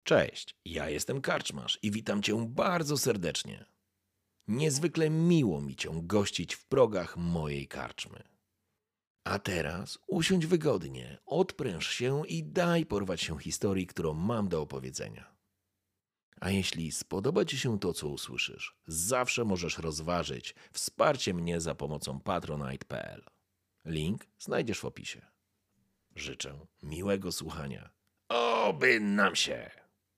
Cześć, ja jestem Karczmarz i witam Cię bardzo serdecznie. Niezwykle miło mi Cię gościć w progach mojej karczmy. A teraz usiądź wygodnie, odpręż się i daj porwać się historii, którą mam do opowiedzenia. A jeśli spodoba Ci się to, co usłyszysz, zawsze możesz rozważyć wsparcie mnie za pomocą patronite.pl. Link znajdziesz w opisie. Życzę miłego słuchania. Oby nam się!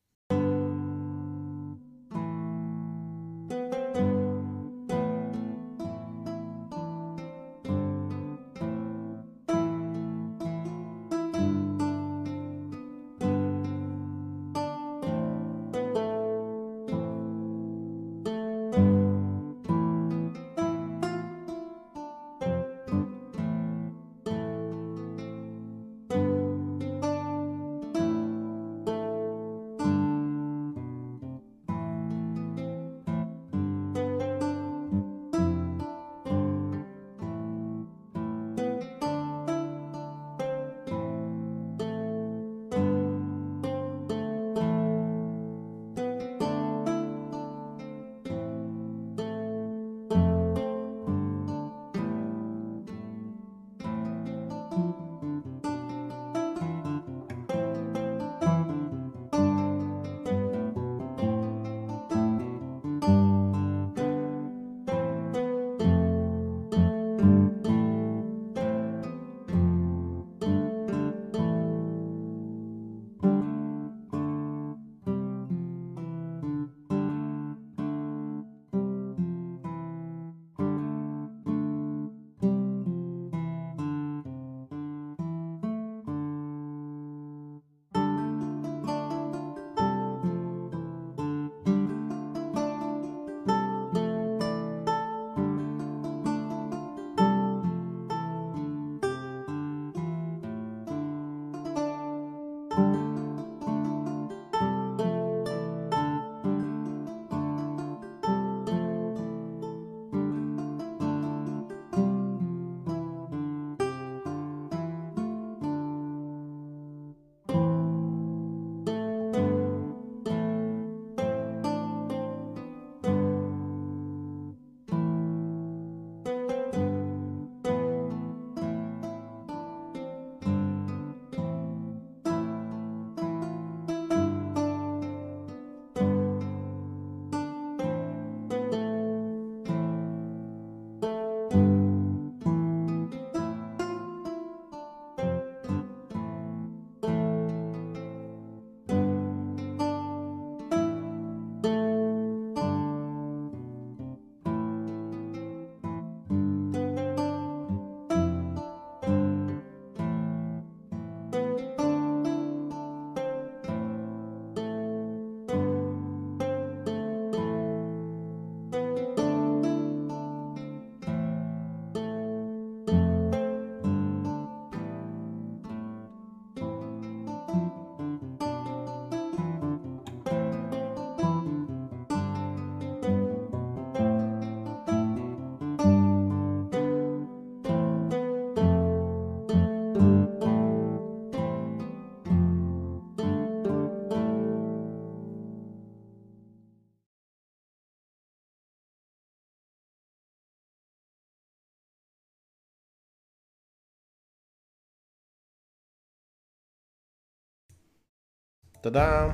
Tada!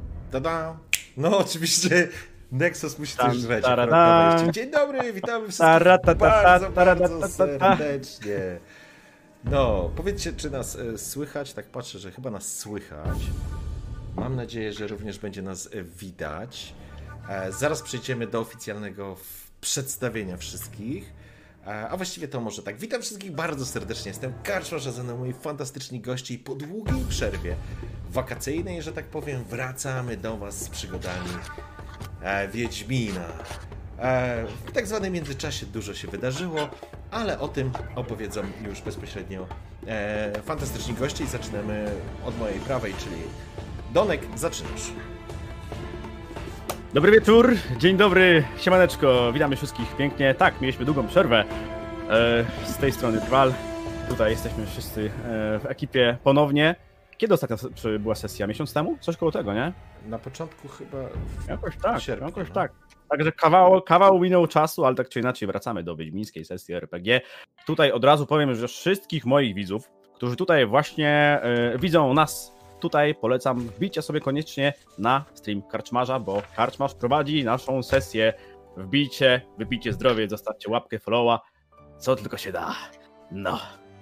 Tada! No oczywiście Nexus musi coś żreć. Dzień dobry, witamy wszystkich bardzo serdecznie. No, powiedzcie, czy nas słychać? Tak patrzę, że chyba nas słychać. Mam nadzieję, że również będzie nas widać. Zaraz przejdziemy do oficjalnego przedstawienia wszystkich. A właściwie to może tak. Witam wszystkich bardzo serdecznie. Jestem Karczmarz, a ze mną moi fantastyczni goście i po długiej przerwie wakacyjnej, że tak powiem, wracamy do was z przygodami Wiedźmina. W tak zwanym międzyczasie dużo się wydarzyło, ale o tym opowiedzą już bezpośrednio fantastyczni goście i zaczynamy od mojej prawej, czyli Donek, zaczynasz. Dobry wieczór, dzień dobry, siemaneczko, witamy wszystkich pięknie. Tak, mieliśmy długą przerwę. Z tej strony Drwal. Tutaj jesteśmy wszyscy w ekipie ponownie. Kiedy ostatnio była sesja? Miesiąc temu? Coś koło tego, nie? Na początku chyba Jakoś tak, sierpniu, jakoś no. tak. Także kawał minął czasu, ale tak czy inaczej wracamy do wiedźmińskiej sesji RPG. Tutaj od razu powiem, że wszystkich moich widzów, którzy tutaj właśnie widzą nas tutaj, polecam, wbijcie sobie koniecznie na stream Karczmarza, bo Karczmarz prowadzi naszą sesję. Wbijcie, wypijcie zdrowie, zostawcie łapkę, followa, co tylko się da. No.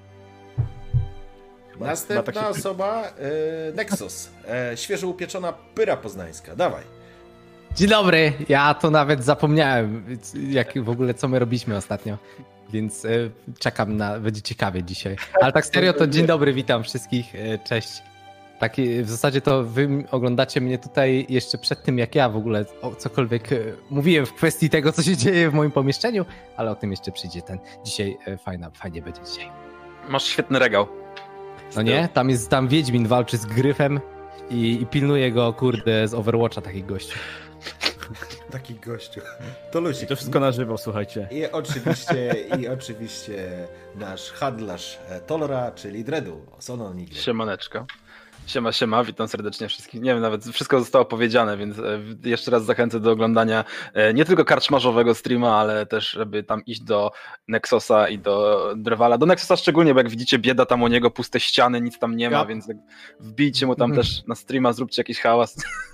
Następna tak się... osoba, Nexus. Świeżo upieczona pyra poznańska. Dawaj. Dzień dobry, ja to nawet zapomniałem, jak w ogóle co my robiliśmy ostatnio, więc czekam będzie ciekawie dzisiaj. Ale tak serio to dzień dobry, witam wszystkich, cześć. Tak, w zasadzie to wy oglądacie mnie tutaj jeszcze przed tym, jak ja w ogóle cokolwiek mówiłem w kwestii tego, co się dzieje w moim pomieszczeniu, ale o tym jeszcze przyjdzie dzisiaj, fajnie będzie dzisiaj. Masz świetny regał. No nie? Tam Wiedźmin walczy z Gryfem i pilnuje go, kurde, z Overwatcha taki gościu. Taki gościu. To ludzi. I to wszystko na żywo, słuchajcie. I oczywiście nasz handlarz Tolra, czyli Dredu. Sono Nigel. Siemaneczko. Siema, witam serdecznie wszystkich. Nie wiem, nawet wszystko zostało powiedziane, więc jeszcze raz zachęcę do oglądania nie tylko karczmarzowego streama, ale też, żeby tam iść do Nexusa i do Drwala. Do Nexusa szczególnie, bo jak widzicie, bieda tam u niego, puste ściany, nic tam nie ma, więc wbijcie mu tam też na streama, zróbcie jakiś hałas.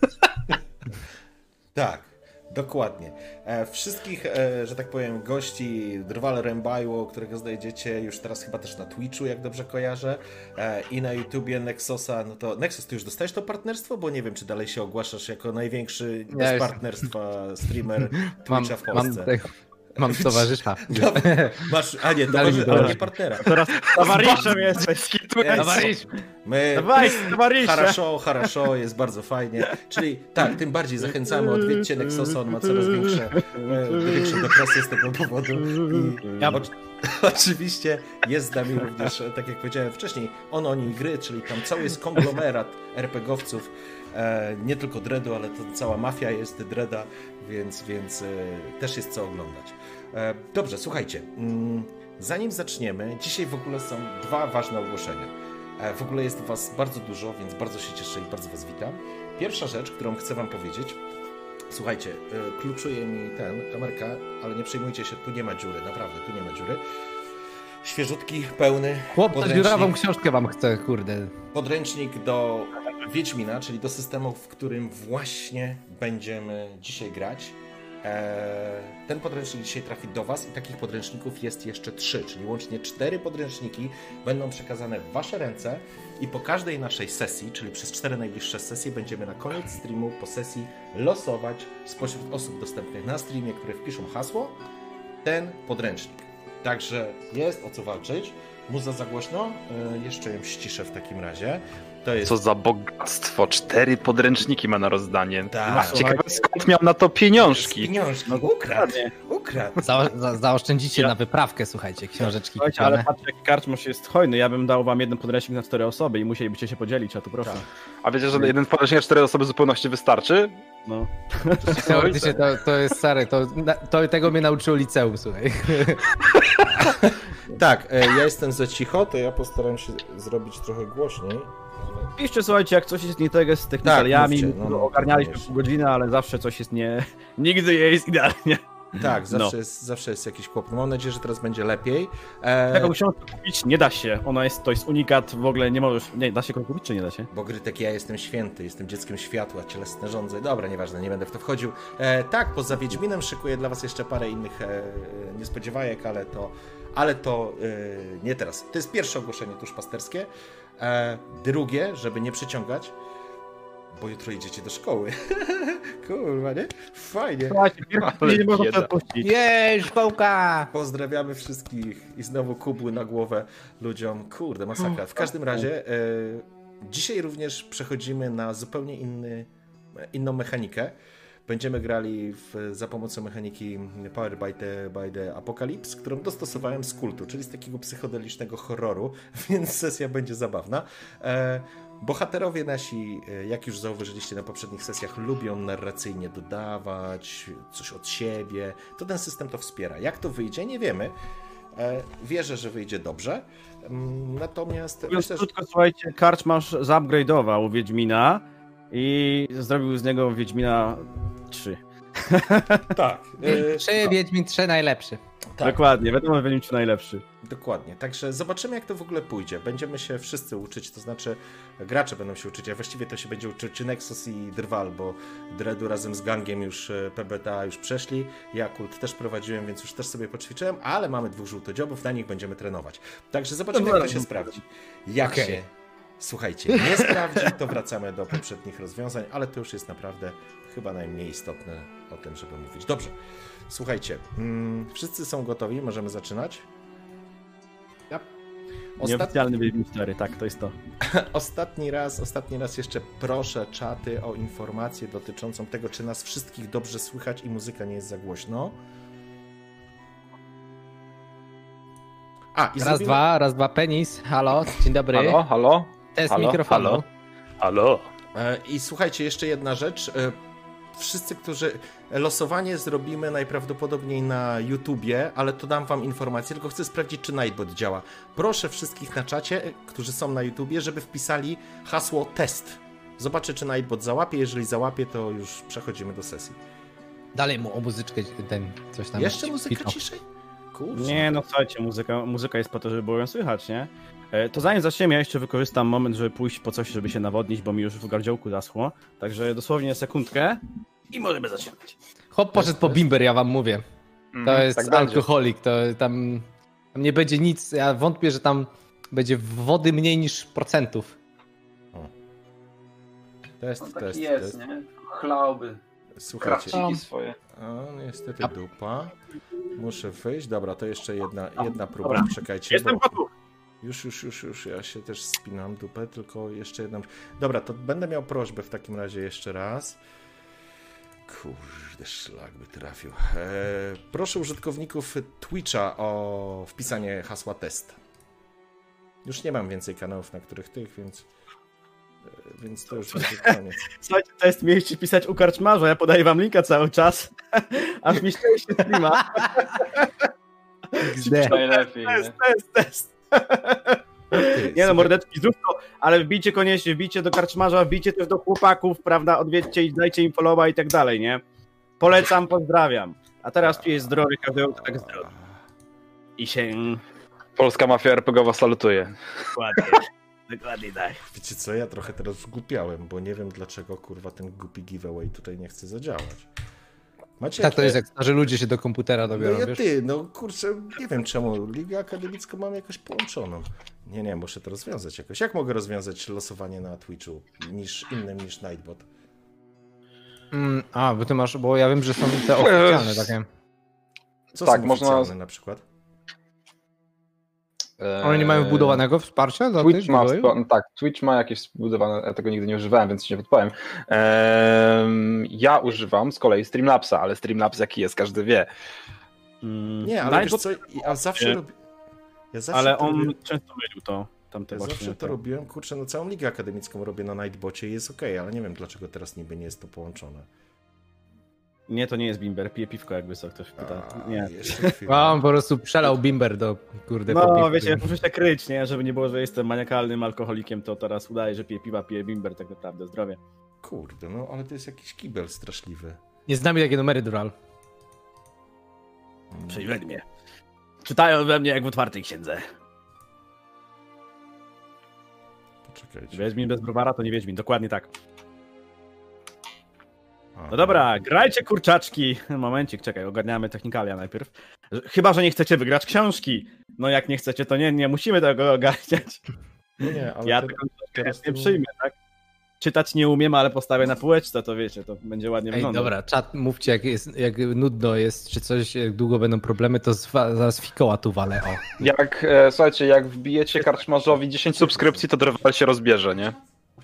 Tak, dokładnie. Wszystkich, że tak powiem, gości Drwal Rembajło, którego znajdziecie już teraz chyba też na Twitchu, jak dobrze kojarzę, i na YouTubie Nexusa. No to Nexus, ty już dostajesz to partnerstwo? Bo nie wiem, czy dalej się ogłaszasz jako największy bez partnerstwa streamer Twitcha w Polsce. Mam towarzysza. Masz, ale nie partnera. Teraz towarzyszem jesteś. Towarzysze. Haraszo, jest bardzo fajnie. Czyli tak, tym bardziej zachęcamy, odwiedźcie Nexusa, on ma coraz większą depresję z tego powodu. Oczywiście jest z nami również, tak jak powiedziałem wcześniej, Oni Gry, czyli tam cały jest konglomerat RPGowców, nie tylko Dreadu, ale to cała mafia jest Dreada, więc też jest co oglądać. Dobrze, słuchajcie, zanim zaczniemy, dzisiaj w ogóle są dwa ważne ogłoszenia. W ogóle jest was bardzo dużo, więc bardzo się cieszę i bardzo was witam. Pierwsza rzecz, którą chcę wam powiedzieć, słuchajcie, kluczuje mi kamerka, ale nie przejmujcie się, tu nie ma dziury, naprawdę, tu nie ma dziury. Świeżutki, pełny Chłop, dziurawą książkę wam chce, kurde. Podręcznik do Wiedźmina, czyli do systemu, w którym właśnie będziemy dzisiaj grać. Ten podręcznik dzisiaj trafi do was i takich podręczników jest jeszcze 3, czyli łącznie 4 podręczniki będą przekazane w wasze ręce i po każdej naszej sesji, czyli przez 4 najbliższe sesje, będziemy na koniec streamu po sesji losować spośród osób dostępnych na streamie, które wpiszą hasło, ten podręcznik. Także jest o co walczyć. Muza za głośno, jeszcze ją ściszę w takim razie. To jest... Co za bogactwo, 4 podręczniki ma na rozdanie. Tak. Ciekawe, skąd miał na to pieniążki. No, ukradł. Zaoszczędzicie na wyprawkę, słuchajcie, książeczki. Słuchajcie, ale patrzcie, jaki Karczmarz jest hojny. Ja bym dał wam jeden podręcznik na 4 osoby i musielibyście się podzielić, a tu proszę. Tak. A wiecie, że jeden podręcznik na 4 osoby w zupełności wystarczy? No. Teoretycznie to jest stary, to tego mnie nauczyło liceum, słuchaj. Tak, ja jestem za cicho, to ja postaram się zrobić trochę głośniej. Piszcie, słuchajcie, jak coś jest nie tak z technikaliami, Tak, ogarnialiśmy pół godziny, ale zawsze coś jest nigdy nie jest idealnie. Tak, zawsze jest jakiś kłopot. Mam nadzieję, że teraz będzie lepiej. Taką książkę kupić nie da się. To jest unikat, w ogóle nie możesz. Nie, da się go kupić, czy nie da się? Bo gry takie, ja jestem święty, jestem dzieckiem światła, cielesne żądze. Dobra, nieważne, nie będę w to wchodził. Tak, poza Wiedźminem szykuję dla was jeszcze parę innych niespodziewajek, ale to nie teraz. To jest pierwsze ogłoszenie duszpasterskie. Drugie, żeby nie przyciągać, bo jutro idziecie do szkoły. Kurwa, nie? Fajnie. Nie można to odpuścić. Jej, szkołka! Pozdrawiamy wszystkich i znowu kubły na głowę ludziom. Kurde, masakra. W każdym razie dzisiaj również przechodzimy na zupełnie inną mechanikę. Będziemy grali za pomocą mechaniki Power by the Apocalypse, którą dostosowałem z kultu, czyli z takiego psychodelicznego horroru, więc sesja będzie zabawna. Bohaterowie nasi, jak już zauważyliście na poprzednich sesjach, lubią narracyjnie dodawać coś od siebie. To ten system to wspiera. Jak to wyjdzie, nie wiemy. Wierzę, że wyjdzie dobrze. Natomiast Mówiąc myślę, że... krótko, słuchajcie, Karczmasz zupgrade'ował Wiedźmina i zrobił z niego Wiedźmina 3. Tak. 3, Wiedźmin 3 najlepszy. Tak. Dokładnie, wiadomo, że Wiedźmin 3 najlepszy. Dokładnie, także zobaczymy, jak to w ogóle pójdzie. Będziemy się wszyscy uczyć, to znaczy gracze będą się uczyć, a właściwie to się będzie uczyć Nexus i Drwal, bo Dreadu razem z gangiem już PBTA już przeszli, ja Kult też prowadziłem, więc już też sobie poćwiczyłem, ale mamy 2 żółtodziobów, na nich będziemy trenować. Także zobaczymy, jak to się sprawdzi. Jak się, słuchajcie, nie sprawdzi, to wracamy do poprzednich rozwiązań, ale to już jest naprawdę chyba najmniej istotne o tym, żeby mówić. Dobrze, słuchajcie, wszyscy są gotowi, możemy zaczynać? Nieoficjalny Wiedźmin 4, tak, to jest to. Ostatni raz jeszcze proszę czaty o informację dotyczącą tego, czy nas wszystkich dobrze słychać i muzyka nie jest za głośno. Raz, dwa, penis. Halo, dzień dobry. Halo? Test Halo? mikrofonu. Halo? I słuchajcie, jeszcze jedna rzecz. Wszyscy, którzy... Losowanie zrobimy najprawdopodobniej na YouTubie, ale to dam wam informację, tylko chcę sprawdzić, czy Nightbot działa. Proszę wszystkich na czacie, którzy są na YouTubie, żeby wpisali hasło test. Zobaczę, czy Nightbot załapie. Jeżeli załapie, to już przechodzimy do sesji. Dalej mu o muzyczkę ten coś tam. Jeszcze muzyka kwitnął. ciszej? Kurczę. Nie, no słuchajcie, muzyka jest po to, żeby było ją słychać, nie? To zanim zaczniemy, ja jeszcze wykorzystam moment, żeby pójść po coś, żeby się nawodnić, bo mi już w gardziołku zaschło. Także dosłownie sekundkę i możemy zaczynać. Chłop poszedł po bimber, ja wam mówię. To jest tak będzie. alkoholik, to tam nie będzie nic, ja wątpię, że tam będzie wody mniej niż procentów. Test. nie? Chlałby. Słuchajcie. Krawciki swoje. O, niestety dupa. Muszę wyjść. Dobra, to jeszcze jedna próba. Czekajcie. Jestem gotów. Już. Ja się też spinam dupę, tylko jeszcze jedna. Dobra, to będę miał prośbę w takim razie jeszcze raz. Kurde, szlak by trafił. Proszę użytkowników Twitcha o wpisanie hasła test. Już nie mam więcej kanałów, na których więc to już będzie koniec. Słuchajcie, to jest miejsce pisać u Karczmarza, ja podaję wam linka cały czas, aż mi się streama. Najlepiej. Test. Nie no, mordeczki, zrób to, ale wbijcie koniecznie, wbijcie do Karczmarza, wbijcie też do chłopaków, prawda, odwiedźcie i dajcie im followa i tak dalej, nie? Polecam, pozdrawiam. A teraz piję zdrowie każdego, kto tak zdrowy. I się... Polska mafia RPGowa salutuje. Dokładnie tak. Wiecie co, ja trochę teraz zgłupiałem, bo nie wiem dlaczego, kurwa, ten głupi giveaway tutaj nie chce zadziałać. Macie Tak to jest, jak starzy ludzie się do komputera dobiorą, no wiesz? kurczę, nie wiem czemu, Ligę Akademicką mam jakoś połączoną. Nie, muszę to rozwiązać jakoś. Jak mogę rozwiązać losowanie na Twitchu innym niż Nightbot? Bo ty masz, bo ja wiem, że są te oficjalne takie. Co tak, są można oficjalne na przykład? One nie mają wbudowanego wsparcia dla Twitch tych ma, giveawayów? tak, Twitch ma jakieś wbudowane, ja tego nigdy nie używałem, więc ci nie podpowiem. Ja używam z kolei Streamlabsa, ale Streamlabs jaki jest, każdy wie. Nie, ale wiesz co, ja zawsze robię... Ale on często mylił to. Ja zawsze to robiłem, kurczę, no całą Ligę Akademicką robię na Nightbocie i jest okej, ale nie wiem dlaczego teraz niby nie jest to połączone. Nie, to nie jest bimber, pije piwko, jakby co ktoś pyta. Nie. On po prostu przelał bimber do kurde. No wiecie, muszę się kryć, nie? Żeby nie było, że jestem maniakalnym alkoholikiem, to teraz udaję, że piję piwa, piję bimber, tak naprawdę, zdrowie. Kurde, no ale to jest jakiś kibel straszliwy. Nie znamy jakie numery Dural. Przejdź mnie. Czytają we mnie jak w otwartej księdze. Poczekajcie. Wiedźmin bez browara to nie Wiedźmin, dokładnie tak. No dobra, grajcie kurczaczki. Momencik, czekaj, ogarniamy technikalia najpierw. Chyba, że nie chcecie wygrać książki. No jak nie chcecie, to nie musimy tego ogarniać. Nie, ale ja teraz nie przyjmę, tak? Czytać nie umiem, ale postawię na półeczce, to wiecie, to będzie ładnie wyglądać. Dobra, czat, mówcie jak nudno jest, czy coś, jak długo będą problemy, to zaraz fikoła tu walę, o. Słuchajcie, jak wbijecie Karczmarzowi 10 subskrypcji, to Drwal się rozbierze, nie?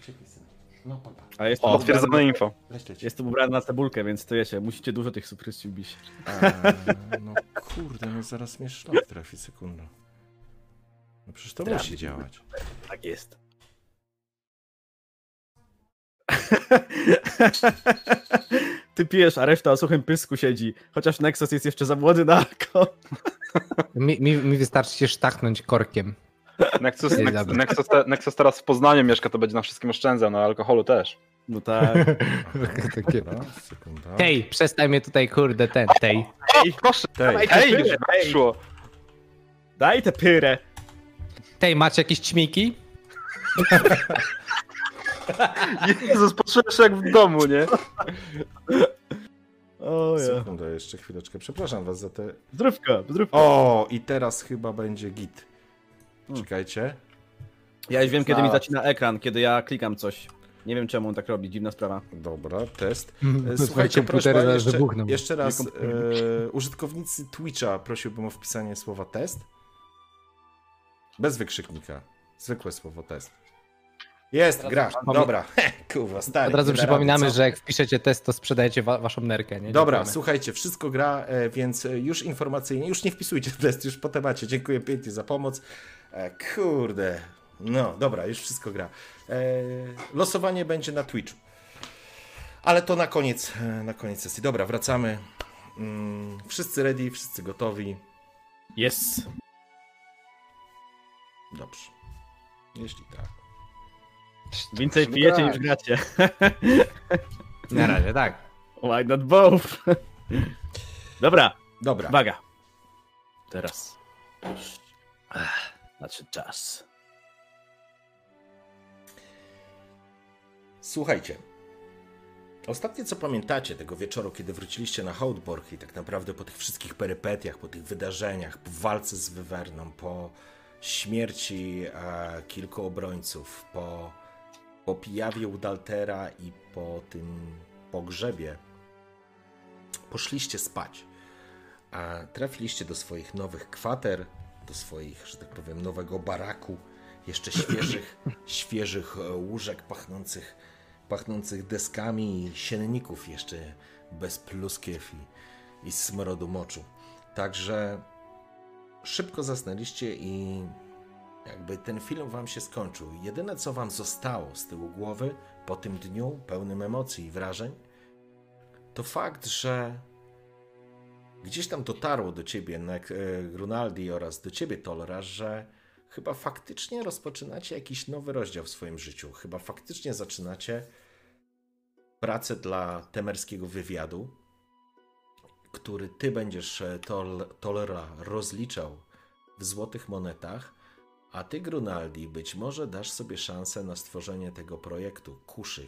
A jest potwierdzone info. Jestem ubrany na cebulkę, więc to wiecie, musicie dużo tych subskrypcji wbić. No kurde, no zaraz mnie szlak trafi, sekundę. No przecież to musi działać. Tak jest. Ty pijesz, a reszta o suchym pysku siedzi. Chociaż Nexus jest jeszcze za młody na alkohol. Mi wystarczy się sztachnąć korkiem. Nexus teraz w Poznaniu mieszka, to będzie na wszystkim oszczędzał, na alkoholu też. No tak. Takie... Dobra, sekunda. Tej, przestań mnie tutaj, kurde, tej. Ej, Proszę, Tej. hej, już wyszło. daj tę pyrę. Tej, macie jakieś ćmiki? Jezus, poczujesz jak w domu, nie? O ja. Sekunda, jeszcze chwileczkę. Przepraszam was za te... Zdrówko. O, i teraz chyba będzie git. Czekajcie. Ja już wiem, kiedy mi zacina ekran, kiedy ja klikam coś. Nie wiem, czemu on tak robi, dziwna sprawa. Dobra, test. Twoje Słuchajcie, proszę komputery jeszcze, wybuchną. jeszcze raz, użytkownicy Twitcha prosiłbym o wpisanie słowa test. Bez wykrzyknika. Zwykłe słowo test. Jest, gra. Dobra. Kurwa, stary. Od razu nie da przypominamy, rady, co? że jak wpiszecie test, to sprzedajecie waszą nerkę, nie? Dobra, Dziękujemy. słuchajcie, wszystko gra, więc już informacyjnie, już nie wpisujcie test, już po temacie. Dziękuję pięknie za pomoc. Kurde. No, dobra, już wszystko gra. Losowanie będzie na Twitchu. Ale to na koniec sesji. Dobra, wracamy. Wszyscy ready, wszyscy gotowi. Jest. Dobrze. Jeśli tak. Więcej pijecie niż gracie. Na razie, tak. Why not both? Dobra, Dobra. uwaga. Teraz. Nadszedł czas. Słuchajcie. Ostatnie co pamiętacie tego wieczoru, kiedy wróciliście na Hołdborg i tak naprawdę po tych wszystkich perypetiach, po tych wydarzeniach, po walce z Wywerną, po śmierci kilku obrońców, po pijawie u Daltera i po tym pogrzebie, poszliście spać. A trafiliście do swoich nowych kwater, do swoich, że tak powiem, nowego baraku, jeszcze świeżych łóżek pachnących deskami i sienników jeszcze bez pluskiew i smrodu moczu. Także szybko zasnęliście i jakby ten film wam się skończył. Jedyne co wam zostało z tyłu głowy po tym dniu pełnym emocji i wrażeń, to fakt, że gdzieś tam dotarło do ciebie, Grunaldi, oraz do ciebie, Tolra, że chyba faktycznie rozpoczynacie jakiś nowy rozdział w swoim życiu. Chyba faktycznie zaczynacie pracę dla temerskiego wywiadu, który ty będziesz, Tolra, rozliczał w złotych monetach, a ty, Grunaldi, być może dasz sobie szansę na stworzenie tego projektu Kuszy,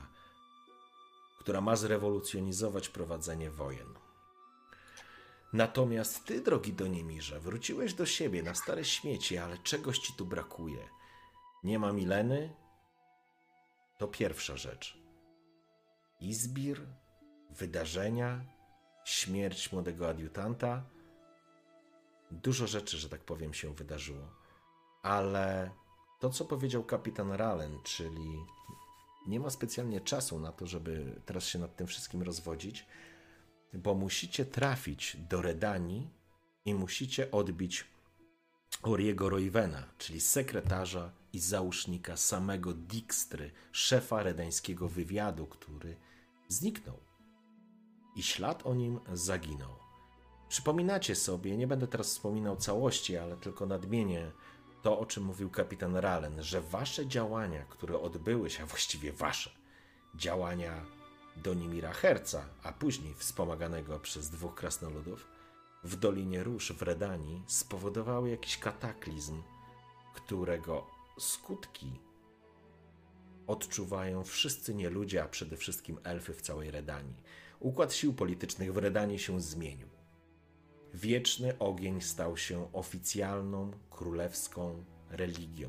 która ma zrewolucjonizować prowadzenie wojen. Natomiast ty, drogi Donimirze, wróciłeś do siebie na stare śmieci, ale czegoś ci tu brakuje. Nie ma Mileny? To pierwsza rzecz. Izbir, wydarzenia, śmierć młodego adiutanta. Dużo rzeczy, że tak powiem, się wydarzyło. Ale to, co powiedział kapitan Ralen, czyli nie ma specjalnie czasu na to, żeby teraz się nad tym wszystkim rozwodzić, bo musicie trafić do Redanii i musicie odbić Oriego Roywena, czyli sekretarza i załóżnika samego Dijkstry, szefa redańskiego wywiadu, który zniknął i ślad o nim zaginął. Przypominacie sobie, nie będę teraz wspominał całości, ale tylko nadmienię to, o czym mówił kapitan Ralen, że wasze działania, które odbyły się, a właściwie wasze działania Donimira Herca, a później wspomaganego przez 2 krasnoludów, w Dolinie Róż w Redanii spowodowały jakiś kataklizm, którego skutki odczuwają wszyscy nieludzie, a przede wszystkim elfy w całej Redanii. Układ sił politycznych w Redanii się zmienił. Wieczny ogień stał się oficjalną, królewską religią.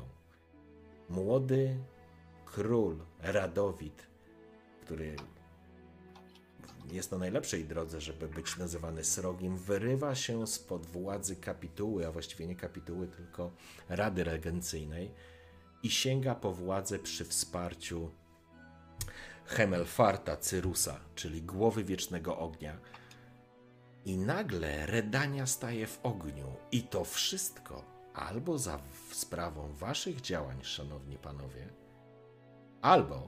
Młody król Radowid, który jest na najlepszej drodze, żeby być nazywany srogiem, wyrywa się spod władzy kapituły, a właściwie nie kapituły, tylko Rady Regencyjnej i sięga po władzę przy wsparciu Hemelfarta Cyrusa, czyli głowy Wiecznego Ognia. I nagle Redania staje w ogniu i to wszystko albo za sprawą waszych działań, szanowni panowie, albo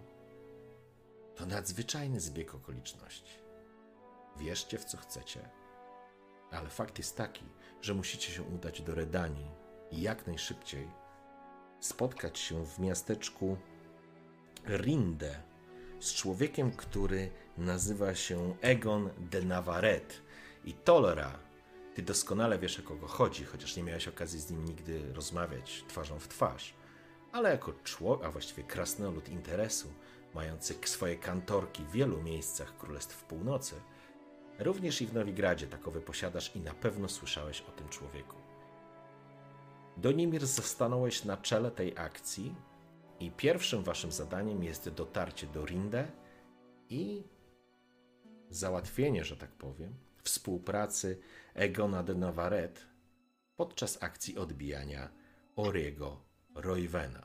to nadzwyczajny zbieg okoliczności. Wierzcie w co chcecie, Ale fakt jest taki, że musicie się udać do Redanii i jak najszybciej spotkać się w miasteczku Rinde z człowiekiem, który nazywa się Egon de Navarrete. I Tolera, ty doskonale wiesz, o kogo chodzi, chociaż nie miałeś okazji z nim nigdy rozmawiać twarzą w twarz. Ale jako człowiek, a właściwie krasnolud interesu, mający swoje kantorki w wielu miejscach Królestw Północy, również i w Nowigradzie takowy posiadasz i na pewno słyszałeś o tym człowieku. Donimir, stanąłeś na czele tej akcji i pierwszym waszym zadaniem jest dotarcie do Rinde i załatwienie, że tak powiem, współpracy Egona de Navarrete podczas akcji odbijania Oriego Roywena.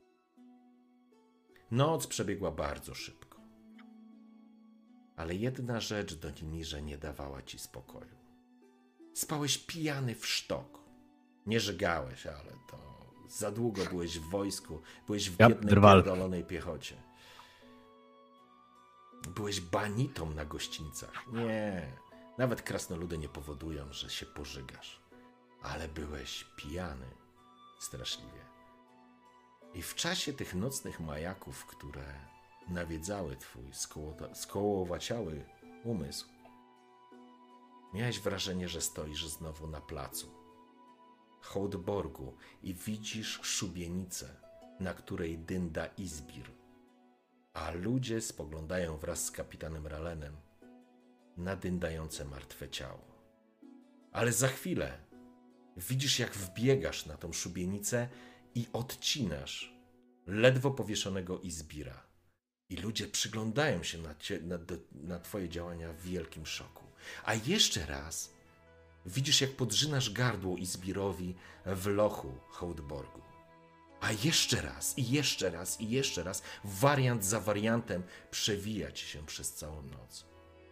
Noc przebiegła bardzo szybko. Ale jedna rzecz, Donimirze, nie dawała ci spokoju. Spałeś pijany w sztok. Nie żygałeś, ale to za długo byłeś w wojsku, byłeś w biednej, pierdolonej piechocie. Byłeś banitą na gościńcach. Nie, nawet krasnoludy nie powodują, że się pożygasz. Ale byłeś pijany straszliwie. I w czasie tych nocnych majaków, które nawiedzały twój skołowaciały umysł, miałeś wrażenie, że stoisz znowu na placu Hołdborgu i widzisz szubienicę, na której dynda Izbir, a ludzie spoglądają wraz z kapitanem Ralenem na dyndające martwe ciało. Ale za chwilę widzisz, jak wbiegasz na tą szubienicę i odcinasz ledwo powieszonego Izbira. I ludzie przyglądają się na twoje działania w wielkim szoku. A jeszcze raz widzisz, jak podrzynasz gardło Izbirowi w lochu Hołdborgu. A jeszcze raz, i jeszcze raz, i jeszcze raz, wariant za wariantem przewija ci się przez całą noc.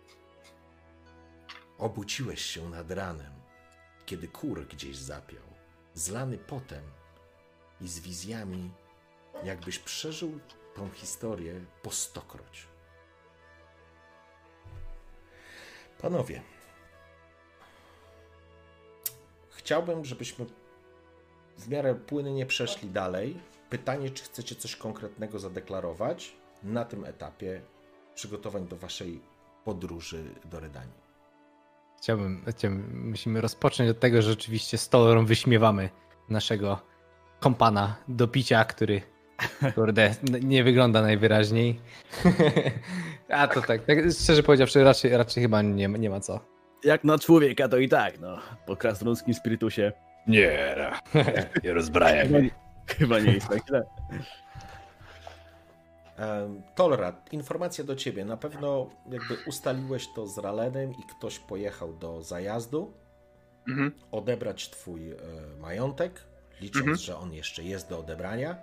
Obudziłeś się nad ranem, kiedy kur gdzieś zapiał, zlany potem i z wizjami, jakbyś przeżył tą historię po stokroć. Panowie, chciałbym, żebyśmy w miarę płynnie przeszli dalej. Pytanie, czy chcecie coś konkretnego zadeklarować na tym etapie przygotowań do waszej podróży do Redanii? Musimy rozpocząć od tego, że rzeczywiście z Tolorą wyśmiewamy naszego kompana do picia, który, kurde, nie wygląda najwyraźniej. A to tak szczerze powiedziawszy, raczej chyba nie ma co. Jak na człowieka to i tak, no. Po krasnoludzkim spirytusie. Nie rozbrajaj. Chyba nie jest tak źle. Tolra, informacja do ciebie. Na pewno jakby ustaliłeś to z Ralenem i ktoś pojechał do zajazdu odebrać twój majątek, licząc, że on jeszcze jest do odebrania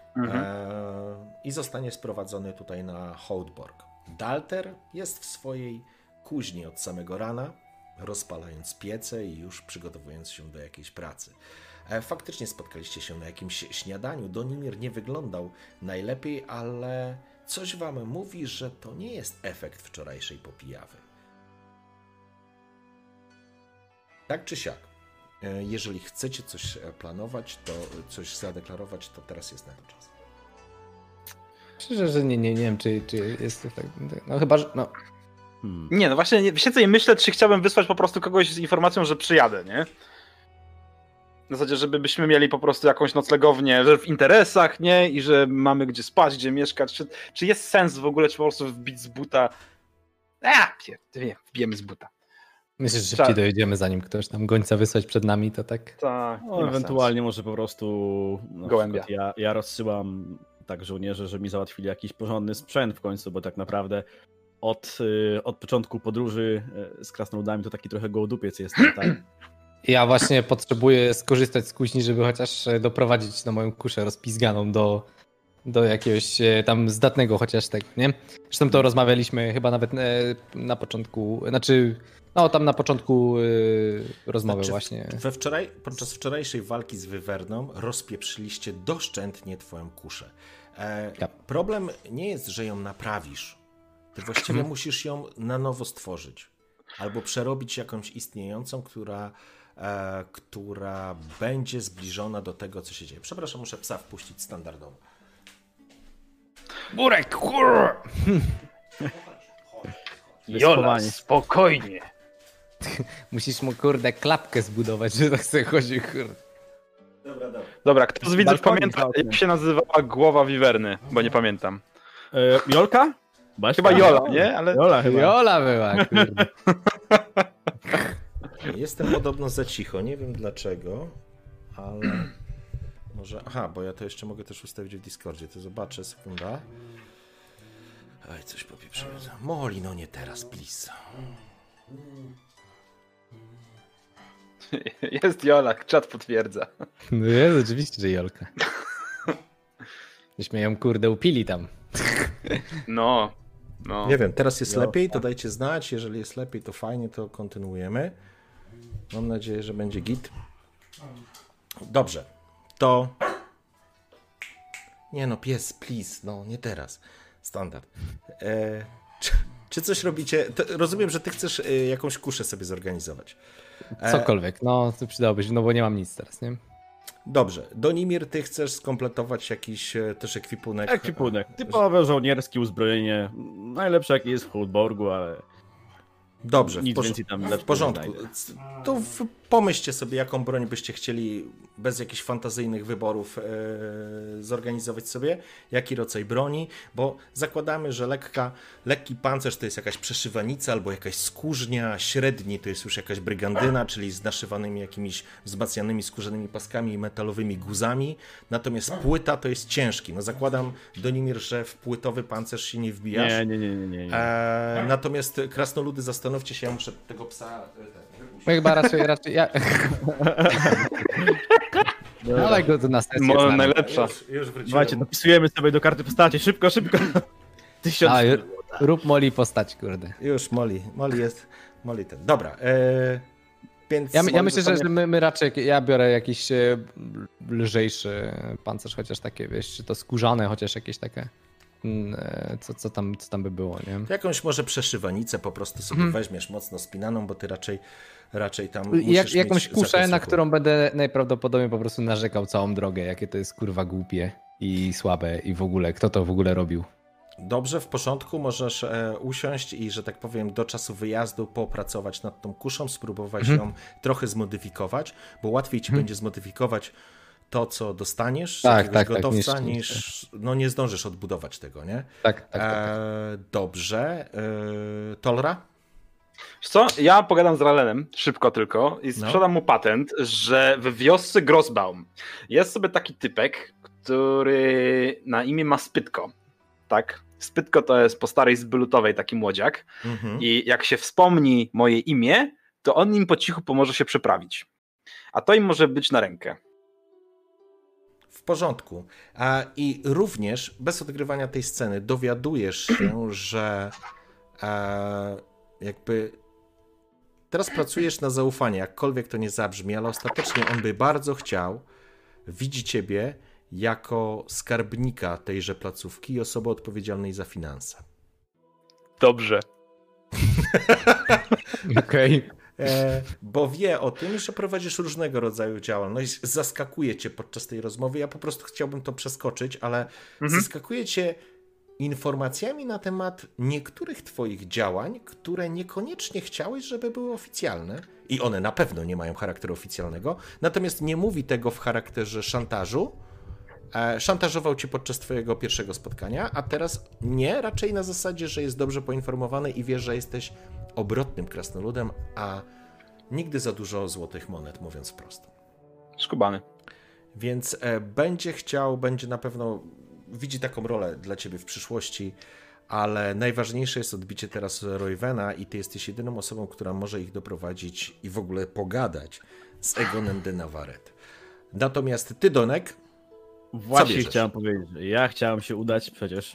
i zostanie sprowadzony tutaj na Hołdborg. Dalter jest w swojej kuźni od samego rana, rozpalając piece i już przygotowując się do jakiejś pracy. Faktycznie spotkaliście się na jakimś śniadaniu. Donimir nie wyglądał najlepiej, ale coś wam mówi, że to nie jest efekt wczorajszej popijawy. Tak czy siak, jeżeli chcecie coś planować, to coś zadeklarować, to teraz jest na to czas. Szczerze, że nie wiem, czy jest to tak. No chyba, że. No. Nie, no właśnie siedzę i myślę, czy chciałbym wysłać po prostu kogoś z informacją, że przyjadę, nie? W zasadzie, żebyśmy mieli po prostu jakąś noclegownię, że w interesach, nie? I że mamy gdzie spać, gdzie mieszkać. Czy jest sens w ogóle, czy po prostu wbić z buta? Wbijemy z buta. Myślę, że szybciej dojedziemy, zanim ktoś tam gońca wysłać przed nami, to tak? Tak. No, ewentualnie może po prostu gołębia. Ja rozsyłam tak żołnierzy, że mi załatwili jakiś porządny sprzęt w końcu, bo tak naprawdę od początku podróży z krasnoludami to taki trochę gołodupiec jest. Tak? Ja właśnie potrzebuję skorzystać z kuźni, żeby chociaż doprowadzić moją kuszę rozpizganą do jakiegoś tam zdatnego chociaż tego, nie? Zresztą to rozmawialiśmy chyba nawet na początku, tam na początku rozmowy właśnie. Podczas wczorajszej walki z Wywerną rozpieprzyliście doszczętnie twoją kuszę. Problem nie jest, że ją naprawisz. Ty właściwie musisz ją na nowo stworzyć. albo przerobić jakąś istniejącą, która będzie zbliżona do tego, co się dzieje. Przepraszam, muszę psa wpuścić standardowo. Burek, kur! Jola, spokojnie. Musisz mu, kurde, klapkę zbudować, że tak sobie chodzi, kurde. Dobra, kto z widzów Balkonik pamięta, za oknem. jak się nazywała głowa wiwerny? Bo nie pamiętam. Jolka? Chyba Jola, nie? Ale Jola chyba. Jola była, kurde. Jestem podobno za cicho, nie wiem dlaczego, ale może... Aha, bo ja to jeszcze mogę też ustawić w Discordzie, to zobaczę, sekunda. Oj, coś popieprzyłem. Moli, no nie teraz, please. jest Jola, czat potwierdza. No jest, oczywiście, że Jolka. Myśmy ją, kurde, upili tam. No. Nie wiem, teraz jest lepiej, to dajcie znać, jeżeli jest lepiej, to fajnie, to kontynuujemy. Mam nadzieję, że będzie git. Dobrze, to... Nie no, pies, please, no nie teraz. Standard. Czy coś robicie? Rozumiem, że ty chcesz jakąś kuszę sobie zorganizować. Cokolwiek, no to przydałoby się, no bo nie mam nic teraz, nie? Dobrze, Donimir, ty chcesz skompletować jakiś też ekwipunek? Ekwipunek. Typowe żołnierskie uzbrojenie. Najlepsze jakie jest w Holdborgu, ale Dobrze, nic więcej tam w lepszego porządku. nie znajdę. To pomyślcie sobie, jaką broń byście chcieli bez jakichś fantazyjnych wyborów zorganizować sobie, jaki rodzaj broni, bo zakładamy, że lekki pancerz to jest jakaś przeszywanica albo jakaś skórznia, średni to jest już jakaś brygandyna, czyli z naszywanymi jakimiś wzmacnianymi skórzanymi paskami i metalowymi guzami, natomiast płyta to jest ciężki. No zakładam, Donimir, że w płytowy pancerz się nie wbijasz. Nie. Natomiast krasnoludy, zastanówcie się, ja muszę tego psa... No chyba raczej ja... Ale go tu na sesję Może znam. najlepsza. Już wróciłem. Słuchajcie, dopisujemy sobie do karty postaci. Szybko. 1000. A, rób Moli postać, kurde. Już, Molly jest... Molly ten. Dobra, więc... Ja myślę, że my raczej, ja biorę jakiś lżejszy pancerz, chociaż takie, wiesz, czy to skórzane, chociaż jakieś takie, co tam by było, nie? Jakąś może przeszywanicę po prostu sobie weźmiesz mocno spinaną, bo ty raczej tam musisz Jakąś mieć kuszę, zakres na ruchu. którą będę najprawdopodobniej po prostu narzekał całą drogę, jakie to jest kurwa głupie i słabe i w ogóle, kto to w ogóle robił. Dobrze, w porządku, możesz usiąść i, że tak powiem, do czasu wyjazdu popracować nad tą kuszą, spróbować ją trochę zmodyfikować, bo łatwiej ci będzie zmodyfikować to, co dostaniesz z jakiegoś gotowca, niż no nie zdążysz odbudować tego, nie? Tak. Dobrze. Tolra? Wiesz co, ja pogadam z Ralenem, szybko tylko, i sprzedam mu patent, że w wiosce Grossbaum jest sobie taki typek, który na imię ma Spytko, tak? Spytko to jest po starej zbylutowej taki młodziak i jak się wspomni moje imię, to on im po cichu pomoże się przeprawić. A to im może być na rękę. W porządku. I również bez odgrywania tej sceny dowiadujesz się, że jakby teraz pracujesz na zaufanie, jakkolwiek to nie zabrzmi, ale ostatecznie on by bardzo chciał, widzi ciebie jako skarbnika tejże placówki i osoby odpowiedzialnej za finanse. Dobrze. Okej. Bo wie o tym, że prowadzisz różnego rodzaju działalność, zaskakuje cię podczas tej rozmowy. Ja po prostu chciałbym to przeskoczyć, ale zaskakuje cię informacjami na temat niektórych twoich działań, które niekoniecznie chciałeś, żeby były oficjalne. I one na pewno nie mają charakteru oficjalnego. Natomiast nie mówi tego w charakterze szantażu. Szantażował cię podczas twojego pierwszego spotkania, a teraz nie, raczej na zasadzie, że jest dobrze poinformowany i wie, że jesteś obrotnym krasnoludem, a nigdy za dużo złotych monet, mówiąc wprost. Skubany. Więc będzie na pewno, widzi taką rolę dla ciebie w przyszłości, ale najważniejsze jest odbicie teraz Roywena i ty jesteś jedyną osobą, która może ich doprowadzić i w ogóle pogadać z Egonem de Navarrete. Natomiast ty, Donek, Właśnie chciałem powiedzieć, że ja chciałem się udać przecież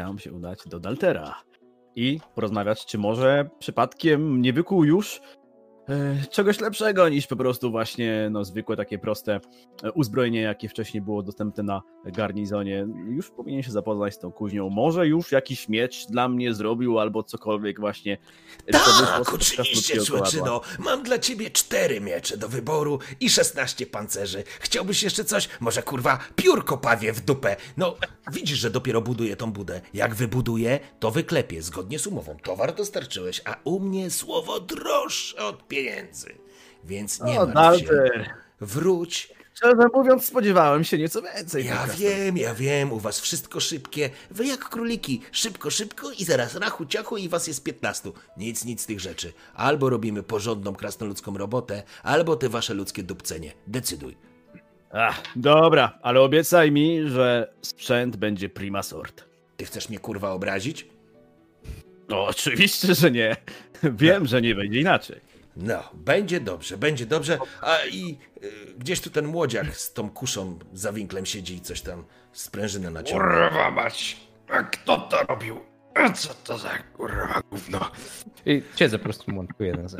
do Daltera i porozmawiać, czy może przypadkiem nie wykuł już czegoś lepszego niż po prostu właśnie no, zwykłe takie proste uzbrojenie, jakie wcześniej było dostępne na garnizonie. Już powinien się zapoznać z tą kuźnią. Może już jakiś miecz dla mnie zrobił albo cokolwiek właśnie. Tak, oczywiście, człeczyno. Mam dla ciebie 4 miecze do wyboru i 16 pancerzy. Chciałbyś jeszcze coś? Może kurwa piórko pawie w dupę. No, widzisz, że dopiero buduję tą budę. Jak wybuduję, to wyklepię zgodnie z umową. Towar dostarczyłeś, a u mnie słowo droższe od pieniędzy. Więc nie martw się. Wróć. Szczerze mówiąc, spodziewałem się nieco więcej. Ja wiem, u was wszystko szybkie. Wy jak króliki. Szybko, szybko i zaraz rachu, ciachu i was jest 15. Nic z tych rzeczy. Albo robimy porządną, krasnoludzką robotę, albo te wasze ludzkie dupcenie. Decyduj. Dobra, ale obiecaj mi, że sprzęt będzie prima sort. Ty chcesz mnie kurwa obrazić? No, oczywiście, że nie. Wiem, że nie będzie inaczej. No, będzie dobrze. A i gdzieś tu ten młodziak z tą kuszą za winklem siedzi i coś tam sprężynę naciąga. Kurwa mać, a kto to robił? A co to za kurwa gówno? I siedzę po prostu montuję na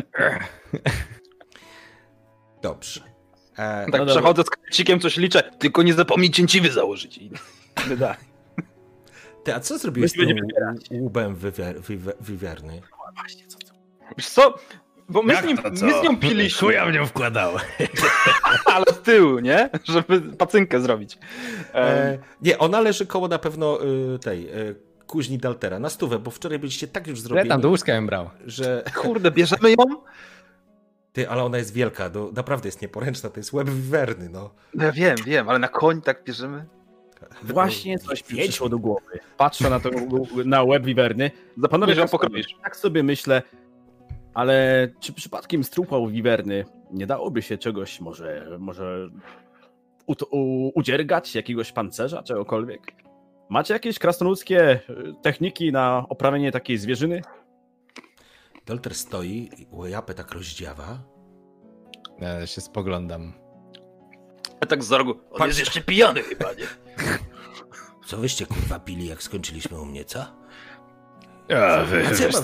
Dobrze. Tak przechodzę z kręcikiem, coś liczę, tylko nie zapomnij cięciwy założyć. I dalej. Ty, a co zrobiłeś z tym łubem wywiarny? Wiesz co? Bo my z nią piliśmy. Chuja mnie wkładał. Ale z tyłu, nie? Żeby pacynkę zrobić. Nie, ona leży koło na pewno tej kuźni Daltera na stówę, bo wczoraj byliście tak już zrobili. Ja tam do łóżka ją brał. Że... Kurde, bierzemy ją? Ty, ale ona jest wielka, naprawdę jest nieporęczna, to jest łeb wiwerny, no. No ja wiem, ale na koń tak bierzemy? Właśnie coś mi przyszło do głowy. Patrzę na łeb wiwerny. Panowie, że ją pokroisz. Tak sobie myślę, ale czy przypadkiem z trupa wiwerny nie dałoby się czegoś może udziergać, jakiegoś pancerza, czegokolwiek? Macie jakieś krasnoludzkie techniki na oprawienie takiej zwierzyny? Dalter stoi i łojapę tak rozdziawa. Ja się spoglądam. A tak z rogu, on jest jeszcze pijany chyba, nie? Co wyście kurwa pili, jak skończyliśmy u mnie, co? Wiesz to.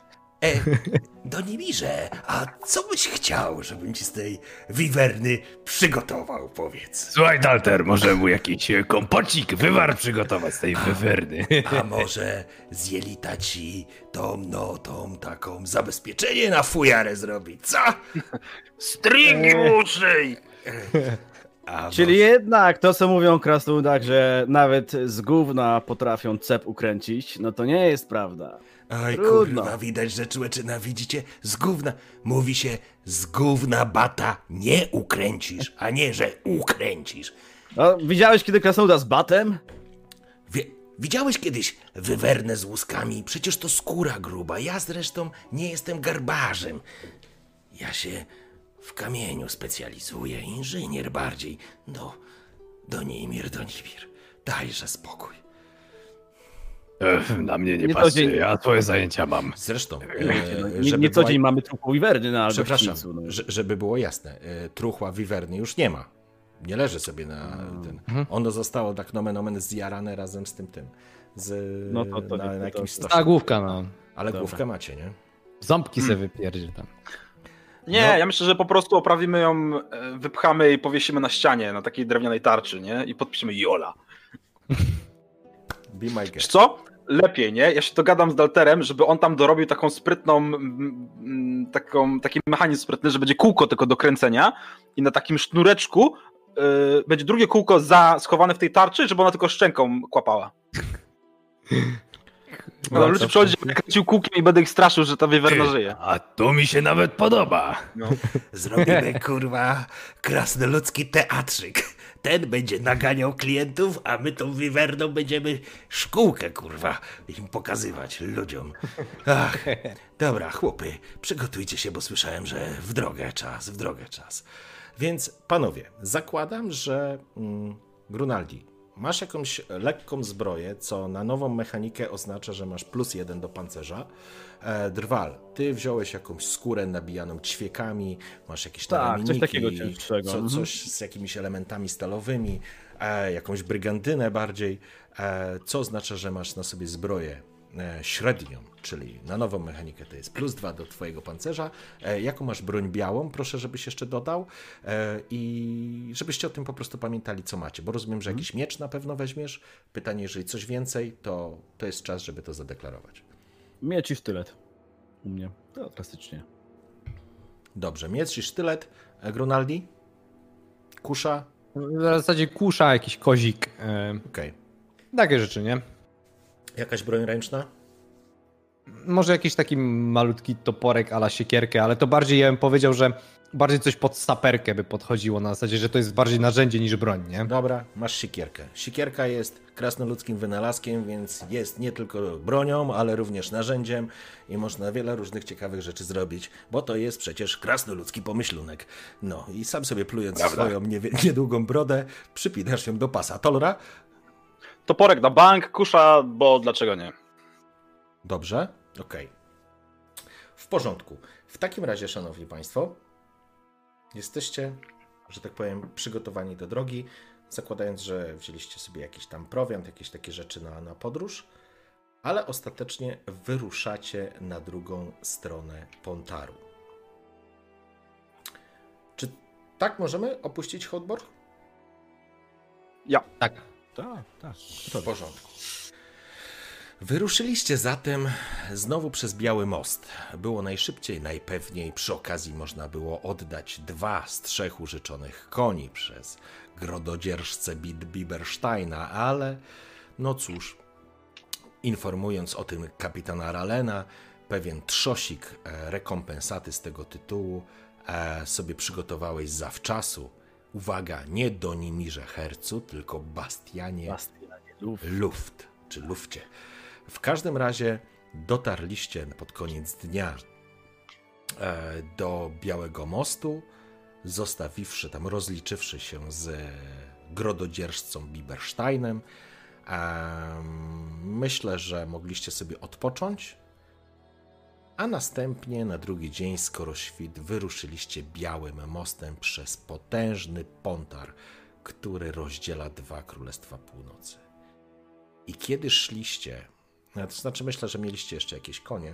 Donimirze, a co byś chciał, żebym ci z tej wiwerny przygotował, powiedz? Słuchaj, Dalter, może mu jakiś kompocik, wywar przygotować z tej wywerny. A może z jelita ci tą taką zabezpieczenie na fujarę zrobić, co? Stringi uszej! Czyli jednak to, co mówią krasnoludach, że nawet z gówna potrafią cep ukręcić, no to nie jest prawda. Oj, kurwa, widać, że człeczyna, widzicie? Z gówna, mówi się, z gówna bata nie ukręcisz, a nie, że ukręcisz. No, widziałeś kiedy krasnoluda z batem? Widziałeś kiedyś wywernę z łuskami? Przecież to skóra gruba. Ja zresztą nie jestem garbarzem. Ja się w kamieniu specjalizuję, inżynier bardziej. Donimir, dajże spokój. Na mnie nie patrzy, ja twoje zajęcia mam. Zresztą, nie co dzień mamy truchło wiwerny na Przepraszam, gościńcu, no. żeby było jasne, truchła wiwerny już nie ma. Nie leży sobie na ten. Ono zostało tak nomen omen zjarane razem z tym. Na jakimś stosie. Ta główka, no. Ale główkę macie, nie? Ząbki se wypierdził tam. Nie, ja myślę, że po prostu oprawimy ją, wypchamy i powiesimy na ścianie, na takiej drewnianej tarczy, nie? I podpiszemy Jola. Be my guest. Wiesz co? Lepiej, nie? Ja się dogadam z Dalterem, żeby on tam dorobił taką sprytną, taki mechanizm sprytny, że będzie kółko tylko do kręcenia i na takim sznureczku będzie drugie kółko schowane w tej tarczy, żeby ona tylko szczęką kłapała. No, ludzie przychodzi, że będę kręcił kółkiem i będę ich straszył, że ta wiwerna żyje. A to mi się nawet podoba. No. Zrobimy, kurwa, krasnoludzki teatrzyk. Ten będzie naganiał klientów, a my tą wiwerną będziemy szkółkę, kurwa, im pokazywać ludziom. Ach, dobra, chłopy, przygotujcie się, bo słyszałem, że w drogę czas. Więc, panowie, zakładam, że Grunaldi, masz jakąś lekką zbroję, co na nową mechanikę oznacza, że masz +1 do pancerza. Drwal, ty wziąłeś jakąś skórę nabijaną ćwiekami, masz jakieś ramienniki, coś takiego cięższego. Coś z jakimiś elementami stalowymi, jakąś brygandynę bardziej, co oznacza, że masz na sobie zbroję średnią, czyli na nową mechanikę to jest +2 do twojego pancerza. Jaką masz broń białą? Proszę, żebyś jeszcze dodał i żebyście o tym po prostu pamiętali, co macie, bo rozumiem, że jakiś miecz na pewno weźmiesz. Pytanie, jeżeli coś więcej, to jest czas, żeby to zadeklarować. Miecz i sztylet u mnie, to klasycznie. Dobrze, miecz i sztylet. Grunaldi? Kusza? W zasadzie kusza, jakiś kozik. Okej. Takie rzeczy, nie? Jakaś broń ręczna? Może jakiś taki malutki toporek a la siekierkę, ale to bardziej, ja bym powiedział, że bardziej coś pod saperkę by podchodziło, na zasadzie, że to jest bardziej narzędzie niż broń, nie? Dobra, masz siekierkę. Siekierka jest krasnoludzkim wynalazkiem, więc jest nie tylko bronią, ale również narzędziem i można wiele różnych ciekawych rzeczy zrobić, bo to jest przecież krasnoludzki pomyślunek. No i sam sobie plując swoją niedługą brodę, przypinasz ją do pasa. Tolra? Toporek na bank, kusza, bo dlaczego nie? Dobrze, okej. W porządku. W takim razie, szanowni państwo, jesteście, że tak powiem, przygotowani do drogi, zakładając, że wzięliście sobie jakiś tam prowiant, jakieś takie rzeczy na podróż, ale ostatecznie wyruszacie na drugą stronę Pontaru. Czy tak możemy opuścić Hotborg? Ja. Tak. Tak. W porządku. Wyruszyliście zatem znowu przez Biały Most. Było najszybciej, najpewniej. Przy okazji można było oddać 2 z 3 użyczonych koni przez grododzierżcę Bibersteina, ale no cóż, informując o tym kapitana Ralena, pewien trzosik rekompensaty z tego tytułu sobie przygotowałeś zawczasu. Uwaga, nie Donimirze Hercu, tylko Bastianie Luft, czy Lufcie. W każdym razie dotarliście pod koniec dnia do Białego Mostu, zostawiwszy tam, rozliczywszy się z grododzierżcą Bibersteinem. Myślę, że mogliście sobie odpocząć, a następnie na drugi dzień, skoro świt, wyruszyliście Białym Mostem przez potężny Pontar, który rozdziela 2 Królestwa Północy. I kiedy szliście, to znaczy myślę, że mieliście jeszcze jakieś konie,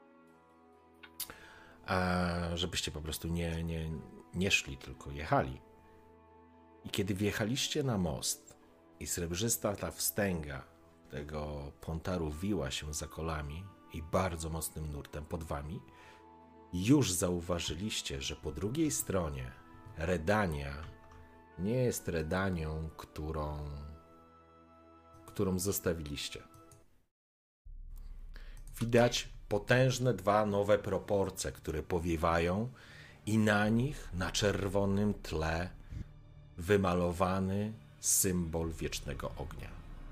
żebyście po prostu nie szli, tylko jechali. I kiedy wjechaliście na most i srebrzysta ta wstęga tego Pontaru wiła się za kolami i bardzo mocnym nurtem pod wami, już zauważyliście, że po drugiej stronie Redania nie jest Redanią, którą zostawiliście. Widać potężne 2 nowe proporcje, które powiewają i na nich, na czerwonym tle, wymalowany symbol wiecznego ognia.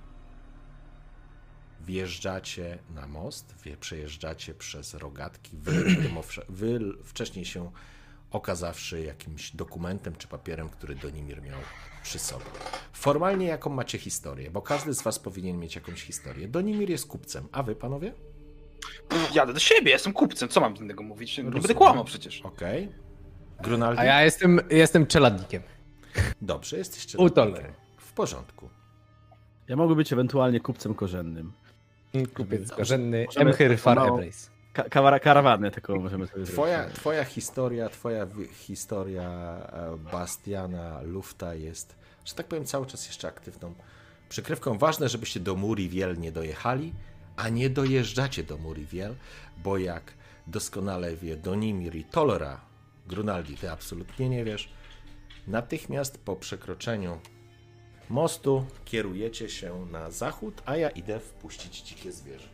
Wjeżdżacie na most, przejeżdżacie przez rogatki, wcześniej się okazawszy jakimś dokumentem czy papierem, który Donimir miał przy sobie. Formalnie jaką macie historię, bo każdy z was powinien mieć jakąś historię. Donimir jest kupcem, a wy, panowie? Jadę do siebie, jestem kupcem, co mam innego mówić? Nie będę kłamał przecież. Okej. Grunaldi? A ja jestem czeladnikiem. Dobrze, jesteście Utolny. w porządku. Ja mogę być ewentualnie kupcem korzennym. Kupiec korzenny, Emhyr Far Ebreys. Karawany tylko możemy sobie zrobić. Twoja historia Bastiana Lufta jest, że tak powiem, cały czas jeszcze aktywną przykrywką. Ważne, żebyście do Muriwiel nie dojechali, a nie dojeżdżacie do Muriwiel, bo jak doskonale wie Donimir i Tolra, Grunaldi, ty absolutnie nie wiesz, natychmiast po przekroczeniu mostu kierujecie się na zachód, a ja idę wpuścić dzikie zwierzę.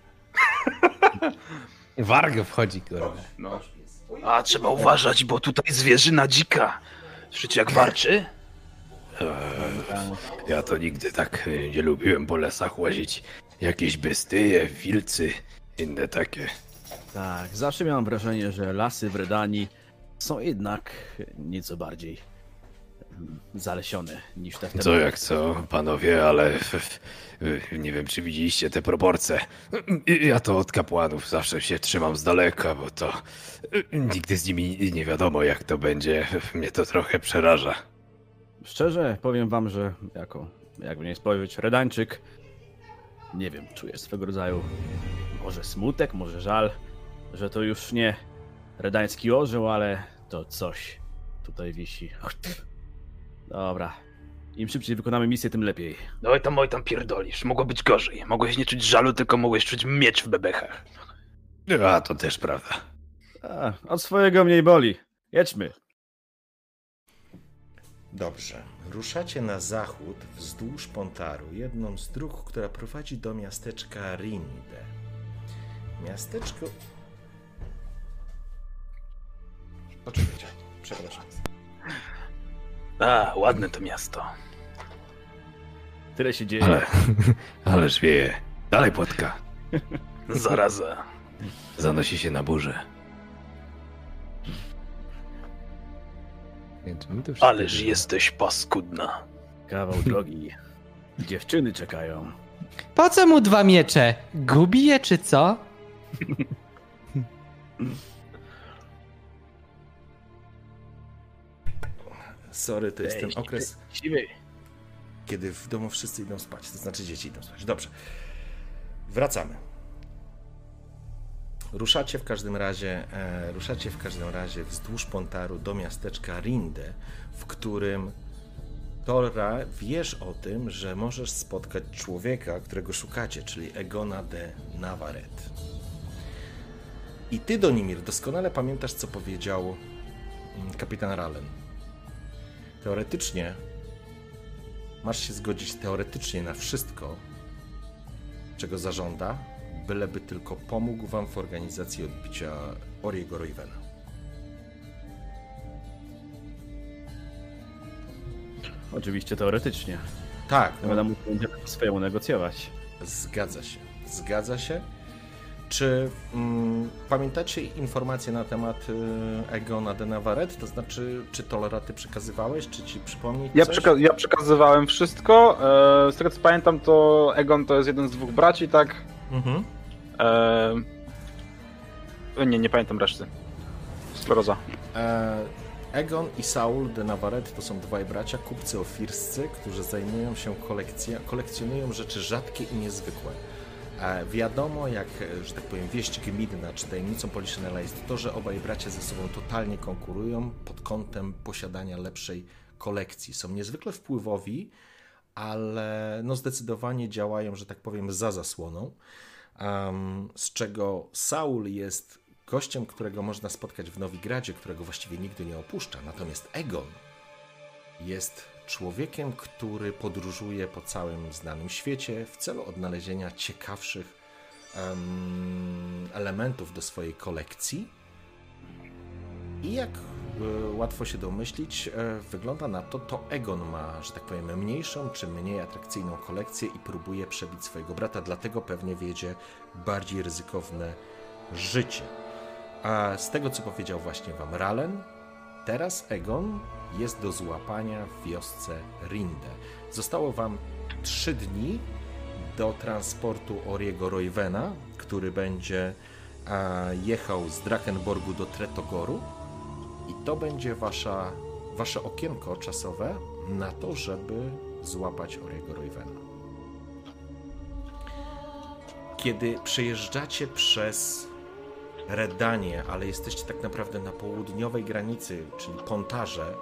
Warg wchodzi, kurwa. No. A trzeba uważać, bo tutaj zwierzyna dzika. Słyszycie jak warczy? Ja to nigdy tak nie lubiłem po lesach łazić. Jakieś bestyje, wilcy, inne takie. Tak, zawsze miałem wrażenie, że lasy w Redanii są jednak nieco bardziej zalesione niż te Co jak co, panowie, ale nie wiem, czy widzieliście te proporcje. Ja to od kapłanów zawsze się trzymam z daleka, bo to nigdy z nimi nie wiadomo, jak to będzie. Mnie to trochę przeraża. Szczerze powiem wam, że jakby nie powiedzieć Redańczyk, nie wiem, czuję swego rodzaju może smutek, może żal, że to już nie redański orzeł, ale to coś tutaj wisi. Dobra. Im szybciej wykonamy misję, tym lepiej. Oj tam pierdolisz. Mogło być gorzej. Mogłeś nie czuć żalu, tylko mogłeś czuć miecz w bebechach. A, to też prawda. Od swojego mniej boli. Jedźmy. Dobrze. Ruszacie na zachód wzdłuż Pontaru, jedną z dróg, która prowadzi do miasteczka Rinde. Miasteczko... Poczekajcie, przepraszam. Ładne to miasto. Tyle się dzieje. Ależ wieje. Dalej, Płotka. Zaraza. Zanosi się na burzę. Ależ jesteś paskudna. Kawał drogi. Dziewczyny czekają. Po co mu 2 miecze? Gubi je czy co? Sorry, to jest ten okres, kiedy w domu wszyscy idą spać, to znaczy dzieci idą spać. Dobrze. Wracamy. Ruszacie w każdym razie wzdłuż Pontaru do miasteczka Rinde, w którym Torra, wiesz o tym, że możesz spotkać człowieka, którego szukacie, czyli Egona de Navarrete. I ty, Donimir, doskonale pamiętasz, co powiedział kapitan Ralen. Teoretycznie masz się zgodzić na wszystko, czego zażąda, byleby tylko pomógł wam w organizacji odbicia Oriego Roivena. Oczywiście teoretycznie. Tak. Będę mógł swojemu negocjować. Zgadza się. Czy pamiętacie informacje na temat Egona de Navarrete? To znaczy, czy Toleraty przekazywałeś, czy ci przypomnieć coś? Ja przekazywałem wszystko. Z tego co pamiętam, to Egon to jest jeden z 2 braci, tak? Mhm. Nie pamiętam reszty. Skleroza. Egon i Saul de Navarrete to są 2 bracia, kupcy ofirscy, którzy zajmują się kolekcjonują rzeczy rzadkie i niezwykłe. Wiadomo, jak, że tak powiem, wieść gminna czy tajemnicą Poliszynela jest to, że obaj bracia ze sobą totalnie konkurują pod kątem posiadania lepszej kolekcji. Są niezwykle wpływowi, ale no zdecydowanie działają, że tak powiem, za zasłoną, z czego Saul jest gościem, którego można spotkać w Nowigradzie, którego właściwie nigdy nie opuszcza. Natomiast Egon jest człowiekiem, który podróżuje po całym znanym świecie w celu odnalezienia ciekawszych elementów do swojej kolekcji. I jak łatwo się domyślić, wygląda na to Egon ma, że tak powiem, mniejszą czy mniej atrakcyjną kolekcję i próbuje przebić swojego brata, dlatego pewnie wiedzie bardziej ryzykowne życie. A z tego, co powiedział właśnie wam Ralen, teraz Egon jest do złapania w wiosce Rinde. Zostało wam 3 dni do transportu Oriego Roivena, który będzie jechał z Drakenborgu do Tretogoru i to będzie wasze okienko czasowe na to, żeby złapać Oriego Roivena. Kiedy przejeżdżacie przez Redanię, ale jesteście tak naprawdę na południowej granicy, czyli Pontarze,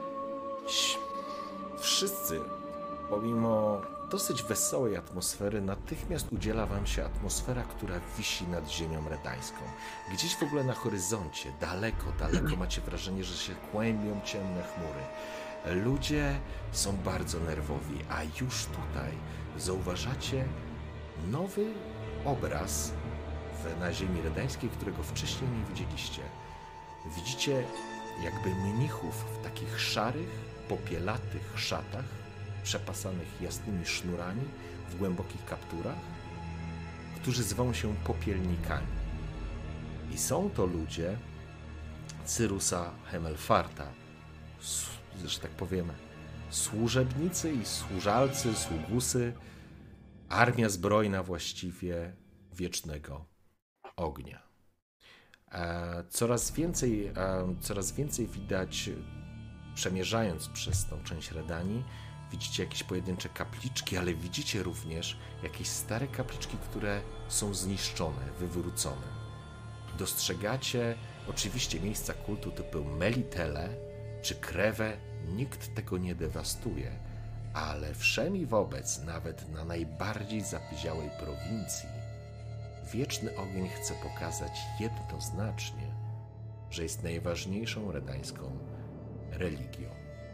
wszyscy, pomimo dosyć wesołej atmosfery, natychmiast udziela wam się atmosfera, która wisi nad ziemią redańską. Gdzieś w ogóle na horyzoncie, daleko macie wrażenie, że się kłębią ciemne chmury. Ludzie są bardzo nerwowi, a już tutaj zauważacie nowy obraz na ziemi redańskiej, którego wcześniej nie widzieliście. Widzicie jakby mnichów w takich szarych, popielatych szatach, przepasanych jasnymi sznurami, w głębokich kapturach, którzy zwą się popielnikami. I są to ludzie Cyrusa Hemelfarta, że tak powiem, służebnicy i służalcy, sługusy, armia zbrojna właściwie Wiecznego Ognia. Coraz więcej widać, przemierzając przez tą część Redanii, widzicie jakieś pojedyncze kapliczki, ale widzicie również jakieś stare kapliczki, które są zniszczone, wywrócone. Dostrzegacie oczywiście miejsca kultu typu Melitele czy Krewę. Nikt tego nie dewastuje, ale wszemi wobec, nawet na najbardziej zapyziałej prowincji, Wieczny Ogień chce pokazać jednoznacznie, że jest najważniejszą redańską religią.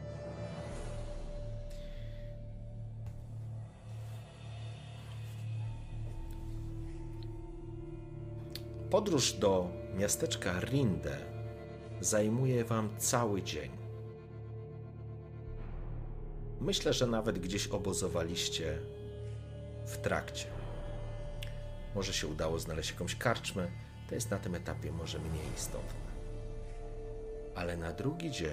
Podróż do miasteczka Rinde zajmuje wam cały dzień. Myślę, że nawet gdzieś obozowaliście w trakcie. Może się udało znaleźć jakąś karczmę, to jest na tym etapie może mniej istotne. Ale na drugi dzień,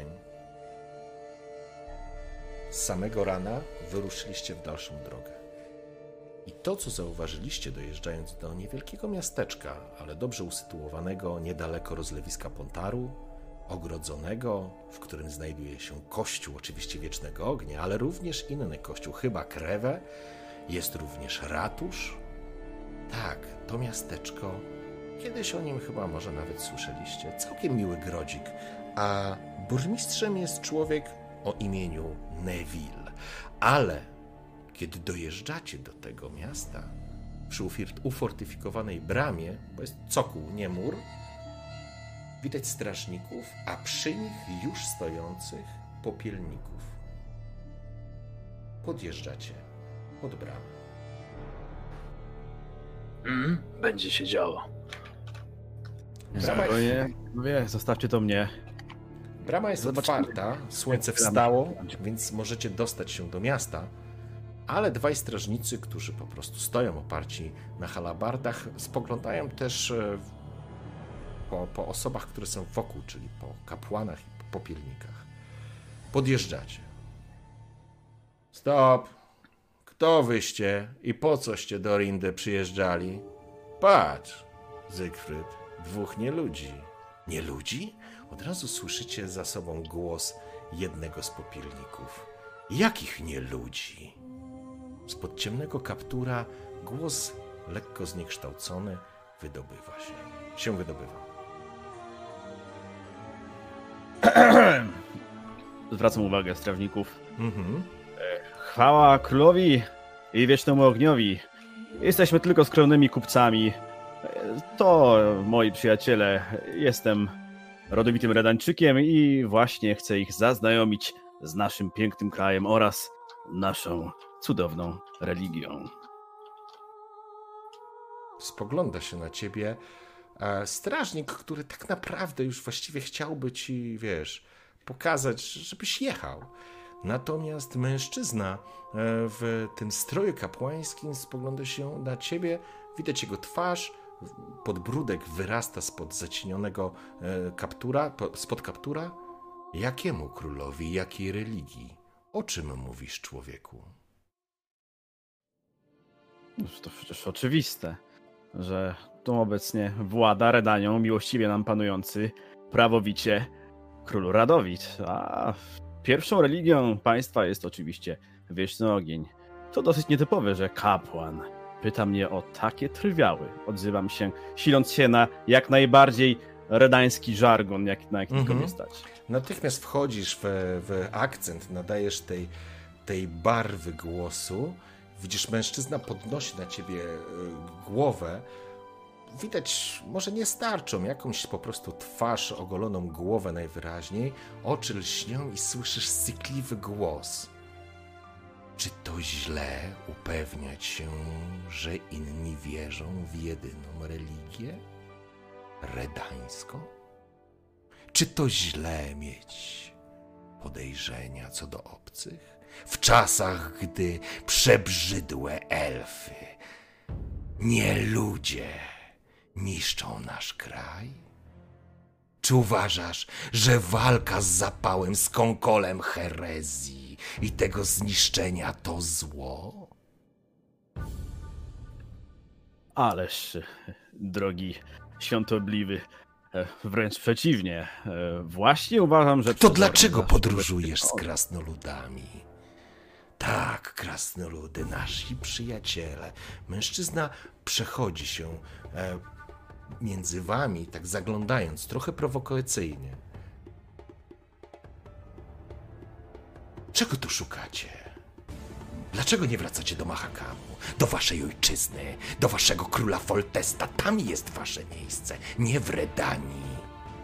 z samego rana, wyruszyliście w dalszą drogę. I to, co zauważyliście dojeżdżając do niewielkiego miasteczka, ale dobrze usytuowanego niedaleko rozlewiska Pontaru, ogrodzonego, w którym znajduje się kościół oczywiście Wiecznego Ognia, ale również inny kościół, chyba Krewę, jest również ratusz. Tak, to miasteczko, kiedyś o nim chyba może nawet słyszeliście, całkiem miły grodzik, a burmistrzem jest człowiek o imieniu Neville. Ale kiedy dojeżdżacie do tego miasta, przy ufortyfikowanej bramie, bo jest cokół, nie mur, widać strażników, a przy nich już stojących popielników. Podjeżdżacie pod bramę. Będzie się działo. Nie, zostawcie to mnie. Brama jest otwarta, słońce wstało, więc możecie dostać się do miasta, ale dwaj strażnicy, którzy po prostu stoją oparci na halabardach, spoglądają też po osobach, które są wokół, czyli po kapłanach i po popielnikach. Podjeżdżacie. Stop! Kto wyście i po coście do Rindę przyjeżdżali? Patrz, Zygfryd, dwóch nieludzi. Nieludzi? Od razu słyszycie za sobą głos jednego z popielników. Jakich nieludzi? Spod ciemnego kaptura głos lekko zniekształcony wydobywa się. Zwracam uwagę strażników. Chwała królowi i wiecznemu ogniowi. Jesteśmy tylko skromnymi kupcami. To moi przyjaciele. Jestem rodowitym Redańczykiem i właśnie chcę ich zaznajomić z naszym pięknym krajem oraz naszą cudowną religią. Spogląda się na ciebie strażnik, który tak naprawdę już właściwie chciałby ci, pokazać, żebyś jechał. Natomiast mężczyzna w tym stroju kapłańskim spogląda się na ciebie, widać jego twarz, podbródek wyrasta spod zacienionego spod kaptura. Jakiemu królowi, jakiej religii? O czym mówisz, człowieku? To przecież oczywiste, że tu obecnie włada Redanią, miłościwie nam panujący, prawowicie król Radowid, a pierwszą religią państwa jest oczywiście Wieczny Ogień. To dosyć nietypowe, że kapłan pyta mnie o takie trywiały. Odzywam się, siląc się na jak najbardziej redański żargon, na jaki tylko mnie stać. Natychmiast wchodzisz w akcent, nadajesz tej barwy głosu. Widzisz, mężczyzna podnosi na ciebie głowę. Widać, może nie starczą, jakąś po prostu twarz, ogoloną głowę najwyraźniej. Oczy lśnią i słyszysz sykliwy głos. Czy to źle upewniać się, że inni wierzą w jedyną religię? Redańską? Czy to źle mieć podejrzenia co do obcych? W czasach, gdy przebrzydłe elfy, nie ludzie, niszczą nasz kraj? Czy uważasz, że walka z zapałem, z konkolem herezji i tego zniszczenia to zło? Ależ, drogi świątobliwy, wręcz przeciwnie. Właśnie uważam, że... To dlaczego podróżujesz z krasnoludami? Tak, krasnoludy, nasi przyjaciele. Mężczyzna przechodzi się między wami, tak zaglądając, trochę prowokacyjnie. Czego tu szukacie? Dlaczego nie wracacie do Mahakamu, do waszej ojczyzny, do waszego króla Foltesta? Tam jest wasze miejsce, nie w Redanii.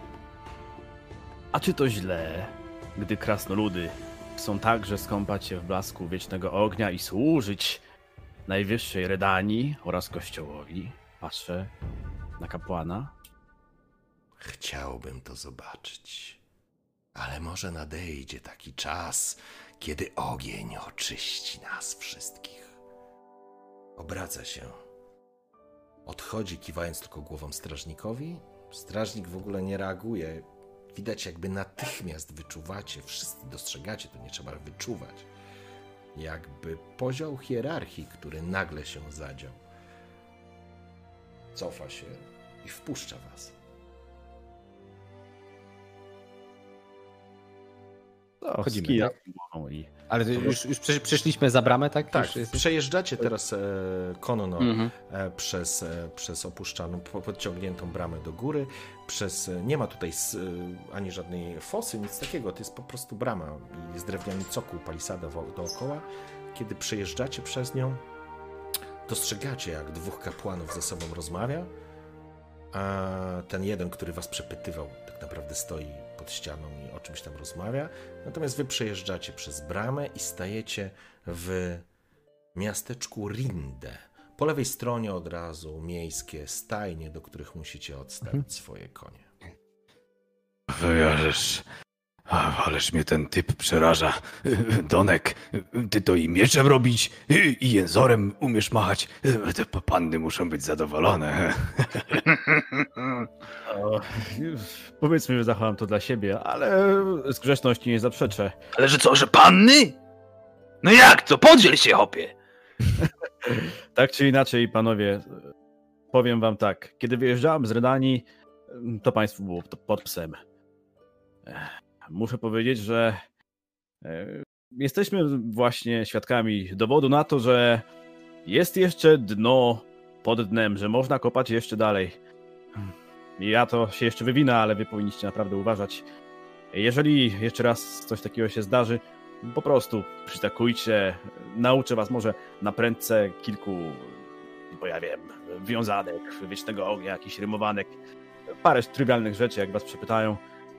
A czy to źle, gdy krasnoludy chcą także skąpać się w blasku wiecznego ognia i służyć najwyższej Redanii oraz kościołowi? Patrzę na kapłana. Chciałbym to zobaczyć, ale może nadejdzie taki czas, kiedy ogień oczyści nas wszystkich. Obraca się. Odchodzi, kiwając tylko głową strażnikowi. Strażnik w ogóle nie reaguje. Widać, jakby natychmiast wyczuwacie, wszyscy dostrzegacie, to nie trzeba wyczuwać. Jakby poziom hierarchii, który nagle się zadział. Cofa się i wpuszcza was. Chodzimy, tak? Głową i... Ale już przeszliśmy za bramę, tak? Tak, już przejeżdżacie teraz konno przez opuszczaną, podciągniętą bramę do góry. Nie ma tutaj ani żadnej fosy, nic takiego. To jest po prostu brama. Jest drewniany cokół, palisada dookoła. Kiedy przejeżdżacie przez nią, dostrzegacie, jak dwóch kapłanów ze sobą rozmawia, a ten jeden, który was przepytywał, tak naprawdę stoi pod ścianą i o czymś tam rozmawia. Natomiast wy przejeżdżacie przez bramę i stajecie w miasteczku Rinde. Po lewej stronie od razu miejskie stajnie, do których musicie odstawić swoje konie. Ależ mnie ten typ przeraża. Donek, ty to i mieczem robić, i jęzorem umiesz machać. Te panny muszą być zadowolone. Powiedzmy, że zachowam to dla siebie, ale z grzeczności nie zaprzeczę. Ale że co, że panny? No jak to? Podziel się, hopie! Tak czy inaczej, panowie, powiem wam tak. Kiedy wyjeżdżałem z Redanii, to państwo było pod psem. Muszę powiedzieć, że jesteśmy właśnie świadkami dowodu na to, że jest jeszcze dno pod dnem, że można kopać jeszcze dalej. Ja to się jeszcze wywinę, ale wy powinniście naprawdę uważać. Jeżeli jeszcze raz coś takiego się zdarzy, po prostu przytakujcie, nauczę was może na prędce kilku, bo ja wiem, wiązanek, wiecznego ognia, jakichś rymowanek, parę trywialnych rzeczy, jak was przepytają.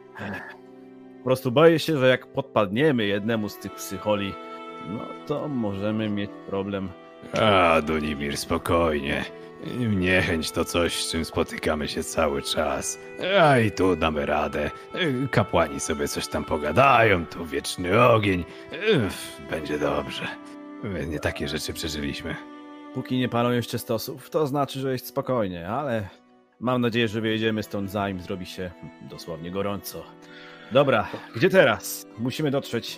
Po prostu boję się, że jak podpadniemy jednemu z tych psycholi, no to możemy mieć problem. A, Donimir, spokojnie. Niechęć to coś, z czym spotykamy się cały czas. A i tu damy radę. Kapłani sobie coś tam pogadają, tu wieczny ogień. Będzie dobrze. Nie takie rzeczy przeżyliśmy. Póki nie palą jeszcze stosów, to znaczy, że jest spokojnie, ale mam nadzieję, że wyjedziemy stąd, zanim zrobi się dosłownie gorąco. Dobra, gdzie teraz? Musimy dotrzeć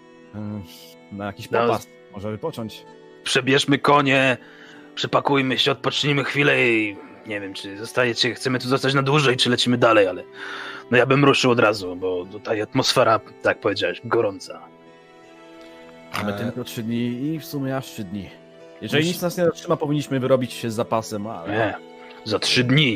na jakiś popas, może wypocząć. Przebierzmy konie, przepakujmy się, odpocznijmy chwilę i nie wiem, czy chcemy tu zostać na dłużej, czy lecimy dalej, ale no ja bym ruszył od razu, bo tutaj atmosfera, tak powiedziałeś, gorąca. Mamy tylko 3 dni i w sumie aż 3 dni. Jeżeli nic nas nie zatrzyma, powinniśmy wyrobić się z zapasem, ale... Nie, za 3 dni.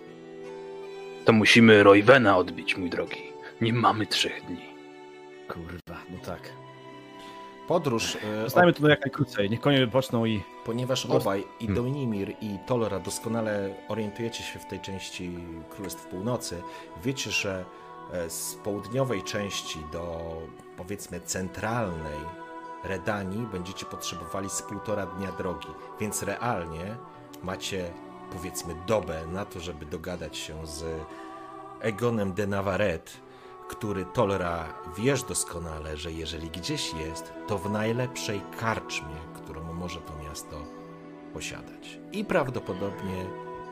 To musimy Roywena odbić, mój drogi. Nie mamy 3 dni. Kurwa, no tak. Podróż... Zostajmy tu jak najkrócej, niech konie wypoczną i... Ponieważ obaj, i Donimir, i Tolora doskonale orientujecie się w tej części Królestw Północy, wiecie, że z południowej części do, powiedzmy, centralnej Redanii będziecie potrzebowali z 1,5 dnia drogi, więc realnie macie, powiedzmy, dobę na to, żeby dogadać się z Egonem de Navarrete, który, Tolera, wiesz doskonale, że jeżeli gdzieś jest, to w najlepszej karczmie, którą może to miasto posiadać. I prawdopodobnie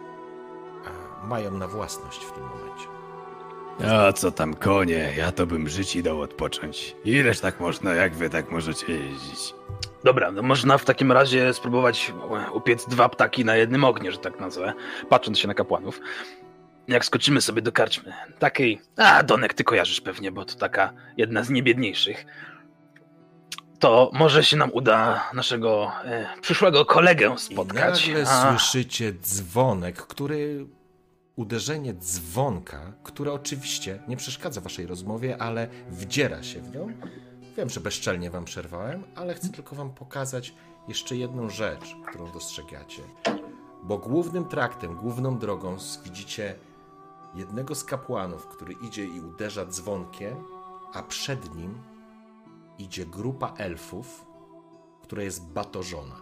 mają na własność w tym momencie. A co tam konie, ja to bym żyć dał odpocząć. Ileż tak można, jak wy tak możecie jeździć? Dobra, no można w takim razie spróbować upiec 2 ptaki na jednym ogniu, że tak nazwę, patrząc się na kapłanów. Jak skoczymy sobie do karczmy, takiej, Donek ty kojarzysz pewnie, bo to taka jedna z niebiedniejszych, to może się nam uda naszego przyszłego kolegę spotkać. I nagle słyszycie dzwonek, uderzenie dzwonka, które oczywiście nie przeszkadza waszej rozmowie, ale wdziera się w nią. Wiem, że bezczelnie wam przerwałem, ale chcę tylko wam pokazać jeszcze jedną rzecz, którą dostrzegacie. Bo głównym traktem, główną drogą widzicie jednego z kapłanów, który idzie i uderza dzwonkiem, a przed nim idzie grupa elfów, która jest batorzona.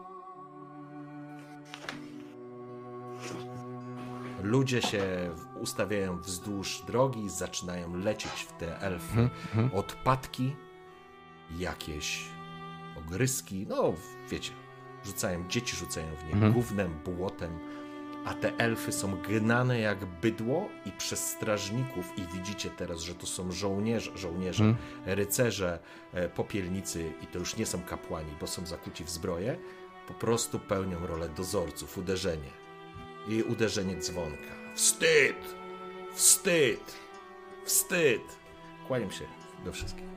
Ludzie się ustawiają wzdłuż drogi, zaczynają lecieć w te elfy. Odpadki, jakieś ogryski, no wiecie, dzieci rzucają w nie gównem, błotem, a te elfy są gnane jak bydło i przez strażników, i widzicie teraz, że to są żołnierze, rycerze, popielnicy, i to już nie są kapłani, bo są zakuci w zbroję, po prostu pełnią rolę dozorców, i uderzenie dzwonka. Wstyd! Wstyd! Wstyd! Kłaniam się do wszystkich.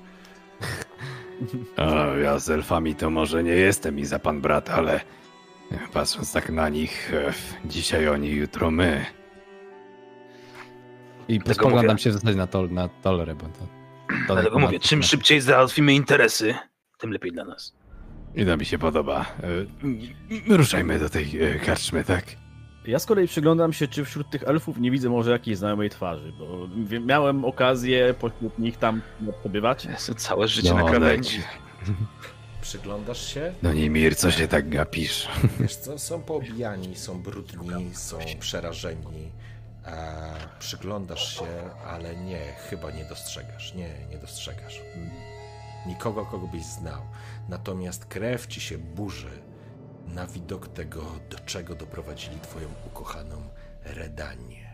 Ja z elfami to może nie jestem i za pan brat, ale patrząc tak na nich, dzisiaj oni, jutro my. I spoglądam się w zasadzie na Tolrę, bo to... Dlatego mówię, czym szybciej załatwimy interesy, tym lepiej dla nas. I to mi się podoba. Ruszajmy do tej karczmy, tak? Ja z kolei przyglądam się, czy wśród tych elfów nie widzę może jakiejś znajomej twarzy, bo miałem okazję pośród nich tam przebywać. Jezu, całe życie na krawędzi. Przyglądasz się? No Nimir, co się tak gapisz? Wiesz co, są poobijani, są brudni, są przerażeni. Przyglądasz się, ale chyba nie dostrzegasz. Nie dostrzegasz. Nikogo, kogo byś znał. Natomiast krew ci się burzy na widok tego, do czego doprowadzili twoją ukochaną Redanię.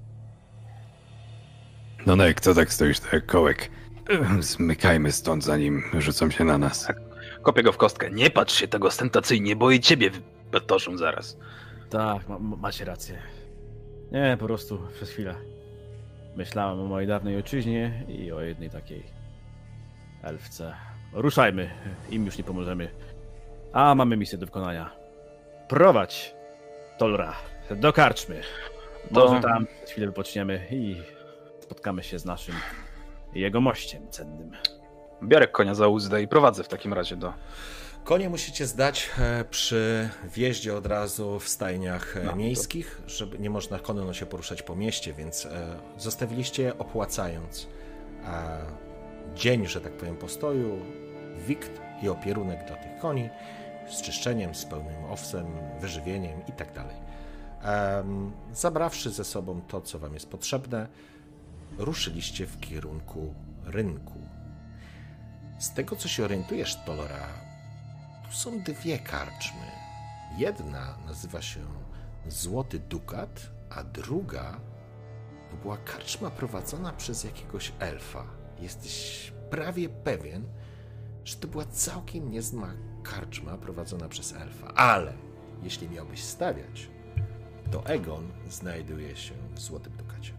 No jak co tak stoisz, tak jak kołek? Zmykajmy stąd, zanim rzucą się na nas. Kopię go w kostkę. Nie patrz się tego ostentacyjnie, bo i ciebie wytoczą zaraz. Tak, macie rację. Nie, po prostu przez chwilę myślałem o mojej dawnej ojczyźnie i o jednej takiej elfce. Ruszajmy, im już nie pomożemy. A mamy misję do wykonania. Prowadź Tolra do karczmy. Może tam chwilę wypoczniemy i spotkamy się z naszym jego mościem cennym. Biorę konia za uzdę i prowadzę w takim razie do... Konie musicie zdać przy wjeździe od razu w stajniach miejskich, żeby nie można konno się poruszać po mieście, więc zostawiliście je opłacając dzień, że tak powiem, postoju, wikt i opierunek dla tych koni, z czyszczeniem, z pełnym owsem, wyżywieniem i tak dalej. Zabrawszy ze sobą to, co wam jest potrzebne, ruszyliście w kierunku rynku. Z tego, co się orientujesz, Tolora, tu są dwie karczmy. Jedna nazywa się Złoty Dukat, a druga to była karczma prowadzona przez jakiegoś elfa. Jesteś prawie pewien, że to była całkiem niezła karczma prowadzona przez elfa. Ale jeśli miałbyś stawiać, to Egon znajduje się w Złotym Dukacie.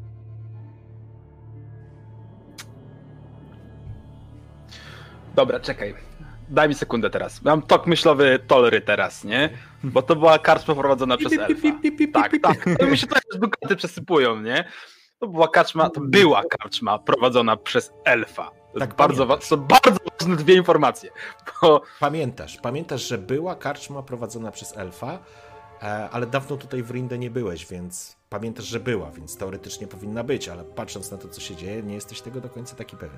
Dobra, czekaj. Daj mi sekundę teraz. Mam tok myślowy Tolry teraz, nie? Bo to była karczma prowadzona przez elfa. Tak. To mi się też dukaty przesypują, nie? To była karczma prowadzona przez elfa. To Tak, są bardzo ważne dwie informacje. Bo... Pamiętasz, że była karczma prowadzona przez elfa, ale dawno tutaj w Rinde nie byłeś, więc pamiętasz, że była, więc teoretycznie powinna być, ale patrząc na to, co się dzieje, nie jesteś tego do końca taki pewien.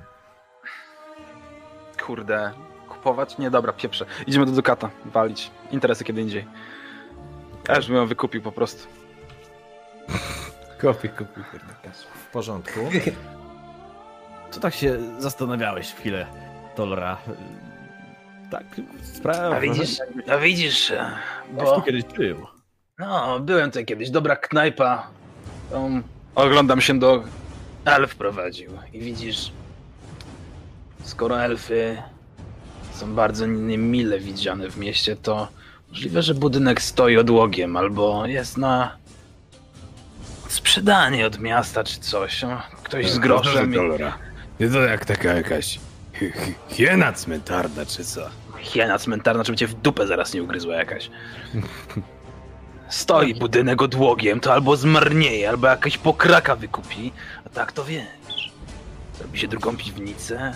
Kurde, kupować? Nie, dobra, pieprze. Idziemy do Dukata, walić. Interesy kiedy indziej. Ja już bym ją wykupił po prostu. Kupię. W porządku. Co tak się zastanawiałeś chwilę, Tolra? Tak, sprawa. A widzisz, Bo... tu kiedyś był. No, byłem tutaj kiedyś, dobra knajpa. Oglądam się do... Elf prowadził i widzisz, skoro elfy są bardzo niemile widziane w mieście, to możliwe, że budynek stoi odłogiem albo jest na sprzedanie od miasta czy coś. Ktoś z groszem. To jak taka jakaś Hiena cmentarna, czy co? Hiena cmentarna, żeby cię w dupę zaraz nie ugryzła jakaś. Stoi budynek odłogiem, to albo zmarnieje, albo jakaś pokraka wykupi, a tak to wiesz. Zrobi się drugą piwnicę.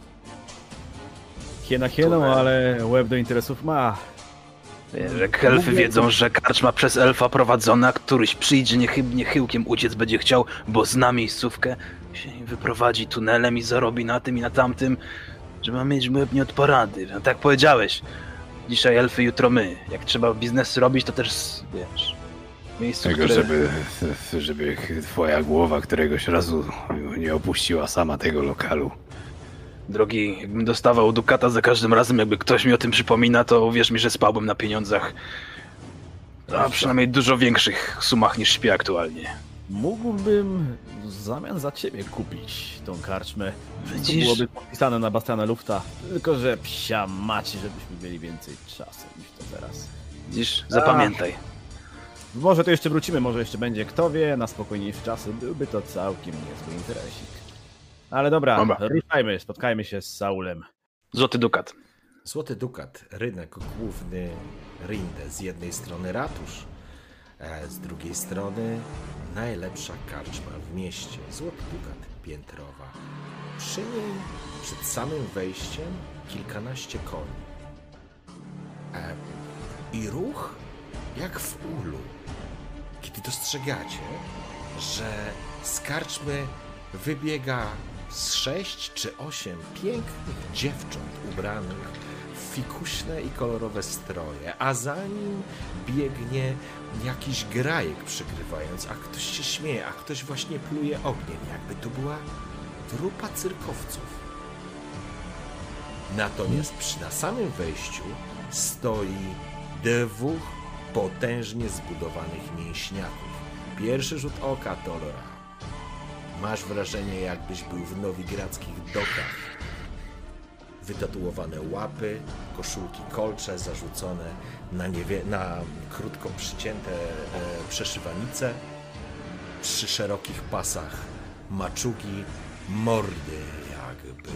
Hiena hieną, ale łeb do interesów ma. Wiesz, jak elfy wiedzą, że karczma przez elfa prowadzona, któryś przyjdzie niechybnie chyłkiem uciec będzie chciał, bo zna miejscówkę, się wyprowadzi tunelem i zarobi na tym i na tamtym, że ma mieć łeb nie od porady. No tak powiedziałeś. Dzisiaj elfy, jutro my. Jak trzeba biznes robić, to też, wiesz, miejsce, Tego, które... żeby twoja głowa któregoś razu nie opuściła sama tego lokalu. Drogi, jakbym dostawał dukata za każdym razem, jakby ktoś mi o tym przypomina, to uwierz mi, że spałbym na pieniądzach. A przynajmniej dużo większych sumach niż śpię aktualnie. Mógłbym w zamian za ciebie kupić tą karczmę. Widzisz? To byłoby podpisane na Bastiana Lufta. Tylko że psia macie, żebyśmy mieli więcej czasu niż to teraz. Widzisz? Zapamiętaj. Może to jeszcze wrócimy, może jeszcze będzie, kto wie, na spokojniejsze czasy. Byłby to całkiem niezły interesik. Ale dobra, ruszajmy, spotkajmy się z Saulem. Złoty dukat. Złoty Dukat, rynek główny Rinde. Z jednej strony ratusz, z drugiej strony najlepsza karczma w mieście. Złoty Dukat, piętrowa. Przy niej, przed samym wejściem, kilkanaście koni. I ruch jak w ulu. Kiedy dostrzegacie, że z karczmy wybiega z 6 czy 8 pięknych dziewcząt ubranych w fikuśne i kolorowe stroje, a za nim biegnie jakiś grajek przygrywając, a ktoś się śmieje, a ktoś właśnie pluje ogniem, jakby to była trupa cyrkowców. Natomiast na samym wejściu stoi dwóch potężnie zbudowanych mięśniaków. Pierwszy rzut oka to Lora. Masz wrażenie, jakbyś był w nowigradzkich dokach. Wytatuowane łapy, koszulki kolcze zarzucone na krótko przycięte przeszywanice. Przy szerokich pasach maczugi, mordy jakby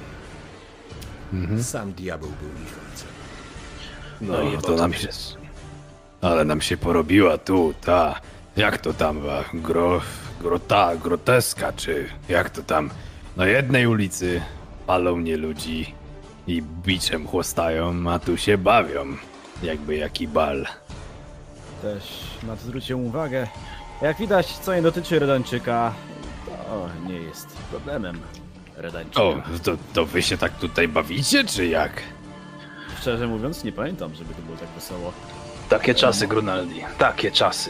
sam diabeł był ich ojcem. No i to nam się... Ale nam się porobiła tu, ta... Jak to tam była? Groteska, czy jak to tam? Na jednej ulicy palą mnie ludzi i biczem chłostają, a tu się bawią. Jakby jaki bal. Też na to zwróciłem uwagę. Jak widać, co nie dotyczy Redańczyka, to nie jest problemem Redańczyka. O, to wy się tak tutaj bawicie, czy jak? Szczerze mówiąc, nie pamiętam, żeby to było tak wesoło. Takie czasy, Grunaldi. Takie czasy.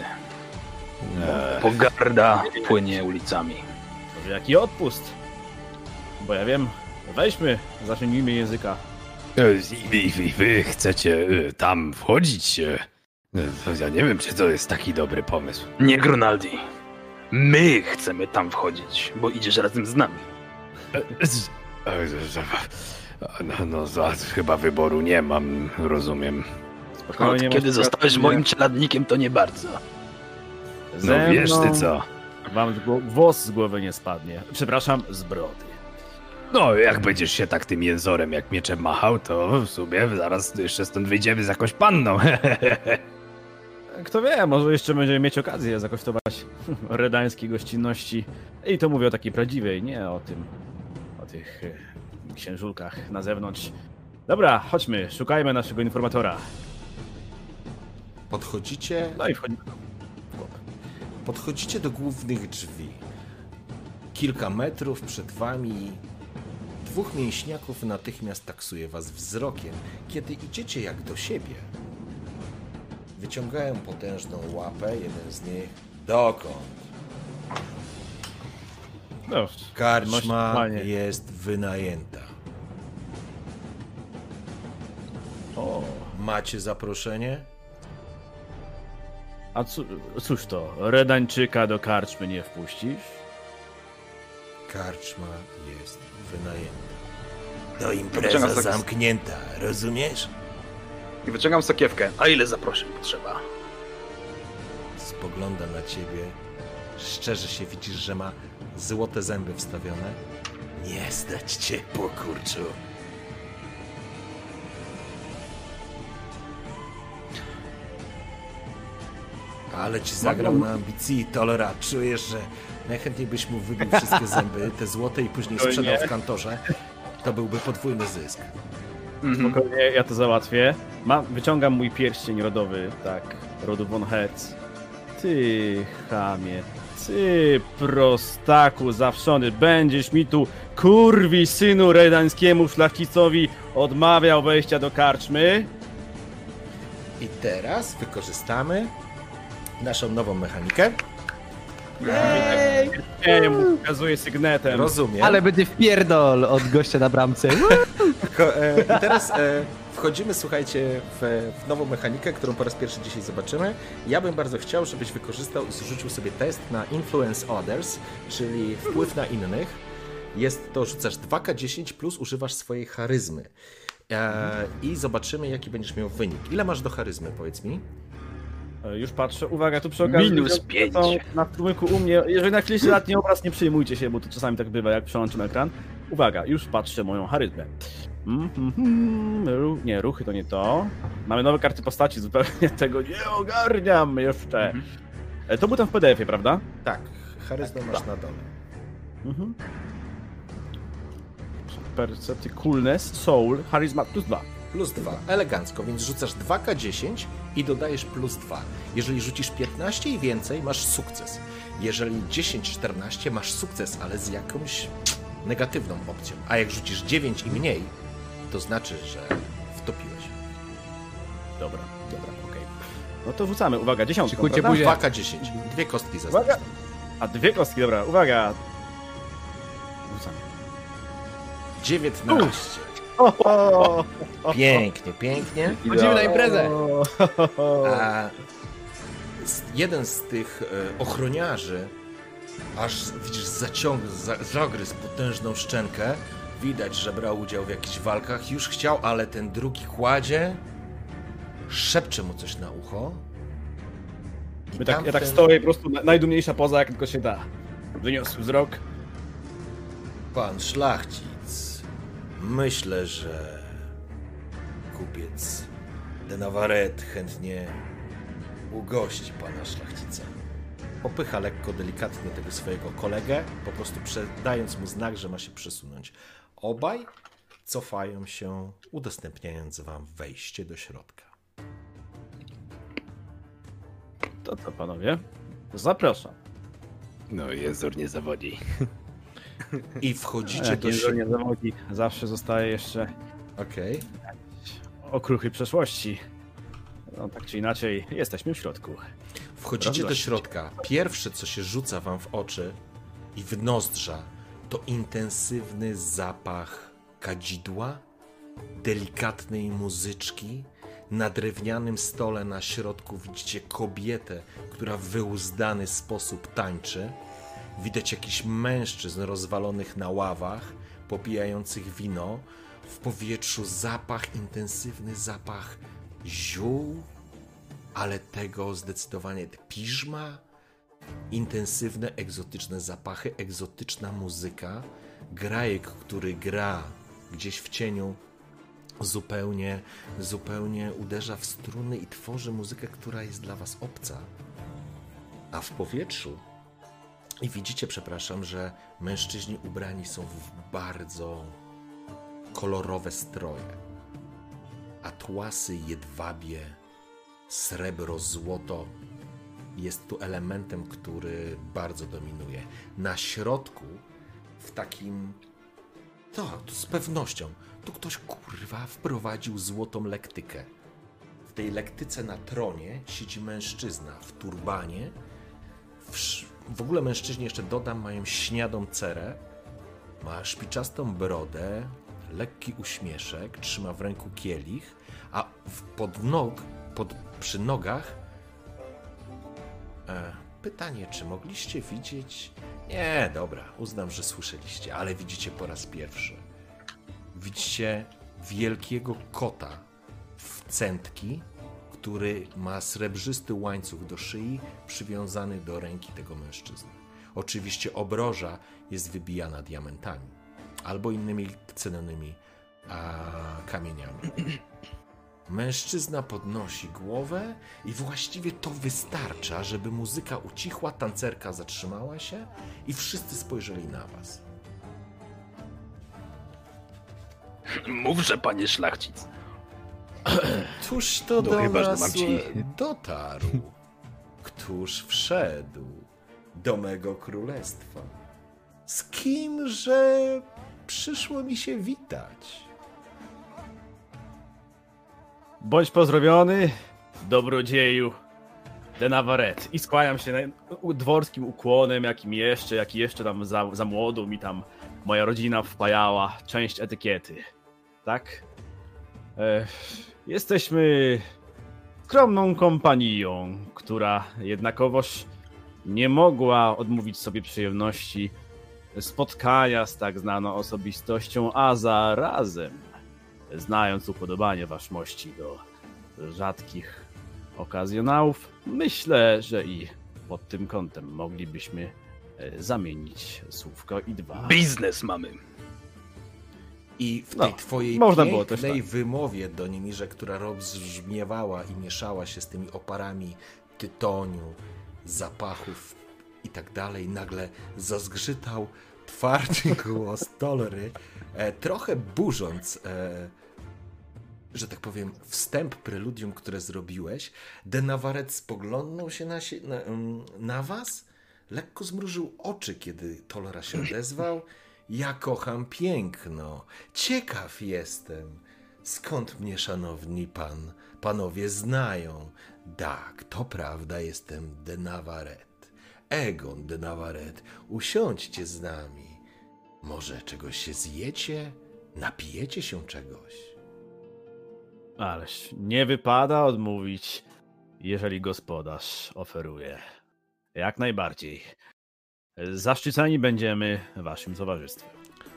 Pogarda płynie ulicami. Może jaki odpust? Bo ja wiem, weźmy, zacznijmy języka. Wy chcecie tam wchodzić? Ja nie wiem, czy to jest taki dobry pomysł. Nie, Grunaldi. My chcemy tam wchodzić, bo idziesz razem z nami. No, chyba wyboru nie mam, rozumiem. Od kiedy zostałeś moim czeladnikiem, to nie bardzo. No wiesz ty co? Wam włos z głowy nie spadnie. Przepraszam, z brody. No, jak będziesz się tak tym jęzorem jak mieczem machał, to w sumie zaraz jeszcze stąd wyjdziemy z jakąś panną. Kto wie, może jeszcze będziemy mieć okazję zakosztować redańskiej gościnności. I to mówię o takiej prawdziwej, nie o tym, o tych księżulkach na zewnątrz. Dobra, chodźmy, szukajmy naszego informatora. Podchodzicie... No i wchodzimy. Podchodzicie do głównych drzwi. Kilka metrów przed wami dwóch mięśniaków natychmiast taksuje was wzrokiem. Kiedy idziecie jak do siebie, wyciągają potężną łapę, jeden z nich. Dokąd? No, Karczma jest wynajęta. O, Macie zaproszenie? a cóż to, Redańczyka do karczmy nie wpuścisz? Karczma jest wynajęta. To impreza zamknięta, rozumiesz? I wyciągam sakiewkę. A ile zaproszeń potrzeba? Spogląda na ciebie. Szczerze się widzisz, że ma złote zęby wstawione. Nie stać cię, pokurczu. Ale ci zagrał na ambicji, Tolera. Czujesz, że najchętniej byś mu wybił wszystkie zęby, te złote i później sprzedał w kantorze. To byłby podwójny zysk. Spokojnie, ja to załatwię. Wyciągam mój pierścień rodowy, tak, rodu von Hetz. Ty, chamie, ty, prostaku zawszony, będziesz mi tu, kurwi synu redańskiemu szlachcicowi odmawiał wejścia do karczmy? I teraz wykorzystamy naszą nową mechanikę. Nie, mu pokazuję sygnetem. Rozumiem. Ale będzie wpierdol od gościa na bramce. I teraz wchodzimy, słuchajcie, w nową mechanikę, którą po raz pierwszy dzisiaj zobaczymy. Ja bym bardzo chciał, żebyś wykorzystał i zrzucił sobie test na Influence Others, czyli wpływ na innych. Jest to, rzucasz 2K10 plus używasz swojej charyzmy. I zobaczymy, jaki będziesz miał wynik. Ile masz do charyzmy, powiedz mi? Już patrzę, uwaga, tu przy okazji... -5. Na trójku u mnie, jeżeli na chwilę latni obraz, nie przejmujcie się, bo to czasami tak bywa, jak przełączym ekran. Uwaga, już patrzę moją charyzmę. Nie, ruchy to nie to. Mamy nowe karty postaci, zupełnie tego nie ogarniam jeszcze. To był tam w PDF-ie, prawda? Tak, charyzmę masz na dole. Percepty, Coolness, Soul, Charisma plus 2. Plus 2, elegancko, więc rzucasz 2K10 i dodajesz plus 2. Jeżeli rzucisz 15 i więcej, masz sukces. Jeżeli 10-14, masz sukces, ale z jakąś negatywną opcją. A jak rzucisz 9 i mniej, to znaczy, że wtopiłeś. Dobra, okej. No to rzucamy, uwaga, 10. Szykujcie prawda? buzię. 2K10, dwie kostki Uwaga! zaznaczone. A dwie kostki, dobra, uwaga. Rzucamy. 19. Pięknie, pięknie. Chodzimy na imprezę. A jeden z tych ochroniarzy, aż widzisz, zagryzł potężną szczękę. Widać, że brał udział w jakichś walkach. Już chciał, ale ten drugi kładzie, szepcze mu coś na ucho. Ja tak stoję, po prostu najdumniejsza poza, jak tylko się da. Wyniosł wzrok. Pan szlachcic, myślę, że kupiec de Navarrete chętnie ugości pana szlachcica. Popycha lekko, delikatnie tego swojego kolegę, po prostu dając mu znak, że ma się przesunąć. Obaj cofają się, udostępniając wam wejście do środka. To co, panowie? Zapraszam. No, Jezor nie zawodzi. I wchodzicie do Nie środka. zawodzi. Zawsze zostaje jeszcze Okej. okruchy przeszłości. No tak czy inaczej, jesteśmy w środku. Wchodzicie do Rozgościć. środka. Pierwsze, co się rzuca wam w oczy i w nozdrza, to intensywny zapach kadzidła, delikatnej muzyczki. Na drewnianym stole na środku widzicie kobietę, która w wyuzdany sposób tańczy. Widać jakichś mężczyzn rozwalonych na ławach, popijających wino. W powietrzu zapach, intensywny zapach ziół, ale tego zdecydowanie piżma, intensywne, egzotyczne zapachy, egzotyczna muzyka. Grajek, który gra gdzieś w cieniu, zupełnie uderza w struny i tworzy muzykę, która jest dla was obca. A w powietrzu i widzicie, przepraszam, że mężczyźni ubrani są w bardzo kolorowe stroje. Atłasy, jedwabie, srebro, złoto jest tu elementem, który bardzo dominuje. Na środku, w takim... To z pewnością. Tu ktoś, kurwa, wprowadził złotą lektykę. W tej lektyce na tronie siedzi mężczyzna w turbanie. W ogóle mężczyźni, jeszcze dodam, mają śniadą cerę. Ma szpiczastą brodę, lekki uśmieszek, trzyma w ręku kielich, a przy nogach pytanie, czy mogliście widzieć? Nie, dobra, uznam, że słyszeliście, ale widzicie po raz pierwszy. Widzicie wielkiego kota w cętki, który ma srebrzysty łańcuch do szyi przywiązany do ręki tego mężczyzny. Oczywiście obroża jest wybijana diamentami, albo innymi cenonymi kamieniami. Mężczyzna podnosi głowę i właściwie to wystarcza, żeby muzyka ucichła, tancerka zatrzymała się i wszyscy spojrzeli na was. Mówże, panie szlachcic. Któż to No do chyba, że nas mam ci- dotarł? Któż wszedł do mego królestwa? Z kimże przyszło mi się witać? Bądź pozdrowiony, dobrodzieju de Navarrete. I skłaniam się dworskim ukłonem, jaki jeszcze tam za młodu mi tam moja rodzina wpajała. Część etykiety. Tak? Jesteśmy skromną kompanią, która jednakowoż nie mogła odmówić sobie przyjemności spotkania z tak znaną osobistością, a zarazem, znając upodobanie waszmości do rzadkich okazjonałów, myślę, że i pod tym kątem moglibyśmy zamienić słówko i dwa. Biznes mamy. I w tej twojej można było też pięknej tak. wymowie, Donimirze, która rozbrzmiewała i mieszała się z tymi oparami tytoniu, zapachów i tak dalej, nagle zazgrzytał twardy głos Tolery, trochę burząc, że tak powiem, wstęp, preludium, które zrobiłeś. De Navarrete spoglądnął się na was, lekko zmrużył oczy, kiedy Tolera się odezwał. Ja kocham piękno. Ciekaw jestem, skąd mnie szanowni panowie znają. Tak, to prawda, jestem de Navarrete. Egon de Navarrete, usiądźcie z nami. Może czegoś się zjecie? Napijecie się czegoś? Ależ nie wypada odmówić, jeżeli gospodarz oferuje. Jak najbardziej. Zaszczyceni będziemy waszym towarzystwem.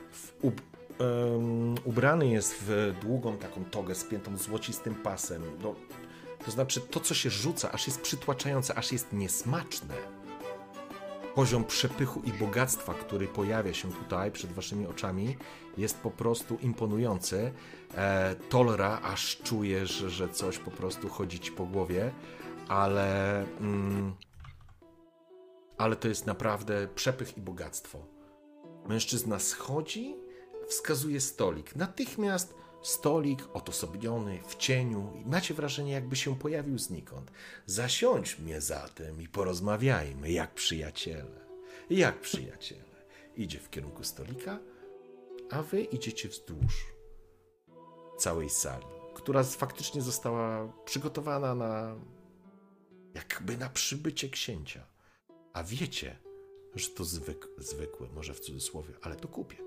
Ubrany jest w długą taką togę spiętą złocistym pasem. No, to znaczy to, co się rzuca, aż jest przytłaczające, aż jest niesmaczne. Poziom przepychu i bogactwa, który pojawia się tutaj przed waszymi oczami, jest po prostu imponujący. Tolera, aż czujesz, że coś po prostu chodzi ci po głowie, ale to jest naprawdę przepych i bogactwo. Mężczyzna schodzi, wskazuje stolik. Natychmiast stolik odosobniony w cieniu i macie wrażenie, jakby się pojawił znikąd. Zasiądźmy zatem i porozmawiajmy jak przyjaciele. Jak przyjaciele. Idzie w kierunku stolika, a wy idziecie wzdłuż całej sali, która faktycznie została przygotowana jakby na przybycie księcia. A wiecie, że to zwykły, może w cudzysłowie, ale to kupiec.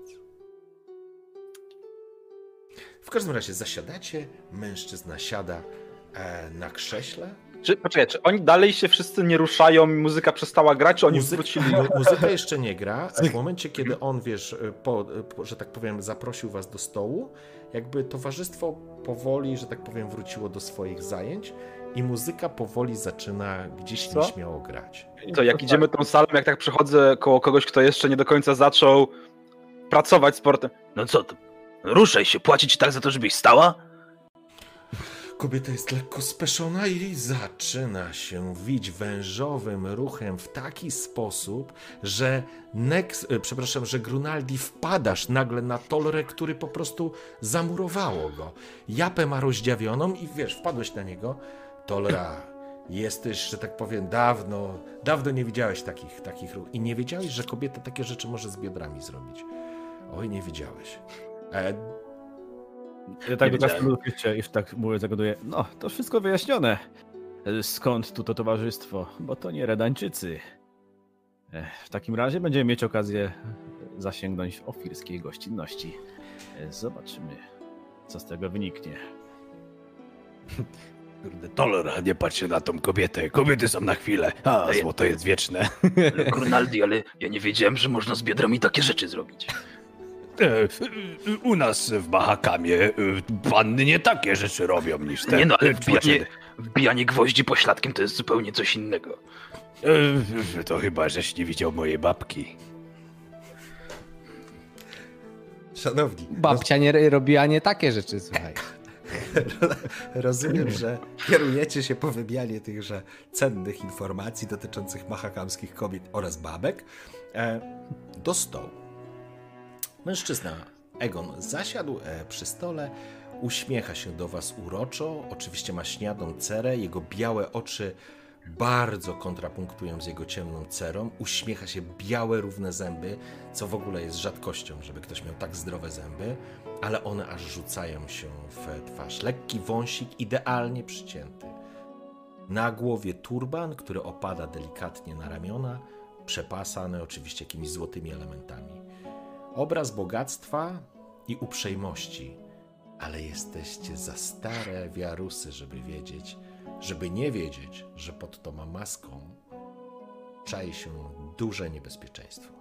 W każdym razie zasiadacie, mężczyzna siada na krześle. Poczekaj, czy oni dalej się wszyscy nie ruszają, muzyka przestała grać, czy oni wrócili? Muzyka jeszcze nie gra. W momencie, kiedy on, wiesz, że tak powiem, zaprosił was do stołu, jakby towarzystwo powoli, że tak powiem, wróciło do swoich zajęć i muzyka powoli zaczyna gdzieś nieśmiało grać. To jak idziemy tą salą, jak tak przechodzę koło kogoś, kto jeszcze nie do końca zaczął pracować sportem. No co to? Ruszaj się, płaci ci tak za to, żebyś stała? Kobieta jest lekko speszona i zaczyna się wić wężowym ruchem w taki sposób, że że Grunaldi wpadasz nagle na Tolerę, który po prostu zamurowało go. Japę ma rozdziawioną i wiesz, wpadłeś na niego. Tolera, jesteś, że tak powiem, dawno nie widziałeś takich ruchów i nie wiedziałeś, że kobieta takie rzeczy może z biodrami zrobić. Oj, nie wiedziałeś. Ja tak do jeszcze tak mówię, zagaduję. No, to wszystko wyjaśnione. Skąd tu to towarzystwo? Bo to nie Redańczycy. W takim razie będziemy mieć okazję zasięgnąć ofirskiej gościnności. Zobaczymy, co z tego wyniknie. Kurde, Tolera, nie patrz się na tą kobietę. Kobiety są na chwilę, a złoto jest wieczne. Grunaldi, ale ja nie wiedziałem, że można z biodrami takie rzeczy zrobić. U nas w Bahakamie panny nie takie rzeczy robią niż te. Nie no, ale wbijanie gwoździ pośladkiem to jest zupełnie coś innego. To chyba, żeś nie widział mojej babki. Szanowni, Babcia nie robiła nie takie rzeczy, słuchaj. rozumiem, że kierujecie się po wymianie tychże cennych informacji dotyczących mahakamskich kobiet oraz babek do stołu. Mężczyzna Egon zasiadł przy stole, uśmiecha się do was uroczo, oczywiście ma śniadą cerę, jego białe oczy bardzo kontrapunktują z jego ciemną cerą, uśmiecha się, białe, równe zęby, co w ogóle jest rzadkością, żeby ktoś miał tak zdrowe zęby, ale one aż rzucają się w twarz. Lekki wąsik, idealnie przycięty. Na głowie turban, który opada delikatnie na ramiona, przepasany oczywiście jakimiś złotymi elementami. Obraz bogactwa i uprzejmości, ale jesteście za stare wiarusy, żeby nie wiedzieć, że pod tą maską czai się duże niebezpieczeństwo.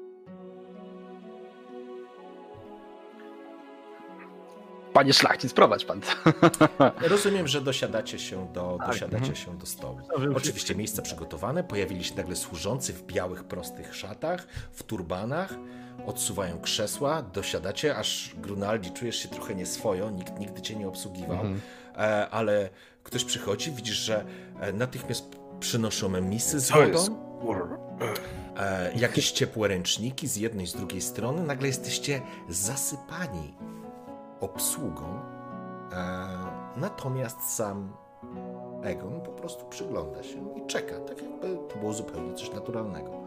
Panie szlachcic, prowadź pan. Rozumiem, że dosiadacie się do stołu. Oczywiście miejsce przygotowane, pojawili się nagle służący w białych, prostych szatach, w turbanach, odsuwają krzesła, dosiadacie, aż Grunaldi czujesz się trochę nieswojo, nikt nigdy cię nie obsługiwał, ale ktoś przychodzi, widzisz, że natychmiast przynoszą misy z wodą, jakieś ciepłe ręczniki z jednej i z drugiej strony, nagle jesteście zasypani obsługą, natomiast sam Egon po prostu przygląda się i czeka, tak jakby to było zupełnie coś naturalnego.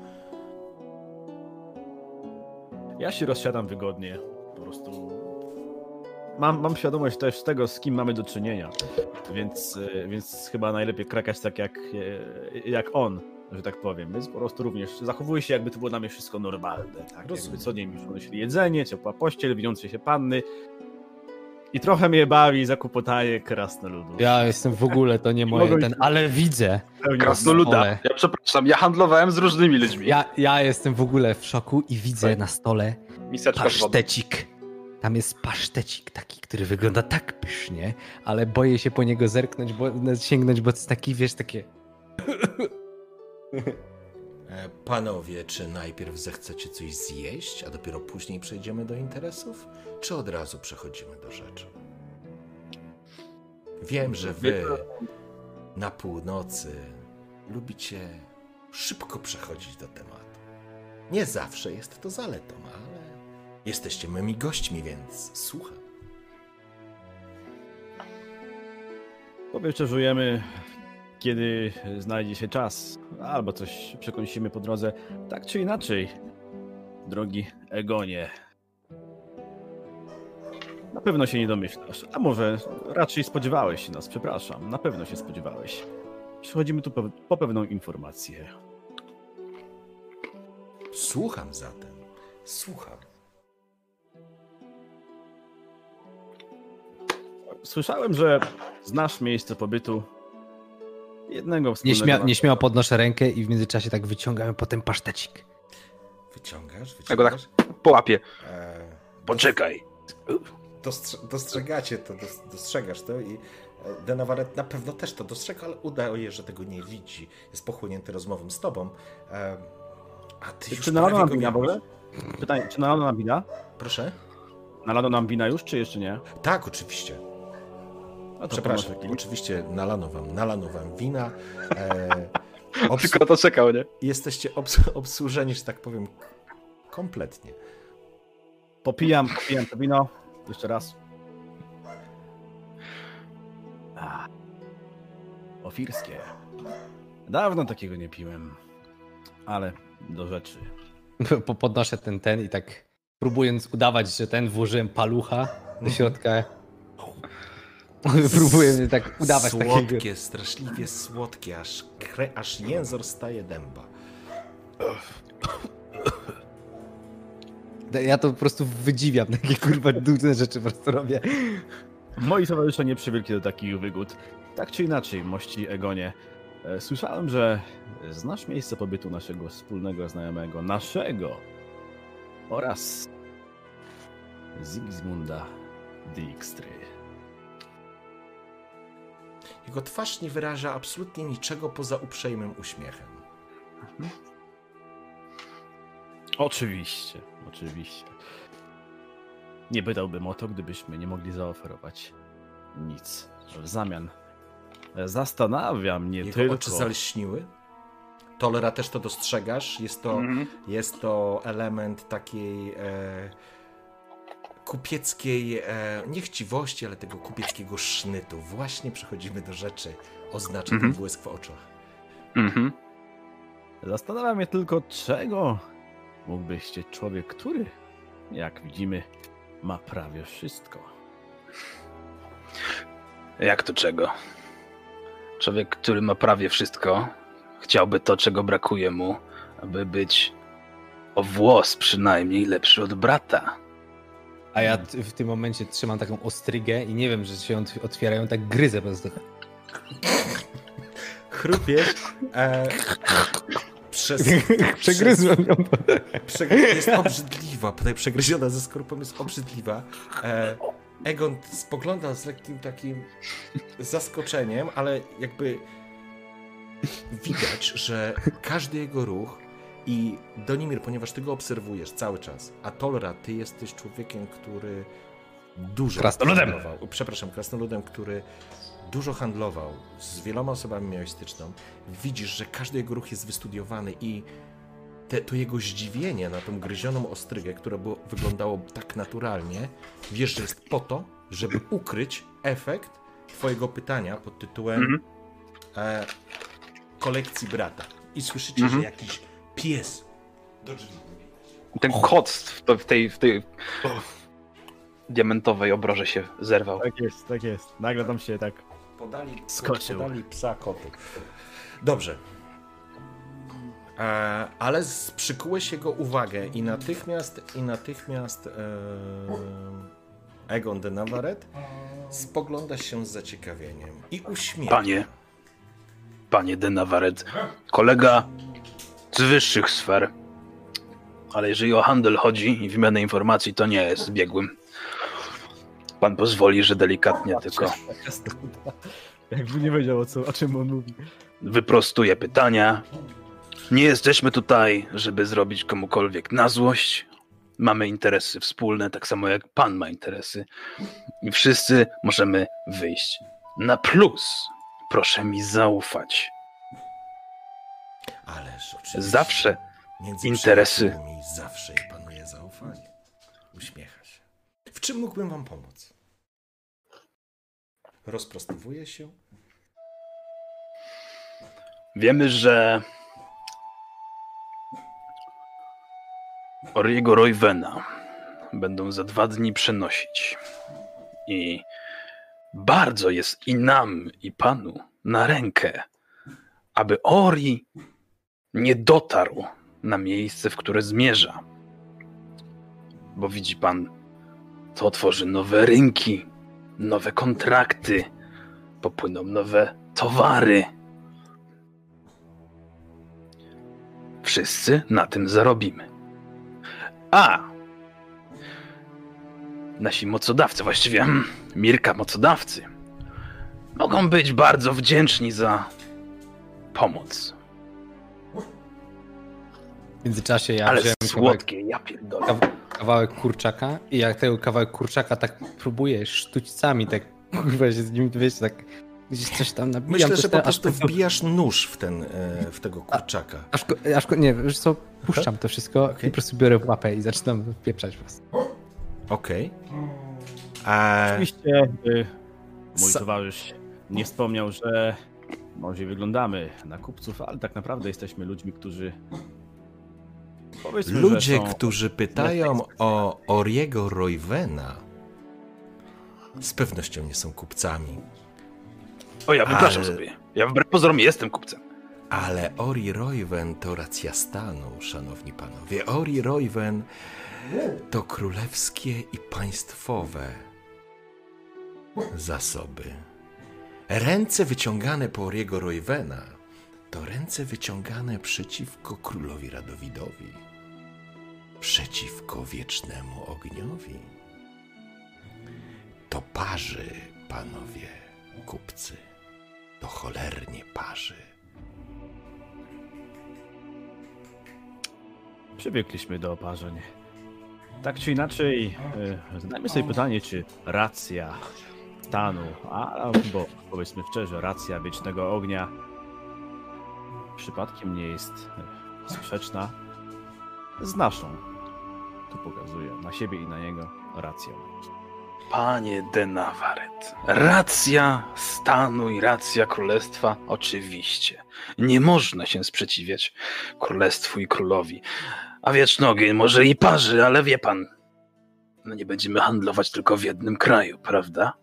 Ja się rozsiadam wygodnie, po prostu mam świadomość też tego, z kim mamy do czynienia, więc chyba najlepiej krakać tak jak on, że tak powiem, więc po prostu również zachowuję się, jakby to było dla mnie wszystko normalne, tak? Jakby co dzień już ponosili jedzenie, ciepła pościel, widzące się panny i trochę mnie bawi zakłopotanie krasnoludów. Ja jestem w ogóle, to nie moje, ale widzę. Krasnoluda. Ja przepraszam, ja handlowałem z różnymi ludźmi. Ja jestem w ogóle w szoku i widzę na stole Miseczka pasztecik. Tam jest pasztecik taki, który wygląda tak pysznie, ale boję się po niego zerknąć, sięgnąć, bo to jest taki, wiesz, takie... Panowie, czy najpierw zechcecie coś zjeść, a dopiero później przejdziemy do interesów? Czy od razu przechodzimy do rzeczy? Wiem, że wy na północy lubicie szybko przechodzić do tematu. Nie zawsze jest to zaletą, ale jesteście mymi gośćmi, więc słucham. Powieczerzujemy, kiedy znajdzie się czas, albo coś przekąsimy po drodze, tak czy inaczej, drogi Egonie. Na pewno się nie domyślasz, a może raczej spodziewałeś się nas, przepraszam, na pewno się spodziewałeś. Przychodzimy tu po pewną informację. Słucham zatem, słucham. Słyszałem, że znasz miejsce pobytu jednego wspólnego... Nieśmiało podnoszę rękę i w międzyczasie tak wyciągamy potem pasztecik. Wyciągasz? Ja go tak połapię. Poczekaj. Dostrzegacie to, dostrzegasz to i Denawaret na pewno też to dostrzega, ale udaje, że tego nie widzi. Jest pochłonięty rozmową z tobą. A ty już czy nalano nam wina, miałeś? Pytanie, czy nalano nam wina? Proszę? Nalano nam wina już, czy jeszcze nie? Tak, oczywiście. No to przepraszam, oczywiście nalano wam wina. Tylko to czekał, nie? Jesteście obsłużeni, że tak powiem, kompletnie. Popijam to wino. Jeszcze raz. Ofirskie. Dawno takiego nie piłem. Ale do rzeczy. Podnoszę ten i tak próbując udawać, że włożyłem palucha do środka. Próbuję tak udawać słodkie, takiego. Straszliwie słodkie, aż jęzor staje dęba. Ja to po prostu wydziwiam, takie kurwa duże rzeczy po prostu robię. Moi towarzysze nie przywykli do takich wygód. Tak czy inaczej, mości Egonie, słyszałem, że znasz miejsce pobytu naszego wspólnego znajomego, oraz Sigismunda Dijkstry. Jego twarz nie wyraża absolutnie niczego poza uprzejmym uśmiechem. Oczywiście. nie pytałbym o to, gdybyśmy nie mogli zaoferować nic w zamian. Zastanawia mnie Jego tylko... oczy zalśniły. Tolera też to dostrzegasz. Jest to element takiej kupieckiej, nie chciwości, ale tego kupieckiego sznytu. Właśnie przechodzimy do rzeczy. Oznacza ten błysk w oczach. Zastanawia mnie tylko, czego mógłby chcieć człowiek, który, jak widzimy, ma prawie wszystko. Jak to czego? Człowiek, który ma prawie wszystko, chciałby to, czego brakuje mu, aby być o włos przynajmniej lepszy od brata. A ja w tym momencie trzymam taką ostrygę i nie wiem, że się otwierają, tak gryzę po prostu. Chrupiesz. Przegryzłem ją. Jest obrzydliwa. Przegryziona ze skorupą jest obrzydliwa. Egon spogląda z lekkim takim zaskoczeniem, ale jakby widać, że każdy jego ruch i Donimir, ponieważ ty go obserwujesz cały czas, a Tolra, ty jesteś człowiekiem, który dużo handlował. Przepraszam, krasnoludem, który dużo handlował, z wieloma osobami miałeś styczną. Widzisz, że każdy jego ruch jest wystudiowany i to jego zdziwienie na tą gryzioną ostrygę, która wyglądało tak naturalnie, wiesz, że jest po to, żeby ukryć efekt twojego pytania pod tytułem kolekcji brata. I słyszycie, że jakiś pies do drzwi. Ten kot w tej diamentowej obroże się zerwał. Tak jest. Nagle tam się tak skoczył. Podali psa kotu. Dobrze. Ale przykułeś jego uwagę i natychmiast Egon de Navarrete spogląda się z zaciekawieniem i uśmiecha. Panie de Navarrete, kolega z wyższych sfer, ale jeżeli o handel chodzi i wymianę informacji, to nie jest biegłym. Pan pozwoli, że delikatnie tylko Jakby nie wiedział, o czym on mówi. wyprostuję pytania. Nie jesteśmy tutaj, żeby zrobić komukolwiek na złość. Mamy interesy wspólne, tak samo jak pan ma interesy. I wszyscy możemy wyjść na plus. Proszę mi zaufać. Ależ oczywiście. Zawsze między interesy. przyjaciółmi zawsze panuje zaufanie. Uśmiecha się. W czym mógłbym wam pomóc? Rozprostowuje się. Wiemy, że Oriego Roywena będą za 2 dni przenosić. I bardzo jest i nam, i panu na rękę, aby Ori nie dotarł na miejsce, w które zmierza. Bo widzi pan, to otworzy nowe rynki, nowe kontrakty, popłyną nowe towary. Wszyscy na tym zarobimy. A nasi mocodawcy, właściwie Mirka mocodawcy, mogą być bardzo wdzięczni za pomoc. W międzyczasie ja Ale wziąłem słodkie, ja pierdolę. kawałek kurczaka i jak tego kawałek kurczaka tak próbuję sztućcami, tak kurwa się z nim, wiecie, tak gdzieś coś tam nabijam. Myślę, że po aż prostu końcu- wbijasz nóż w tego kurczaka. nie, wiesz co, puszczam to wszystko i po prostu biorę w łapę i zaczynam wpieprzać was. Okej. Oczywiście mój towarzysz nie wspomniał, że może wyglądamy na kupców, ale tak naprawdę jesteśmy ludźmi, którzy... powiedzmy, Ludzie, że są... którzy pytają o Oriego Roywena, z pewnością nie są kupcami. O, ja wypraszam Ale- sobie. Ja wbrew pozorom jestem kupcem. Ale Ori Royven to racja stanu, szanowni panowie. Ori Royven to królewskie i państwowe zasoby. Ręce wyciągane po Oriego Roywena to ręce wyciągane przeciwko królowi Radowidowi, przeciwko wiecznemu ogniowi. To parzy, panowie kupcy. To cholernie parzy. Przywykliśmy do oparzeń. Tak czy inaczej, zadajmy sobie pytanie, czy racja stanu, bo powiedzmy szczerze, racja wiecznego ognia przypadkiem nie jest sprzeczna z naszą, tu pokazuję, na siebie i na niego, racją. Panie de Navarrete, racja stanu i racja królestwa, oczywiście. Nie można się sprzeciwiać królestwu i królowi. A wieczny ogień może i parzy, ale wie pan, no nie będziemy handlować tylko w jednym kraju, prawda?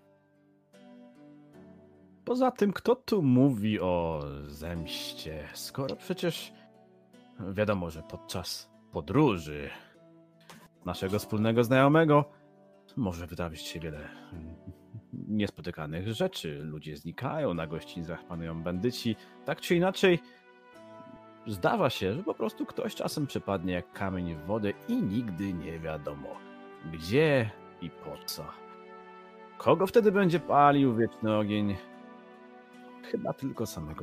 Poza tym, kto tu mówi o zemście, skoro przecież wiadomo, że podczas podróży naszego wspólnego znajomego może wydarzyć się wiele niespotykanych rzeczy. Ludzie znikają, na gościńcach panują bandyci. Tak czy inaczej, zdarza się, że po prostu ktoś czasem przepadnie jak kamień w wodę i nigdy nie wiadomo, gdzie i po co. Kogo wtedy będzie palił wieczny ogień? Chyba tylko samego.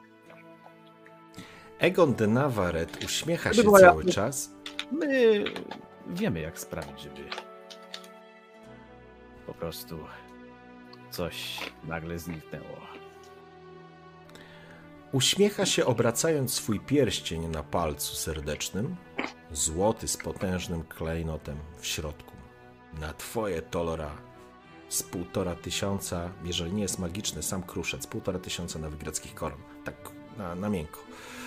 Egon de Navarrete uśmiecha się cały czas. My wiemy, jak sprawić, żeby po prostu coś nagle zniknęło. Uśmiecha się, obracając swój pierścień na palcu serdecznym, złoty z potężnym klejnotem w środku. Na twoje tolora z 1500, jeżeli nie jest magiczny, sam kruszec, 1500 nowigradzkich koron. Tak na miękko.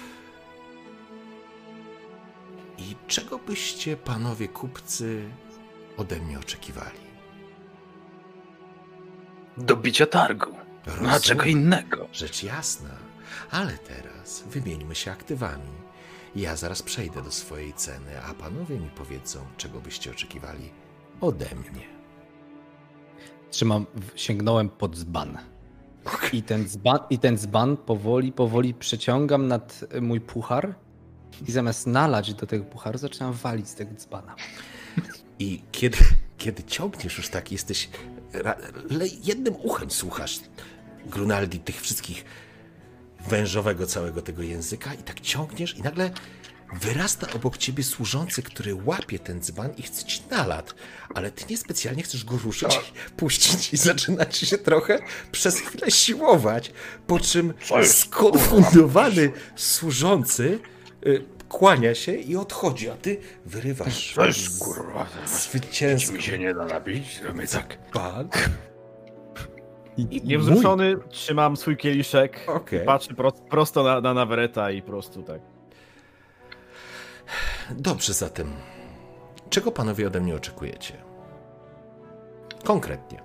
I czego byście, panowie kupcy, ode mnie oczekiwali? Do bicia targu. No a czego innego? Rzecz jasna. Ale teraz wymieńmy się aktywami. Ja zaraz przejdę do swojej ceny, a panowie mi powiedzą, czego byście oczekiwali ode mnie. Sięgnąłem pod dzban. I ten dzban powoli przeciągam nad mój puchar i zamiast nalać do tego pucharu, zaczynam walić z tego dzbana. I kiedy ciągniesz już tak, jesteś... jednym uchem słuchasz, Grunaldi, tych wszystkich wężowego całego tego języka i tak ciągniesz i nagle wyrasta obok ciebie służący, który łapie ten dzban i chce ci nalać, ale ty niespecjalnie chcesz go ruszyć, puścić i zaczyna ci się trochę przez chwilę siłować, po czym skonfundowany służący kłania się i odchodzi, a ty wyrywasz zwycięsko. Mi się nie da napić, my tak. Pan? Niewzruszony trzymam swój kieliszek i patrzę prosto na Navarreta i prosto tak. Dobrze, zatem czego panowie ode mnie oczekujecie? Konkretnie.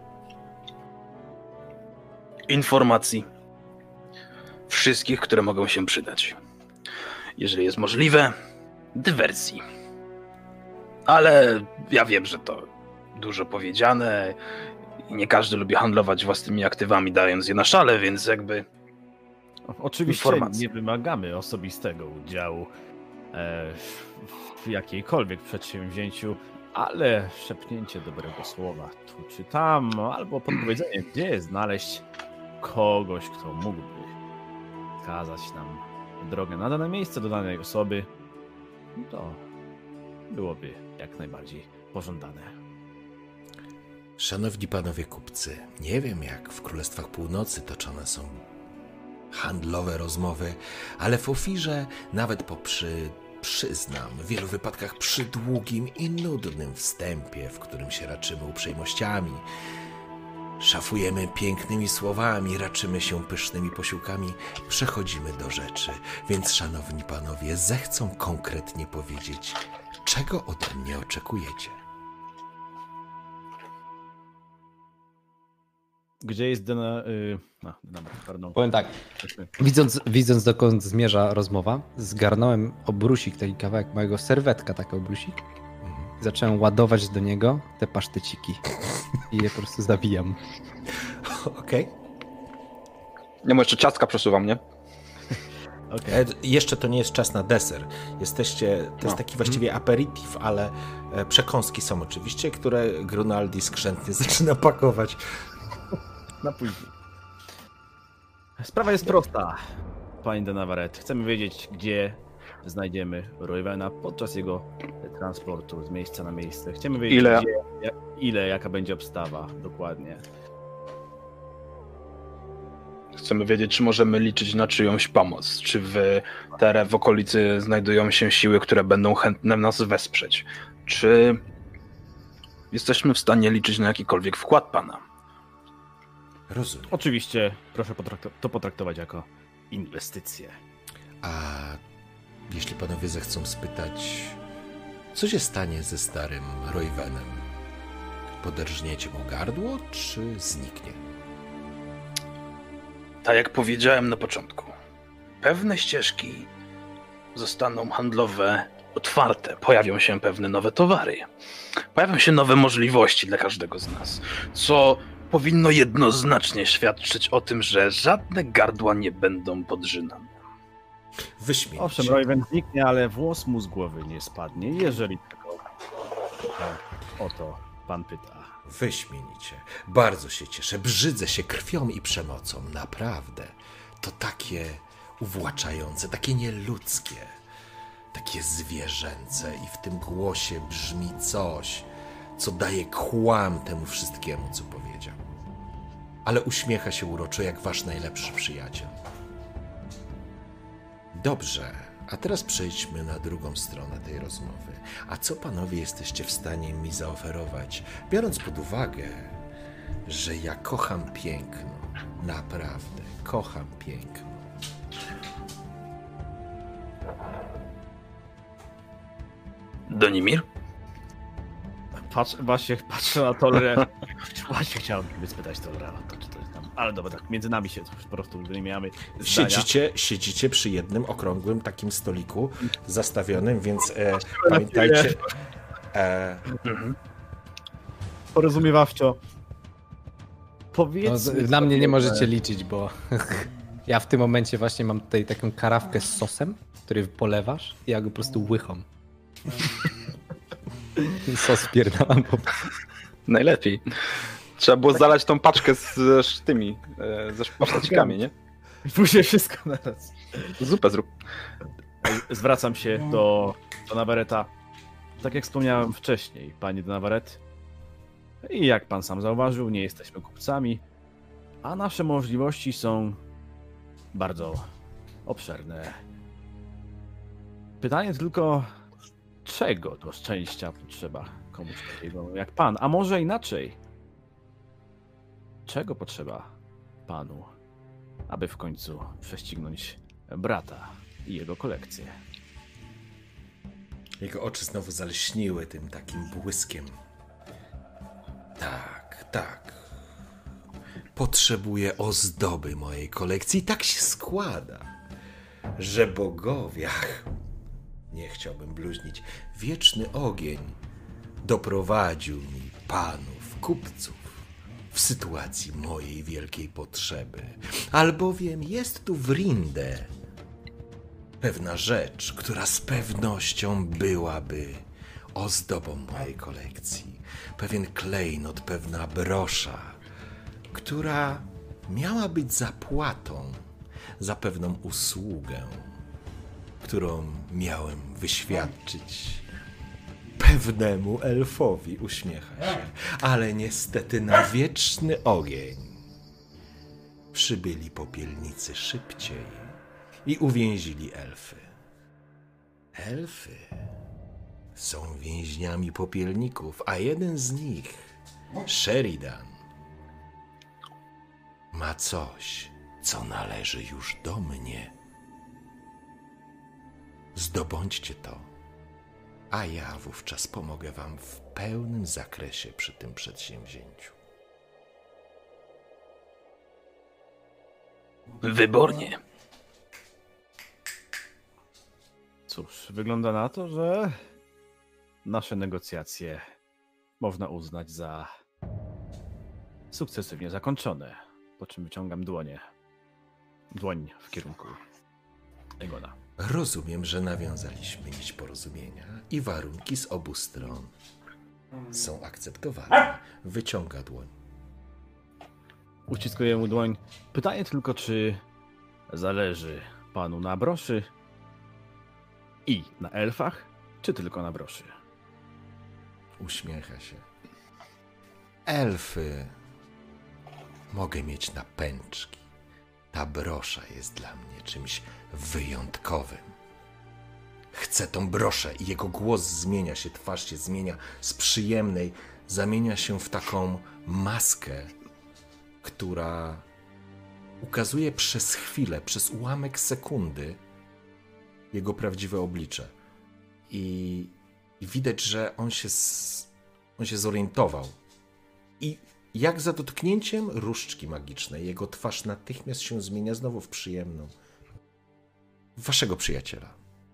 Informacji. Wszystkich, które mogą się przydać. Jeżeli jest możliwe, dywersji. Ale ja wiem, że to dużo powiedziane i nie każdy lubi handlować własnymi aktywami, dając je na szale, więc jakby... Oczywiście nie wymagamy osobistego udziału w jakiejkolwiek przedsięwzięciu, ale szepnięcie dobrego słowa tu czy tam, albo podpowiedzenie, gdzie znaleźć kogoś, kto mógłby wskazać nam drogę na dane miejsce do danej osoby, to byłoby jak najbardziej pożądane. Szanowni panowie kupcy, nie wiem jak w Królestwach Północy toczone są handlowe rozmowy, ale w Ofirze nawet przyznam, w wielu wypadkach przy długim i nudnym wstępie, w którym się raczymy uprzejmościami, szafujemy pięknymi słowami, raczymy się pysznymi posiłkami, przechodzimy do rzeczy. Więc szanowni panowie, zechcą konkretnie powiedzieć, czego ode mnie oczekujecie. Gdzie jest pardon. Powiem tak, widząc dokąd zmierza rozmowa, zgarnąłem obrusik, taki kawałek mojego serwetka, taki obrusik. Zacząłem ładować do niego te paszteciki i je po prostu zabijam. Okej. Ja mu jeszcze ciastka przesuwam, nie? Okay. Jeszcze to nie jest czas na deser. To jest taki właściwie aperitif, ale przekąski są oczywiście, które Grunaldi skrzętnie zaczyna pakować. Na później. Sprawa jest prosta, panie de Navarrete. Chcemy wiedzieć, gdzie znajdziemy Roywena podczas jego transportu z miejsca na miejsce. Chcemy wiedzieć, jaka będzie obstawa dokładnie. Chcemy wiedzieć, czy możemy liczyć na czyjąś pomoc. Czy w okolicy znajdują się siły, które będą chętne nas wesprzeć. Czy jesteśmy w stanie liczyć na jakikolwiek wkład pana? Rozumiem. Oczywiście, proszę to potraktować jako inwestycje. A jeśli panowie zechcą spytać, co się stanie ze starym Royvenem? Poderżniecie mu gardło, czy zniknie? Tak jak powiedziałem na początku, pewne ścieżki zostaną handlowe otwarte, pojawią się pewne nowe towary, pojawią się nowe możliwości dla każdego z nas, co powinno jednoznacznie świadczyć o tym, że żadne gardła nie będą podrzynane. Wyśmienicie. Owszem, Royven zniknie, ale włos mu z głowy nie spadnie, jeżeli tylko o to pan pyta. Wyśmienicie. Bardzo się cieszę. Brzydzę się krwią i przemocą. Naprawdę. To takie uwłaczające, takie nieludzkie, takie zwierzęce i w tym głosie brzmi coś, co daje kłam temu wszystkiemu, co powiedział. Ale uśmiecha się uroczo jak wasz najlepszy przyjaciel. Dobrze, a teraz przejdźmy na drugą stronę tej rozmowy. A co panowie jesteście w stanie mi zaoferować, biorąc pod uwagę, że ja kocham piękno. Naprawdę, kocham piękno. Donimir? Właśnie patrzę na Tolre. Właśnie chciałem spytać Tolre, czy to jest tam. Ale dobra, tak między nami się po prostu wymieniamy zdania. Siedzicie przy jednym okrągłym takim stoliku zastawionym, więc pamiętajcie. Porozumiewawczo. Powiedzmy. Na mnie nie możecie liczyć, bo ja w tym momencie właśnie mam tutaj taką karawkę z sosem, który polewasz i ja go po prostu łycham. Sos pierdalam po prostu. Najlepiej. Trzeba było zalać tą paczkę z tymi, ze szpacikami, nie? Później wszystko naraz. Zupę zrób. Zwracam się do Navarreta. Tak jak wspomniałem wcześniej, panie Navarrete, i jak pan sam zauważył, nie jesteśmy kupcami, a nasze możliwości są bardzo obszerne. Pytanie tylko, czego do szczęścia potrzeba komuś takiego jak pan? A może inaczej, czego potrzeba panu, aby w końcu prześcignąć brata i jego kolekcję? Jego oczy znowu zalśniły tym takim błyskiem. Tak. Potrzebuję ozdoby mojej kolekcji. Tak się składa, że bogowie, nie chciałbym bluźnić, wieczny ogień doprowadził mi panów, kupców w sytuacji mojej wielkiej potrzeby. Albowiem jest tu w Rinde pewna rzecz, która z pewnością byłaby ozdobą mojej kolekcji. Pewien klejnot, pewna brosza, która miała być zapłatą za pewną usługę, którą miałem wyświadczyć pewnemu elfowi. Uśmiecha się. Ale niestety na wieczny ogień przybyli popielnicy szybciej i uwięzili elfy. Elfy są więźniami popielników, a jeden z nich, Sheridan, ma coś, co należy już do mnie. Zdobądźcie to, a ja wówczas pomogę wam w pełnym zakresie przy tym przedsięwzięciu. Wybornie. Cóż, wygląda na to, że nasze negocjacje można uznać za sukcesywnie zakończone, po czym wyciągam dłoń w kierunku Egona. Rozumiem, że nawiązaliśmy nić porozumienia i warunki z obu stron są akceptowane. Wyciąga dłoń. Uściskuję mu dłoń. Pytanie tylko, czy zależy panu na broszy i na elfach, czy tylko na broszy? Uśmiecha się. Elfy mogę mieć na pęczki. Ta brosza jest dla mnie czymś wyjątkowym. Chcę tą broszę i jego głos zmienia się, twarz się zmienia z przyjemnej, zamienia się w taką maskę, która ukazuje przez chwilę, przez ułamek sekundy jego prawdziwe oblicze. I widać, że on się zorientował. I jak za dotknięciem różdżki magicznej, jego twarz natychmiast się zmienia znowu w przyjemną. Waszego przyjaciela.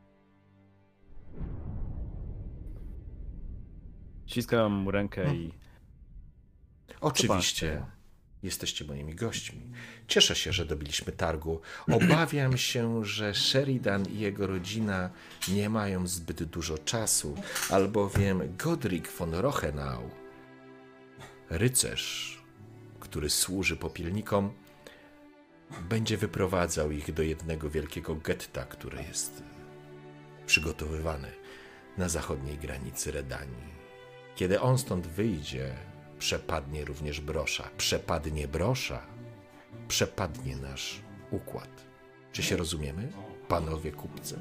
Ściskam mu rękę i... Oczywiście. Jesteście moimi gośćmi. Cieszę się, że dobiliśmy targu. Obawiam się, że Sheridan i jego rodzina nie mają zbyt dużo czasu, albowiem Godric von Rochenau, rycerz, który służy popielnikom, będzie wyprowadzał ich do jednego wielkiego getta, które jest przygotowywane na zachodniej granicy Redanii. Kiedy on stąd wyjdzie, przepadnie również brosza. Przepadnie brosza, przepadnie nasz układ. Czy się rozumiemy, panowie kupcy?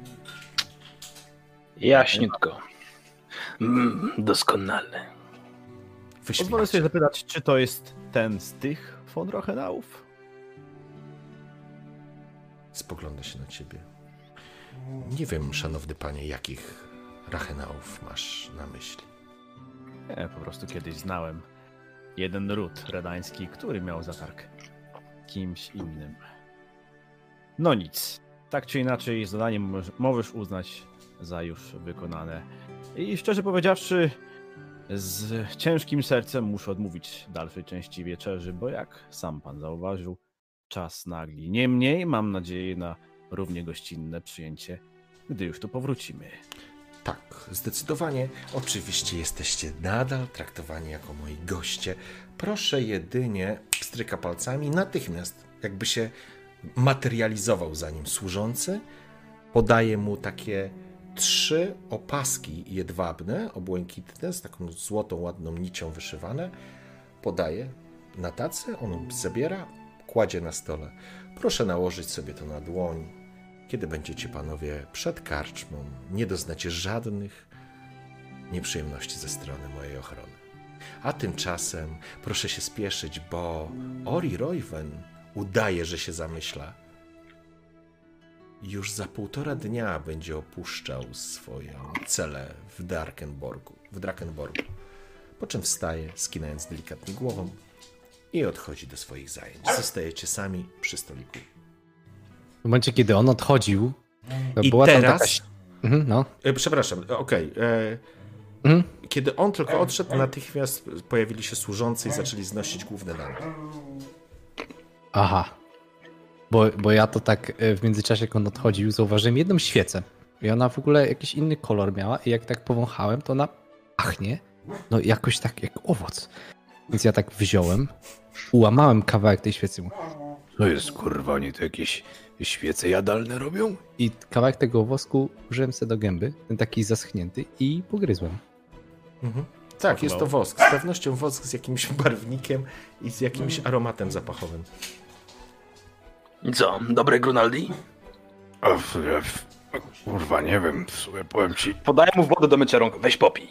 Jaśniutko. Doskonale. Pozwolę sobie zapytać, czy to jest ten z tych von Rochenaów? Spogląda się na ciebie. Nie wiem, szanowny panie, jakich Rachenaów masz na myśli. Nie, po prostu kiedyś znałem jeden ród redański, który miał zatarg kimś innym. No nic. Tak czy inaczej, zadanie możesz uznać za już wykonane. I szczerze powiedziawszy, z ciężkim sercem muszę odmówić dalszej części wieczerzy, bo jak sam pan zauważył, czas nagli. Niemniej mam nadzieję na równie gościnne przyjęcie, gdy już tu powrócimy. Tak, zdecydowanie. Oczywiście jesteście nadal traktowani jako moi goście. Proszę jedynie, pstryka palcami, natychmiast jakby się materializował za nim służący. Podaje mu takie 3 opaski jedwabne, obłękitne, z taką złotą, ładną nicią wyszywane. Podaje na tacę, on zabiera, kładzie na stole. Proszę nałożyć sobie to na dłoń. Kiedy będziecie panowie przed karczmą, nie doznacie żadnych nieprzyjemności ze strony mojej ochrony. A tymczasem proszę się spieszyć, bo Ori Royven udaje, że się zamyśla. Już za 1,5 dnia będzie opuszczał swoją celę w Drakenborgu. Po czym wstaje, skinając delikatnie głową i odchodzi do swoich zajęć. Zostajecie sami przy stoliku. W momencie, kiedy on odchodził, to i była teraz... tam taka... No. Przepraszam, okej. Kiedy on tylko odszedł, natychmiast pojawili się służący i zaczęli znosić główne dane. Aha. Bo ja to tak w międzyczasie, jak on odchodził, zauważyłem jedną świecę. I ona w ogóle jakiś inny kolor miała i jak tak powąchałem, to ona pachnie, no jakoś tak jak owoc. Więc ja tak wziąłem, ułamałem kawałek tej świecy. To jest kurwa, oni to jakieś świece jadalne robią? I kawałek tego wosku użyłem sobie do gęby, ten taki zaschnięty, i pogryzłem. Mhm. Tak, jest to wosk. Z pewnością wosk z jakimś barwnikiem i z jakimś aromatem zapachowym. I co, dobre Grunaldi? Kurwa, nie wiem, w sumie powiem ci. Podaję mu wodę do mycia rąk, weź popij.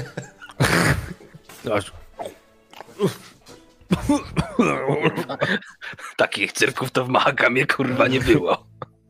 Takich cyrków to w Mahakamie kurwa nie było.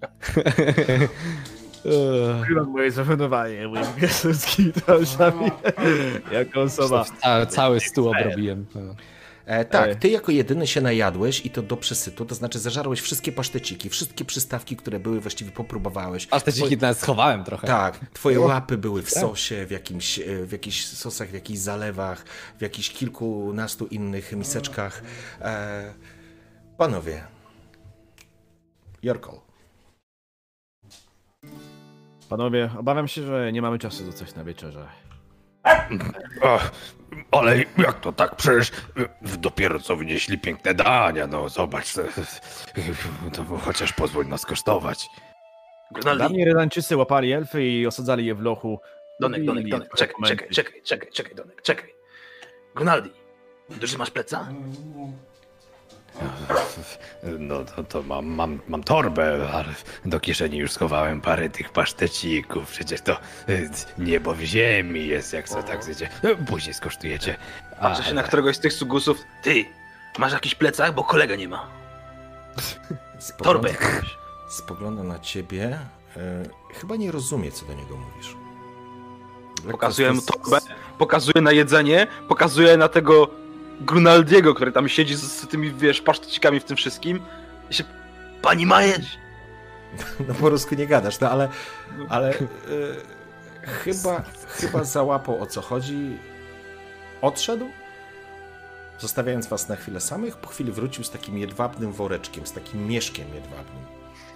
Chyba moje zafenowanie moim gestem twarzami jako osoba. Cały stół obrobiłem. Tak, ty jako jedyny się najadłeś i to do przesytu, to znaczy zażarłeś wszystkie paszteciki, wszystkie przystawki, które były, właściwie popróbowałeś. Paszteciki nawet schowałem trochę. Tak, twoje łapy były w sosie, w jakichś sosach, w jakichś zalewach, w jakichś kilkunastu innych miseczkach. Panowie, your call. Panowie, obawiam się, że nie mamy czasu do coś na wieczerze. Ale jak to tak? Przecież dopiero co wynieśli piękne dania, no zobacz, to chociaż pozwól nas kosztować. Dawniej Redańczycy łapali elfy i osadzali je w lochu, Donek, czekaj, Donek, czekaj. Grunaldi, duży masz pleca? No to mam torbę, ale do kieszeni już schowałem parę tych pasztecików. Przecież to niebo w ziemi jest, jak co tak wiecie. Później skosztujecie. Patrzę się na któregoś z tych sugusów. Ty, masz jakiś plecak, bo kolega nie ma. Torbę jakąś. Spogląda na ciebie. Chyba nie rozumie, co do niego mówisz. Pokazuję mu torbę, pokazuję na jedzenie, pokazuję na tego Grunaldiego, który tam siedzi z tymi, wiesz, pasztecikami w tym wszystkim. I się, pani Majeć! No po rusku nie gadasz, no ale chyba załapał, o co chodzi. Odszedł, zostawiając was na chwilę samych. Po chwili wrócił z takim jedwabnym woreczkiem, z takim mieszkiem jedwabnym.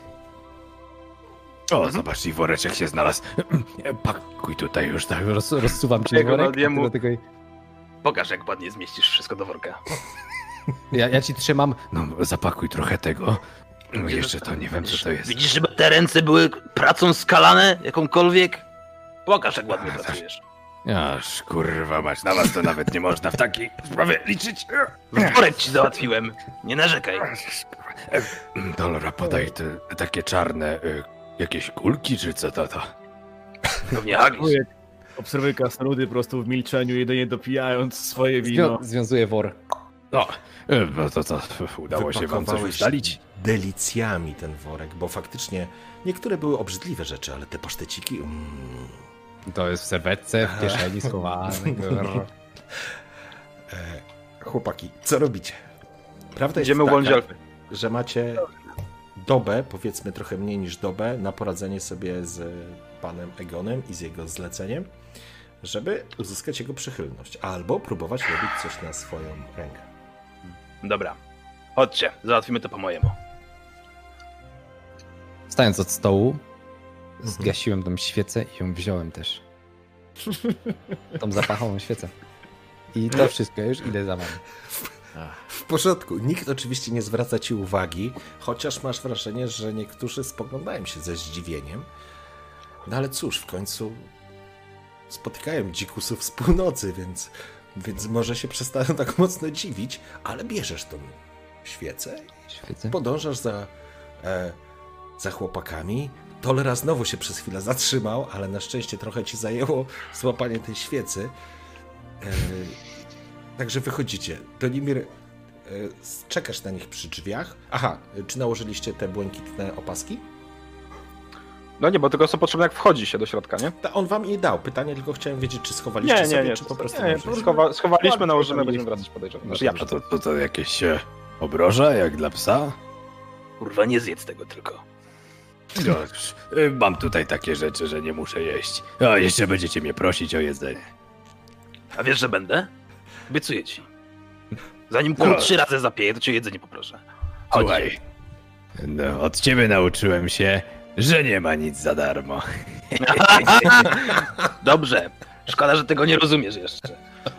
O, zobacz, i woreczek się znalazł. Pakuj tutaj już, tak. Rozsuwam ci Jego worek. Nadiemu. Do tego... Pokaż, jak ładnie zmieścisz wszystko do worka. ja ci trzymam. No, zapakuj trochę tego. No, jeszcze to nie wiem, co to jest. Widzisz, żeby te ręce były pracą skalane, jakąkolwiek? Pokaż, jak ładnie pracujesz. Aż kurwa mać, na was to nawet nie można w takiej sprawie liczyć. Worek ci załatwiłem, nie narzekaj. Dolora, podaj te takie czarne, jakieś kulki, czy co to? Pewnie hagis. Obserwuję krasnoludy po prostu w milczeniu, jedynie dopijając swoje wino. Związuję wor. No, no to udało się wam coś ustalić? Delicjami ten worek, bo faktycznie niektóre były obrzydliwe rzeczy, ale te paszteciki... To jest w serwetce, w kieszeni schowane. Chłopaki, co robicie? Prawda jest Idziemy uwolnić taka, elfy. że macie dobę, powiedzmy trochę mniej niż dobę, na poradzenie sobie z panem Egonem i z jego zleceniem, żeby uzyskać jego przychylność, albo próbować robić coś na swoją rękę. Dobra, chodźcie, załatwimy to po mojemu. Wstając od stołu, zgasiłem tą świecę i ją wziąłem też. Tą zapachową świecę. I to wszystko, już idę za wami. W porządku. Nikt oczywiście nie zwraca ci uwagi, chociaż masz wrażenie, że niektórzy spoglądają się ze zdziwieniem. No ale cóż, w końcu spotykają dzikusów z północy, więc może się przestaną tak mocno dziwić, ale bierzesz tą świecę i podążasz za chłopakami. Tolera znowu się przez chwilę zatrzymał, ale na szczęście trochę ci zajęło złapanie tej świecy. Także wychodzicie. Donimir, czekasz na nich przy drzwiach. Aha, czy nałożyliście te błękitne opaski? No nie, bo tylko są potrzebne, jak wchodzi się do środka, nie? On wam je dał. Pytanie tylko chciałem wiedzieć, czy schowaliście sobie, czy po prostu schowaliśmy, nałożymy, będziemy wracać, podejrzewam. Znaczy, ja To jakieś obroża, jak dla psa? Kurwa, nie zjedz tego tylko. No, mam tutaj takie rzeczy, że nie muszę jeść. A jeszcze będziecie mnie prosić o jedzenie. A wiesz, że będę? Obiecuję ci. Zanim król 3 razy zapieje, to cię jedzenie poproszę. Chodź. Słuchaj, no, od ciebie nauczyłem się, że nie ma nic za darmo. Dobrze. Szkoda, że tego nie rozumiesz jeszcze.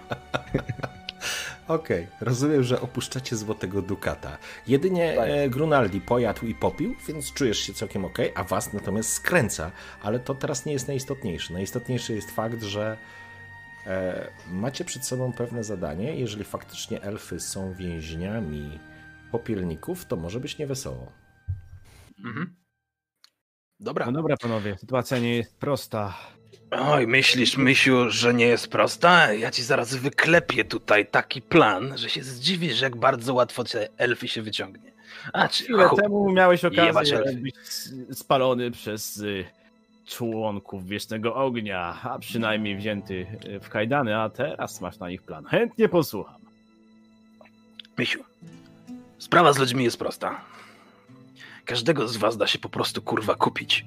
Okej, rozumiem, że opuszczacie Złotego Dukata. Jedynie Grunaldi pojadł i popił, więc czujesz się całkiem okej, a was natomiast skręca. Ale to teraz nie jest najistotniejsze. Najistotniejszy jest fakt, że macie przed sobą pewne zadanie. Jeżeli faktycznie elfy są więźniami popielników, to może być niewesoło. Mhm. Dobra. No dobra, panowie, sytuacja nie jest prosta. Oj, myślisz, Mysiu, że nie jest prosta? Ja ci zaraz wyklepię tutaj taki plan, że się zdziwisz, jak bardzo łatwo te elfy się wyciągnie. A czy Chwilę temu miałeś jebać okazję elfy. być spalony przez członków Wiecznego Ognia, a przynajmniej wzięty w kajdany, a teraz masz na nich plan. Chętnie posłucham. Mysiu, sprawa z ludźmi jest prosta. Każdego z was da się po prostu kurwa kupić.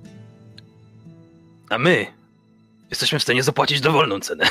A my jesteśmy w stanie zapłacić dowolną cenę.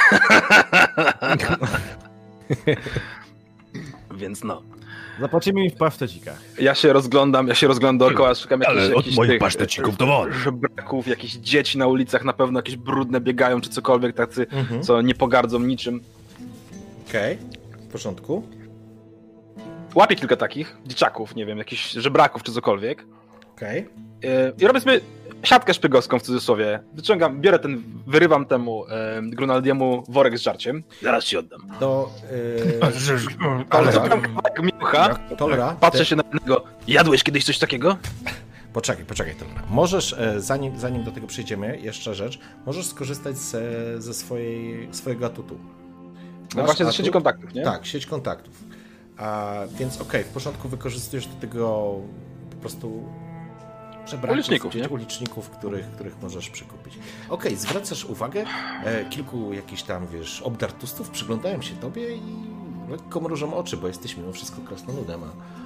Więc no. Zapłacimy im w pasztecikach. Ja się rozglądam dookoła, szukam jakichś moich pasztecików to wolno. żebraków, jakichś dzieci na ulicach, na pewno jakieś brudne biegają, czy cokolwiek, tacy, co nie pogardzą niczym. Okej, w porządku. Łapię kilka takich dzieciaków, nie wiem, jakichś żebraków, czy cokolwiek. Okej. I robię sobie siatkę szpiegowską w cudzysłowie. Biorę wyrywam temu Grunaldiemu worek z żarciem. Zaraz ci oddam. To... Zabrałem kawałek mięcha, Tolera, patrzę się na niego. Jadłeś kiedyś coś takiego? Poczekaj, Tolera. Możesz, zanim do tego przejdziemy, jeszcze rzecz, możesz skorzystać ze swojego atutu. No właśnie ze sieci kontaktów, nie? Tak, sieć kontaktów. Więc okej, w porządku, wykorzystujesz do tego po prostu uliczników, których możesz przekupić. Okej, zwracasz uwagę, kilku jakichś tam, wiesz, obdartustów przyglądają się tobie i lekko mrużą oczy, bo jesteś mimo wszystko krasnoludem,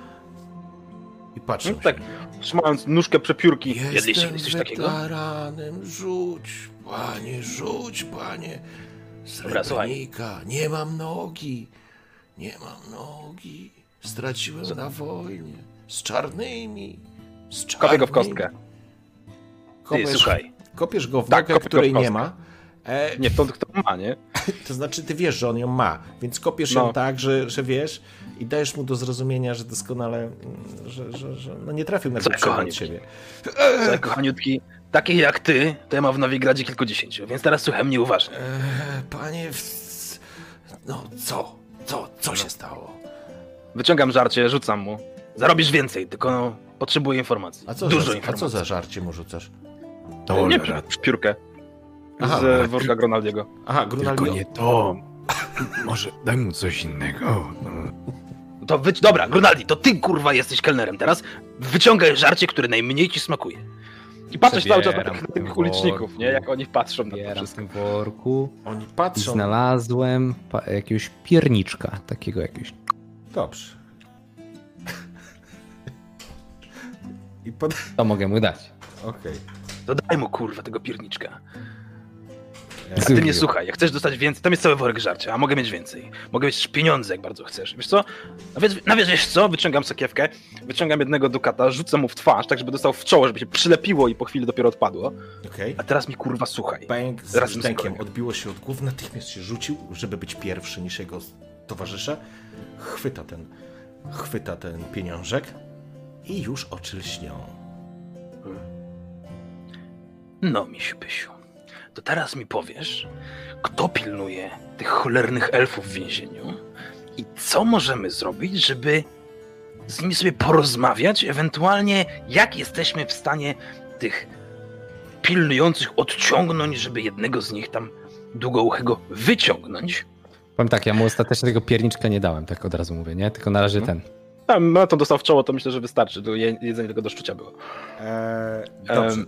i patrzą się. Tak, trzymając nóżkę przepiórki. Jedliście coś takiego? Weteranem, rzuć, panie. Srebrnika, nie mam nogi. Straciłem na wojnie. Z czarnymi. Kopię go w kostkę. Słuchaj. Kopiesz go w nogę, której nie ma. Nie, kto ma, nie? To znaczy, ty wiesz, że on ją ma, więc kopiesz ją tak, że wiesz i dajesz mu do zrozumienia, że doskonale, że nie trafił na głupszego od siebie. Słuchaj, kochaniutki, takich jak ty, to ja mam w Nowigradzie kilkudziesięciu, więc teraz słuchaj mnie uważnie. Panie, no co się stało? Wyciągam żarcie, rzucam mu. Zarobisz więcej, tylko potrzebuję informacji. Dużo informacji. A co za żarcie mu rzucasz? Nie, szpiórkę. Z worka Grunaldiego. Aha, Grunaldiego. Tylko nie to. Może daj mu coś innego. Dobra, Grunaldi, to ty kurwa jesteś kelnerem teraz. Wyciągaj żarcie, które najmniej ci smakuje. I patrzę cały czas na tych uliczników, nie? Jak oni patrzą na to wszystko. W tym worku. Oni patrzą. Znalazłem jakiegoś pierniczka, takiego jakiegoś. Dobrze. To mogę mu dać. Okej. To daj mu kurwa tego pierniczka. A ty mnie słuchaj, jak chcesz dostać więcej, tam jest cały worek żarcia, a mogę mieć więcej. Mogę mieć też jak bardzo chcesz. Wiesz co? Wiesz co? Wyciągam sakiewkę, wyciągam jednego dukata, rzucę mu w twarz, tak żeby dostał w czoło, żeby się przylepiło i po chwili dopiero odpadło. Okay. A teraz mi kurwa słuchaj. Bęk z rękiem odbiło się od głów, natychmiast się rzucił, żeby być pierwszy niż jego towarzysze. Chwyta ten pieniążek i już oczy lśnią. No, misiu pysiu. To teraz mi powiesz, kto pilnuje tych cholernych elfów w więzieniu i co możemy zrobić, żeby z nimi sobie porozmawiać, ewentualnie jak jesteśmy w stanie tych pilnujących odciągnąć, żeby jednego z nich tam długouchego wyciągnąć. Powiem tak, ja mu ostatecznie tego pierniczka nie dałem, tak od razu mówię, nie? Tylko na razie ten. No to dostał w czoło, to myślę, że wystarczy. Jedzenie tego do szczucia było. Dobrze.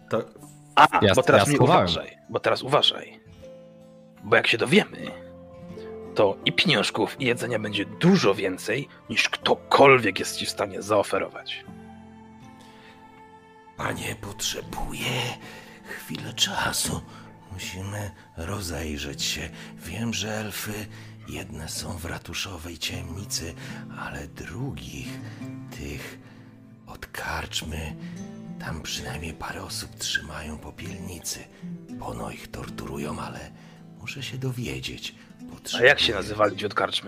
Bo teraz uważaj. Bo jak się dowiemy, to i pieniążków, i jedzenia będzie dużo więcej, niż ktokolwiek jest ci w stanie zaoferować. Panie, potrzebuję chwilę czasu. Musimy rozejrzeć się. Wiem, że elfy jedne są w ratuszowej ciemnicy, ale drugich, tych od karczmy, tam przynajmniej parę osób trzymają popielnicy. Pono ich torturują, ale muszę się dowiedzieć. A jak się nazywali ci od karczmy?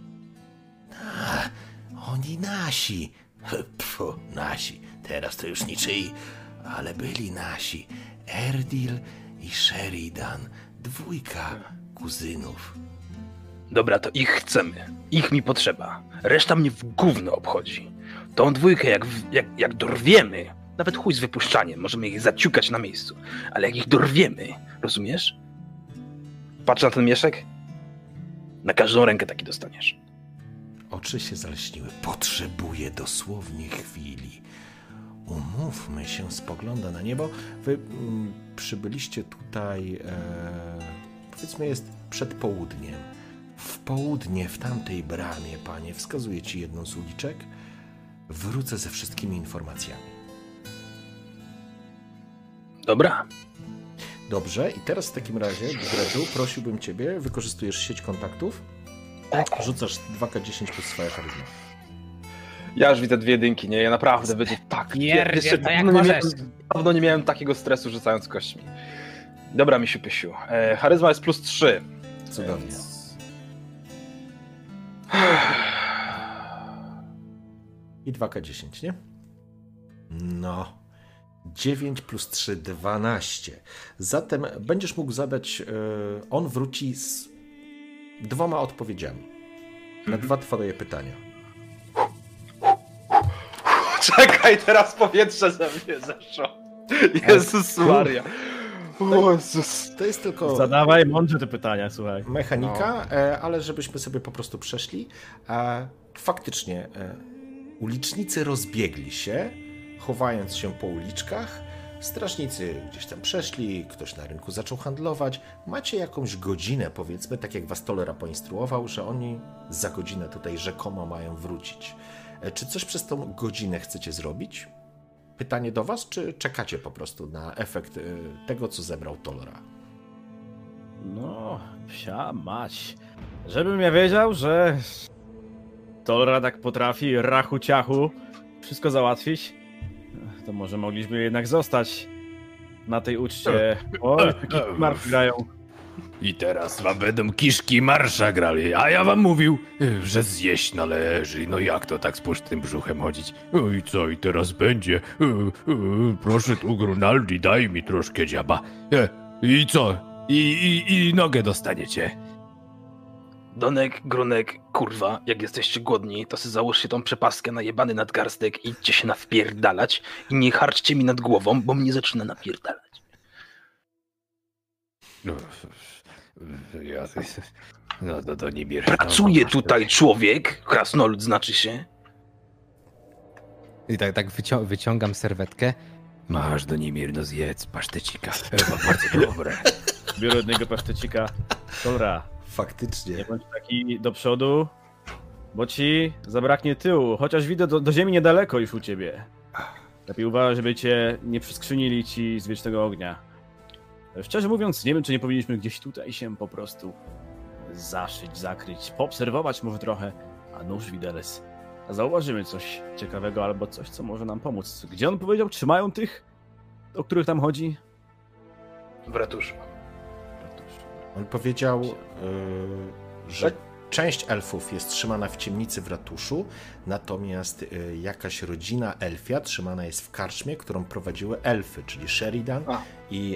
Oni nasi. Nasi. Teraz to już niczyi, ale byli nasi. Erdil i Sheridan. 2 kuzynów. Dobra, to ich chcemy. Ich mi potrzeba. Reszta mnie w gówno obchodzi. Tą 2 jak dorwiemy, nawet chuj z wypuszczaniem, możemy ich zaciukać na miejscu. Ale jak ich dorwiemy, rozumiesz? Patrz na ten mieszek. Na każdą rękę taki dostaniesz. Oczy się zalśniły. Potrzebuję dosłownie chwili. Umówmy się, spogląda na niebo. Wy przybyliście tutaj, powiedzmy jest przed południem. W południe, w tamtej bramie, panie, wskazuję ci jedną z uliczek. Wrócę ze wszystkimi informacjami. Dobra. Dobrze, i teraz w takim razie, Dredu, prosiłbym ciebie, wykorzystujesz sieć kontaktów, rzucasz 2K10 plus swoja charyzma. Ja już widzę 2 jedynki, nie? Ja naprawdę będzie tak... Dawno nie miałem takiego stresu rzucając kośćmi. Dobra, misiu pysiu. Charyzma jest plus 3. Cudownie. I 2K10, nie? No. 9 plus 3, 12. Zatem będziesz mógł zadać, on wróci z 2 odpowiedziami na 2 twoje pytania. Czekaj, teraz powietrze ze mnie zeszło. Jezus Maria. O Jezus. To jest tylko Zadawaj mądrze te pytania, słuchaj. mechanika, ale żebyśmy sobie po prostu przeszli. Faktycznie ulicznicy rozbiegli się, chowając się po uliczkach. Strażnicy gdzieś tam przeszli, ktoś na rynku zaczął handlować. Macie jakąś godzinę, powiedzmy, tak jak was Tolera poinstruował, że oni za godzinę tutaj rzekomo mają wrócić. Czy coś przez tą godzinę chcecie zrobić? Pytanie do was, czy czekacie po prostu na efekt tego, co zebrał Tolera? No, psia mać. Żebym ja wiedział, że Tolera tak potrafi rachu ciachu wszystko załatwić, to może mogliśmy jednak zostać na tej uczcie. Oj, marsz grają. I teraz wam będą kiszki marsza grali, a ja wam mówił, że zjeść należy. No jak to tak z pustym brzuchem chodzić? I co i teraz będzie? Proszę tu, Grunaldi, daj mi troszkę dziaba. I co? I nogę dostaniecie. Donek, Grunek, kurwa, jak jesteście głodni, to sobie załóżcie tą przepaskę na jebany nadgarstek i idźcie się nawpierdalać i nie harczcie mi nad głową, bo mnie zaczyna napierdalać. No, to nie bierz. Pracuje tutaj człowiek, krasnolud znaczy się. I tak wyciągam serwetkę. Masz do Nimir, no zjedz pasztecika. Bardzo dobre. Biorę od niego pasztecika. Dobra, Faktycznie. nie bądź taki do przodu, bo ci zabraknie tyłu. Chociaż widzę do ziemi niedaleko już u ciebie. Lepiej uważaj, żeby cię nie przeskrzynili ci z wiecznego ognia. Szczerze mówiąc, nie wiem, czy nie powinniśmy gdzieś tutaj się po prostu zaszyć, zakryć, poobserwować może trochę, a nóż widelec. A zauważymy coś ciekawego albo coś, co może nam pomóc. Gdzie on powiedział, trzymają tych, o których tam chodzi? W ratuszu. On powiedział, że część elfów jest trzymana w ciemnicy w ratuszu, natomiast jakaś rodzina elfia trzymana jest w karczmie, którą prowadziły elfy, czyli Sheridan i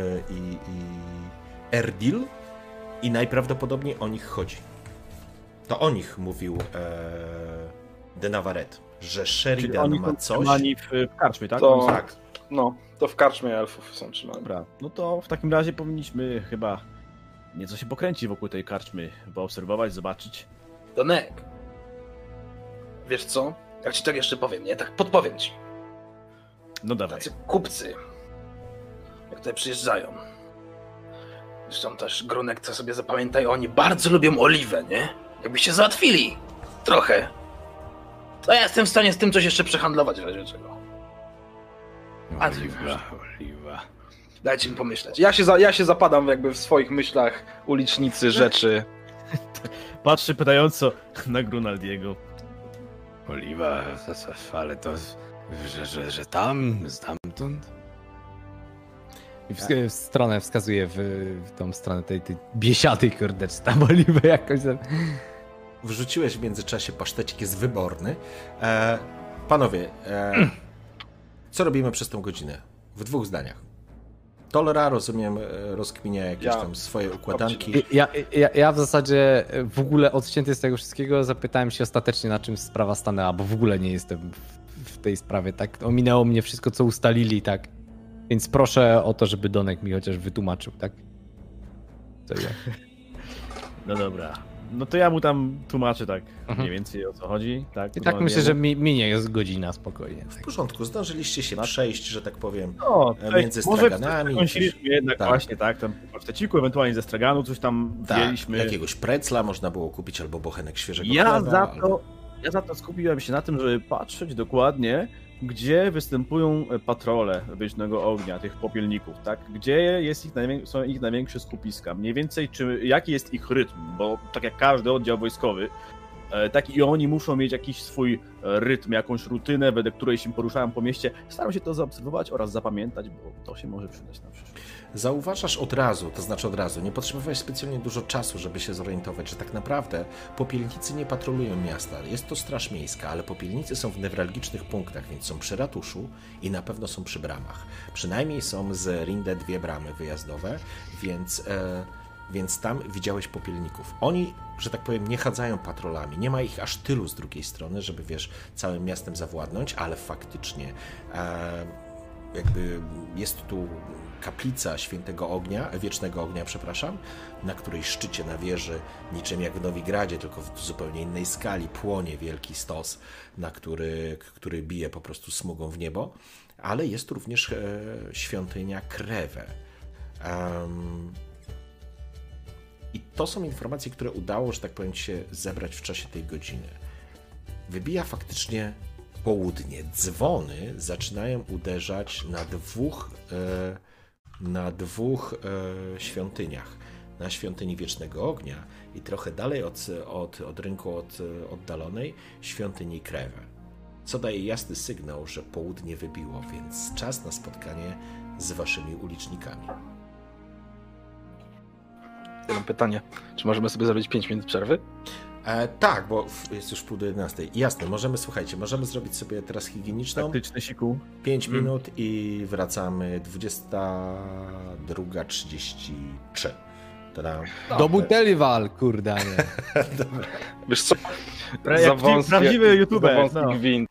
Erdil, i najprawdopodobniej o nich chodzi. To o nich mówił de Navarrete, że Sheridan ma coś... w karczmie, tak? To, Tak. No, to w karczmie elfów są trzymani. Dobra, no to w takim razie powinniśmy chyba nieco się pokręcić wokół tej karczmy, poobserwować, zobaczyć. Donek, wiesz co? Jak ci tak jeszcze powiem, nie? Tak podpowiem ci. No dawaj. Tacy kupcy, jak tutaj przyjeżdżają. Zresztą też Grunek, co sobie zapamiętaj, oni bardzo lubią oliwę, nie? Jakby się załatwili trochę, to ja jestem w stanie z tym coś jeszcze przehandlować w razie czego. Oliwa. Dajcie mi pomyśleć. Ja się zapadam jakby w swoich myślach ulicznicy, rzeczy. Patrzy pytająco na Grunaldiego. Oliwa, ale to, że tam, stamtąd? I w stronę wskazuję w tą stronę tej biesiatej, kurde, czy tam oliwę jakoś. Wrzuciłeś w międzyczasie pasztecik, jest wyborny. Panowie, co robimy przez tą godzinę? W 2 zdaniach. Tolera, rozumiem, rozkminia jakieś tam swoje układanki. Ja w zasadzie w ogóle odcięty z tego wszystkiego zapytałem się ostatecznie, na czym sprawa stanęła, bo w ogóle nie jestem w tej sprawie, tak? Ominęło mnie wszystko, co ustalili, tak? Więc proszę o to, żeby Donek mi chociaż wytłumaczył, tak? Co ja. No dobra. No to ja mu tam tłumaczę tak mniej więcej o co chodzi. Tak, I tak myślę, że minie jest godzina spokojnie. W porządku, zdążyliście się przejść, że tak powiem, no, między straganami. Jednak właśnie tak, tam po paszteciku, ewentualnie ze straganu coś tam wzięliśmy. Jakiegoś precla można było kupić albo bochenek świeżego Ja chleba. Ja za to skupiłem się na tym, żeby patrzeć dokładnie, gdzie występują patrole Wiecznego Ognia, tych popielników, tak? Gdzie jest są ich największe skupiska? Mniej więcej, jaki jest ich rytm, bo tak jak każdy oddział wojskowy, tak i oni muszą mieć jakiś swój rytm, jakąś rutynę, wedle której się poruszają po mieście. Staram się to zaobserwować oraz zapamiętać, bo to się może przydać na przyszłość. Zauważasz od razu, to znaczy od razu, nie potrzebowałeś specjalnie dużo czasu, żeby się zorientować, że tak naprawdę popielnicy nie patrolują miasta. Jest to straż miejska, ale popielnicy są w newralgicznych punktach, więc są przy ratuszu i na pewno są przy bramach. Przynajmniej są z Rinde 2 bramy wyjazdowe, więc tam widziałeś popielników. Oni, że tak powiem, nie chadzają patrolami. Nie ma ich aż tylu z drugiej strony, żeby, wiesz, całym miastem zawładnąć, ale faktycznie jakby jest tu kaplica Świętego Ognia, Wiecznego Ognia, przepraszam, na której szczycie na wieży, niczym jak w Nowigradzie, tylko w zupełnie innej skali, płonie wielki stos, który bije po prostu smugą w niebo, ale jest tu również świątynia Krewę. I to są informacje, które udało, że tak powiem, się zebrać w czasie tej godziny. Wybija faktycznie południe. Dzwony zaczynają uderzać na dwóch świątyniach. Na świątyni Wiecznego Ognia i trochę dalej od rynku oddalonej świątyni Krewę. Co daje jasny sygnał, że południe wybiło, więc czas na spotkanie z waszymi ulicznikami. Ja mam pytanie, czy możemy sobie zrobić 5 minut przerwy? Tak, bo jest już 10:30. Jasne, możemy zrobić sobie teraz higieniczną. Taktyczny siku. 5 minut i wracamy 22:33. Do butelki wal, kurde, nie. Wiesz co? Prawdziwy youtuber. Za wąski gwint.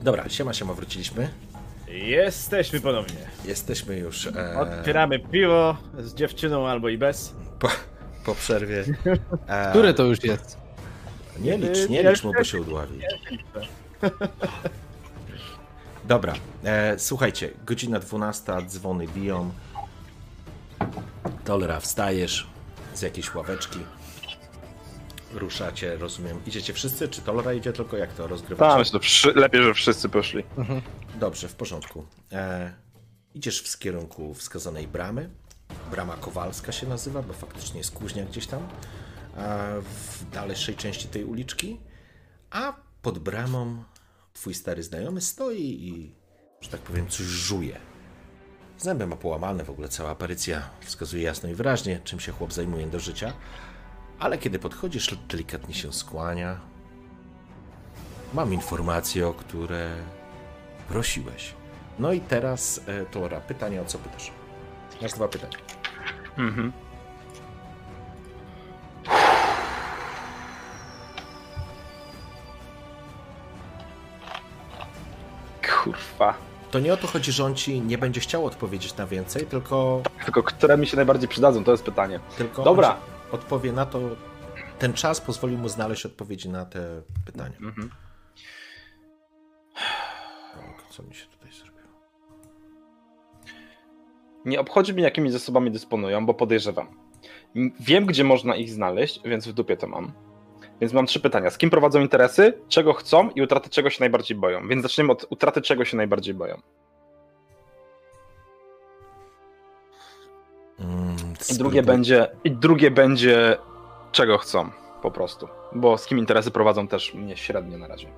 Dobra, siema, wróciliśmy. Jesteśmy ponownie. Jesteśmy już. Otwieramy piwo z dziewczyną albo i bez. Po przerwie. Które to już jest? Nie licz mu, bo się udławi. Dobra, słuchajcie, godzina 12, dzwony biją. Tolera, wstajesz z jakiejś ławeczki. Ruszacie, rozumiem. Idziecie wszyscy, czy Tolera idzie tylko? Jak to rozgrywacie? Tak, myślę, lepiej, że wszyscy poszli. Dobrze, w porządku. Idziesz w kierunku wskazanej bramy. Brama Kowalska się nazywa, bo faktycznie jest kuźnia gdzieś tam w dalszej części tej uliczki. A pod bramą twój stary znajomy stoi i, że tak powiem, coś żuje. Zęby ma połamane, w ogóle cała aparycja wskazuje jasno i wyraźnie, czym się chłop zajmuje do życia. Ale kiedy podchodzisz, delikatnie się skłania. Mam informacje, o które prosiłeś. No i teraz, Tora, pytanie, o co pytasz? Masz 2 pytania. Kurwa. To nie o to chodzi, że on ci nie będzie chciał odpowiedzieć na więcej, tylko Tylko które mi się najbardziej przydadzą, to jest pytanie. Dobra. On odpowie na to. Ten czas pozwolił mu znaleźć odpowiedzi na te pytania. Co mi się tutaj zrobiło? Nie obchodzi mnie, jakimi zasobami dysponują, bo podejrzewam. Wiem, gdzie można ich znaleźć, więc w dupie to mam. Więc mam 3 pytania. Z kim prowadzą interesy, czego chcą i utraty czego się najbardziej boją? Więc zaczniemy od utraty czego się najbardziej boją. I drugie będzie czego chcą, po prostu. Bo z kim interesy prowadzą też mnie średnio na razie.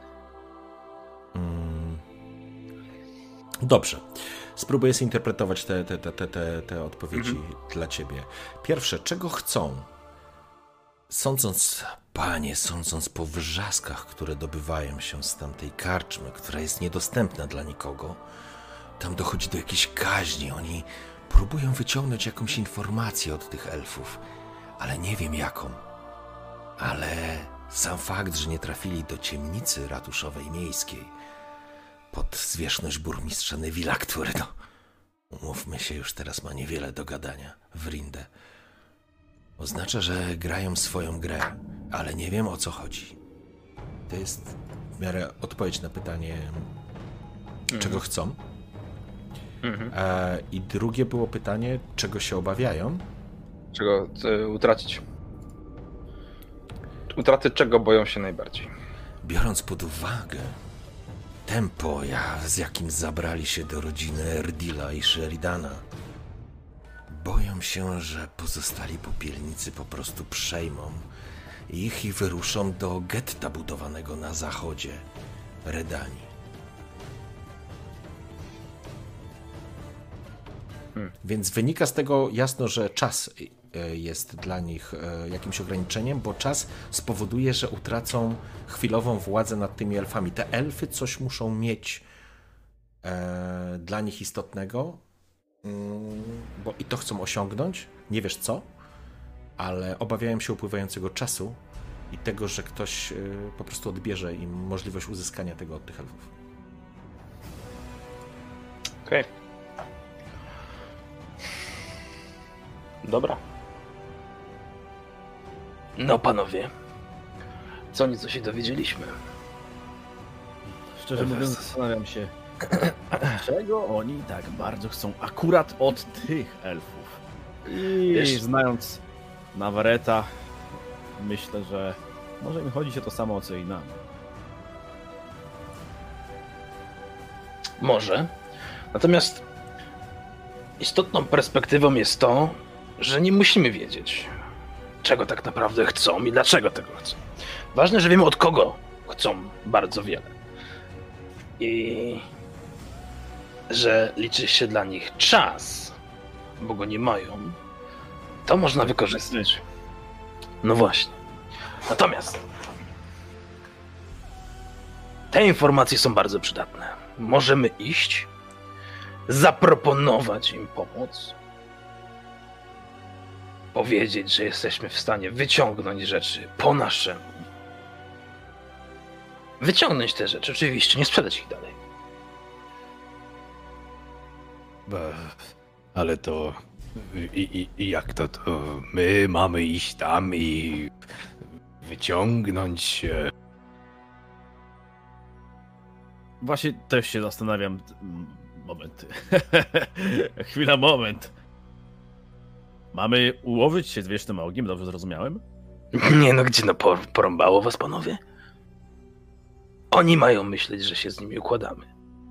Dobrze. Spróbuję zinterpretować te odpowiedzi dla ciebie. Pierwsze, czego chcą? Sądząc po wrzaskach, które dobywają się z tamtej karczmy, która jest niedostępna dla nikogo, tam dochodzi do jakiejś kaźni. Oni próbują wyciągnąć jakąś informację od tych elfów, ale nie wiem jaką. Ale sam fakt, że nie trafili do ciemnicy ratuszowej miejskiej pod zwierzchność burmistrza Neville'a, który, no, umówmy się, już teraz ma niewiele do gadania w Rindę, oznacza, że grają swoją grę, ale nie wiem, o co chodzi. To jest w miarę odpowiedź na pytanie, czego chcą. I drugie było pytanie, czego się obawiają. Czego utracić? Utraty czego boją się najbardziej? Biorąc pod uwagę tempo, z jakim zabrali się do rodziny Erdila i Sheridana, boją się, że pozostali popielnicy po prostu przejmą ich i wyruszą do getta budowanego na zachodzie Redanii. Więc wynika z tego jasno, że czas jest dla nich jakimś ograniczeniem, bo czas spowoduje, że utracą chwilową władzę nad tymi elfami. Te elfy coś muszą mieć dla nich istotnego, bo i to chcą osiągnąć, nie wiesz co, ale obawiają się upływającego czasu i tego, że ktoś po prostu odbierze im możliwość uzyskania tego od tych elfów. Okej. Dobra. No panowie, co nieco się dowiedzieliśmy. Szczerze mówiąc, zastanawiam się, czego oni tak bardzo chcą akurat od tych elfów. I znając Navarreta, myślę, że może im chodzić o to samo, co i nam. Może. Natomiast istotną perspektywą jest to, że nie musimy wiedzieć, czego tak naprawdę chcą i dlaczego tego chcą. Ważne, że wiemy, od kogo chcą bardzo wiele. I że liczy się dla nich czas, bo go nie mają, to można wykorzystać. No właśnie. Natomiast te informacje są bardzo przydatne. Możemy iść, zaproponować im pomoc, powiedzieć, że jesteśmy w stanie wyciągnąć rzeczy po naszemu wyciągnąć te rzeczy, oczywiście, nie sprzedać ich dalej. Ale to... I jak to? My mamy iść tam i wyciągnąć... Właśnie też się zastanawiam. Moment. Moment. Mamy ułożyć się z wiecznym ogniem, dobrze zrozumiałem? Nie no, gdzie no, porąbało was, panowie? Oni mają myśleć, że się z nimi układamy.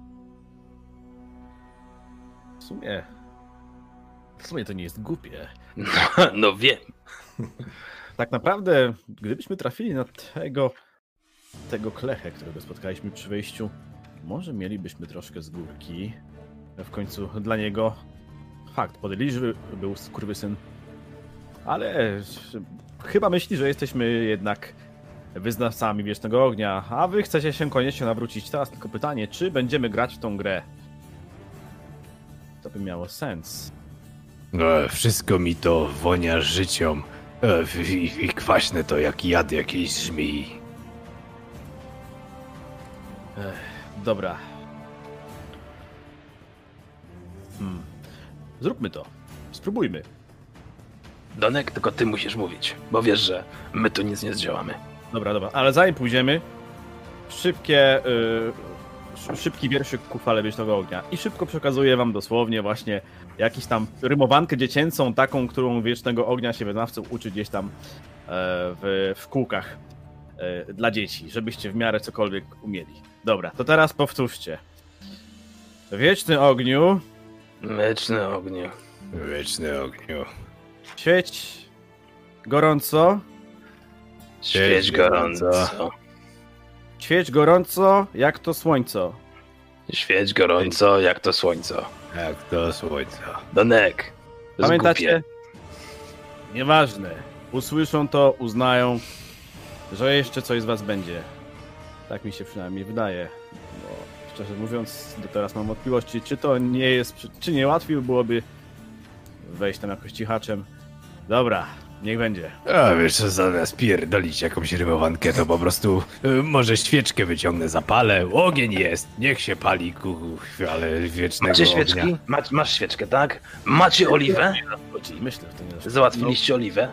W sumie to nie jest głupie. No wiem. Tak naprawdę, gdybyśmy trafili na tego klechę, którego spotkaliśmy przy wejściu, może mielibyśmy troszkę z górki. W końcu dla niego fakt, podejrzewam, że był skurwysyn, ale chyba myśli, że jesteśmy jednak wyznawcami Wiecznego Ognia, a wy chcecie się koniecznie nawrócić. Teraz tylko pytanie, czy będziemy grać w tą grę? To by miało sens. Wszystko mi to wonia życiom. I kwaśne to jak jad jakiejś żmii. Dobra. Zróbmy to. Spróbujmy. Donek, tylko ty musisz mówić, bo wiesz, że my tu nic nie zdziałamy. Dobra, ale zanim pójdziemy, szybki wierszyk ku chwale Wiecznego Ognia. I szybko przekazuję wam dosłownie właśnie jakiś tam rymowankę dziecięcą, taką, którą Wiecznego Ognia się wyznawców uczy gdzieś tam w kółkach dla dzieci, żebyście w miarę cokolwiek umieli. Dobra, to teraz powtórzcie. Wieczny Ogniu. Wieczny ogniu. Wieczny ogniu. Świeć gorąco. Świeć gorąco. Świeć gorąco jak to słońce. Świeć gorąco jak to słońce. Jak to słońce. Donek. Pamiętacie? Nieważne. Usłyszą to, uznają, że jeszcze coś z was będzie. Tak mi się przynajmniej wydaje. Bo szczerze mówiąc, do teraz mam wątpliwości, czy to nie jest, czy nie łatwiej byłoby wejść tam jakoś cichaczem. Dobra, niech będzie. A wiesz, zamiast pierdolić jakąś rymowankę, to po prostu może świeczkę wyciągnę, zapalę, ogień jest, niech się pali ale wiecznego Macie ognia. świeczki? Masz świeczkę, tak? Macie oliwę? Myślę, że to nie Załatwiliście oliwę?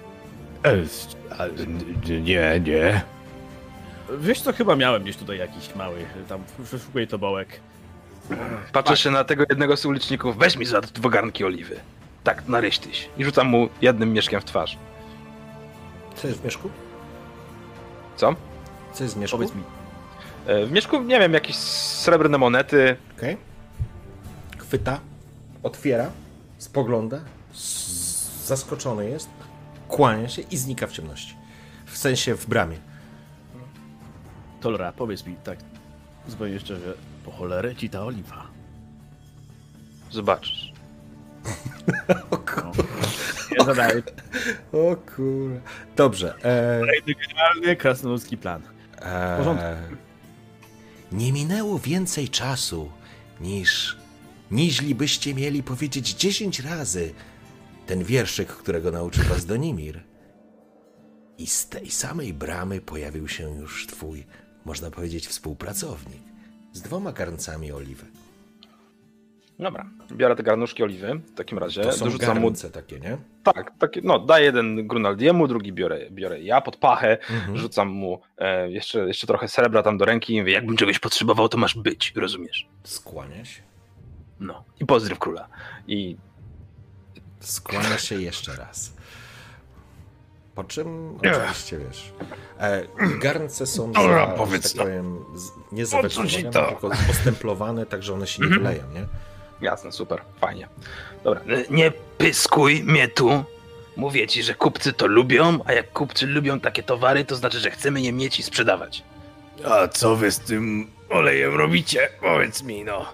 Nie. Wiesz co, chyba miałem gdzieś tutaj jakiś mały, tam przeszukuję tobołek. Patrzę się na tego jednego z uliczników, weź mi za 2 garnki oliwy. Tak, na ryśtyś. I rzucam mu jednym mieszkiem w twarz. Co jest w mieszku? Co? Co jest w mieszku? Powiedz mi. W mieszku, nie wiem, jakieś srebrne monety. Okej. Chwyta, otwiera, spogląda, zaskoczony jest, kłania się i znika w ciemności. W sensie w bramie. Tolra, powiedz mi tak zupełnie szczerze, po cholerę ci ta oliwa. Zobaczysz. O kurwa. Nie zadaję. O kurwa. Dobrze. Generalny krasnoludzki plan. W porządku. Nie minęło więcej czasu, niźli byście mieli powiedzieć 10 razy ten wierszyk, którego nauczył was Donimir. I z tej samej bramy pojawił się już twój, można powiedzieć, współpracownik. Z 2 garncami oliwy. Dobra, biorę te garnuszki oliwy w takim razie. To są dorzucam mu... garnce takie, nie? Tak, takie, no daję jeden Grunaldiemu, drugi biorę ja pod pachę, rzucam mu jeszcze trochę srebra tam do ręki i mówię, jakbym czegoś potrzebował, to masz być, rozumiesz? Skłania się. No, i pozdrów króla. I Skłania się jeszcze raz. Po czym oczywiście wiesz. Garnce są powiedz tak powiem, nie zawetowane, tylko ostemplowane, tak że one się nie wyleją, nie? jasne, super, fajnie. Dobra, nie pyskuj mnie tu. Mówię ci, że kupcy to lubią, a jak kupcy lubią takie towary, to znaczy, że chcemy je mieć i sprzedawać. A co wy z tym olejem robicie? Powiedz mi, no.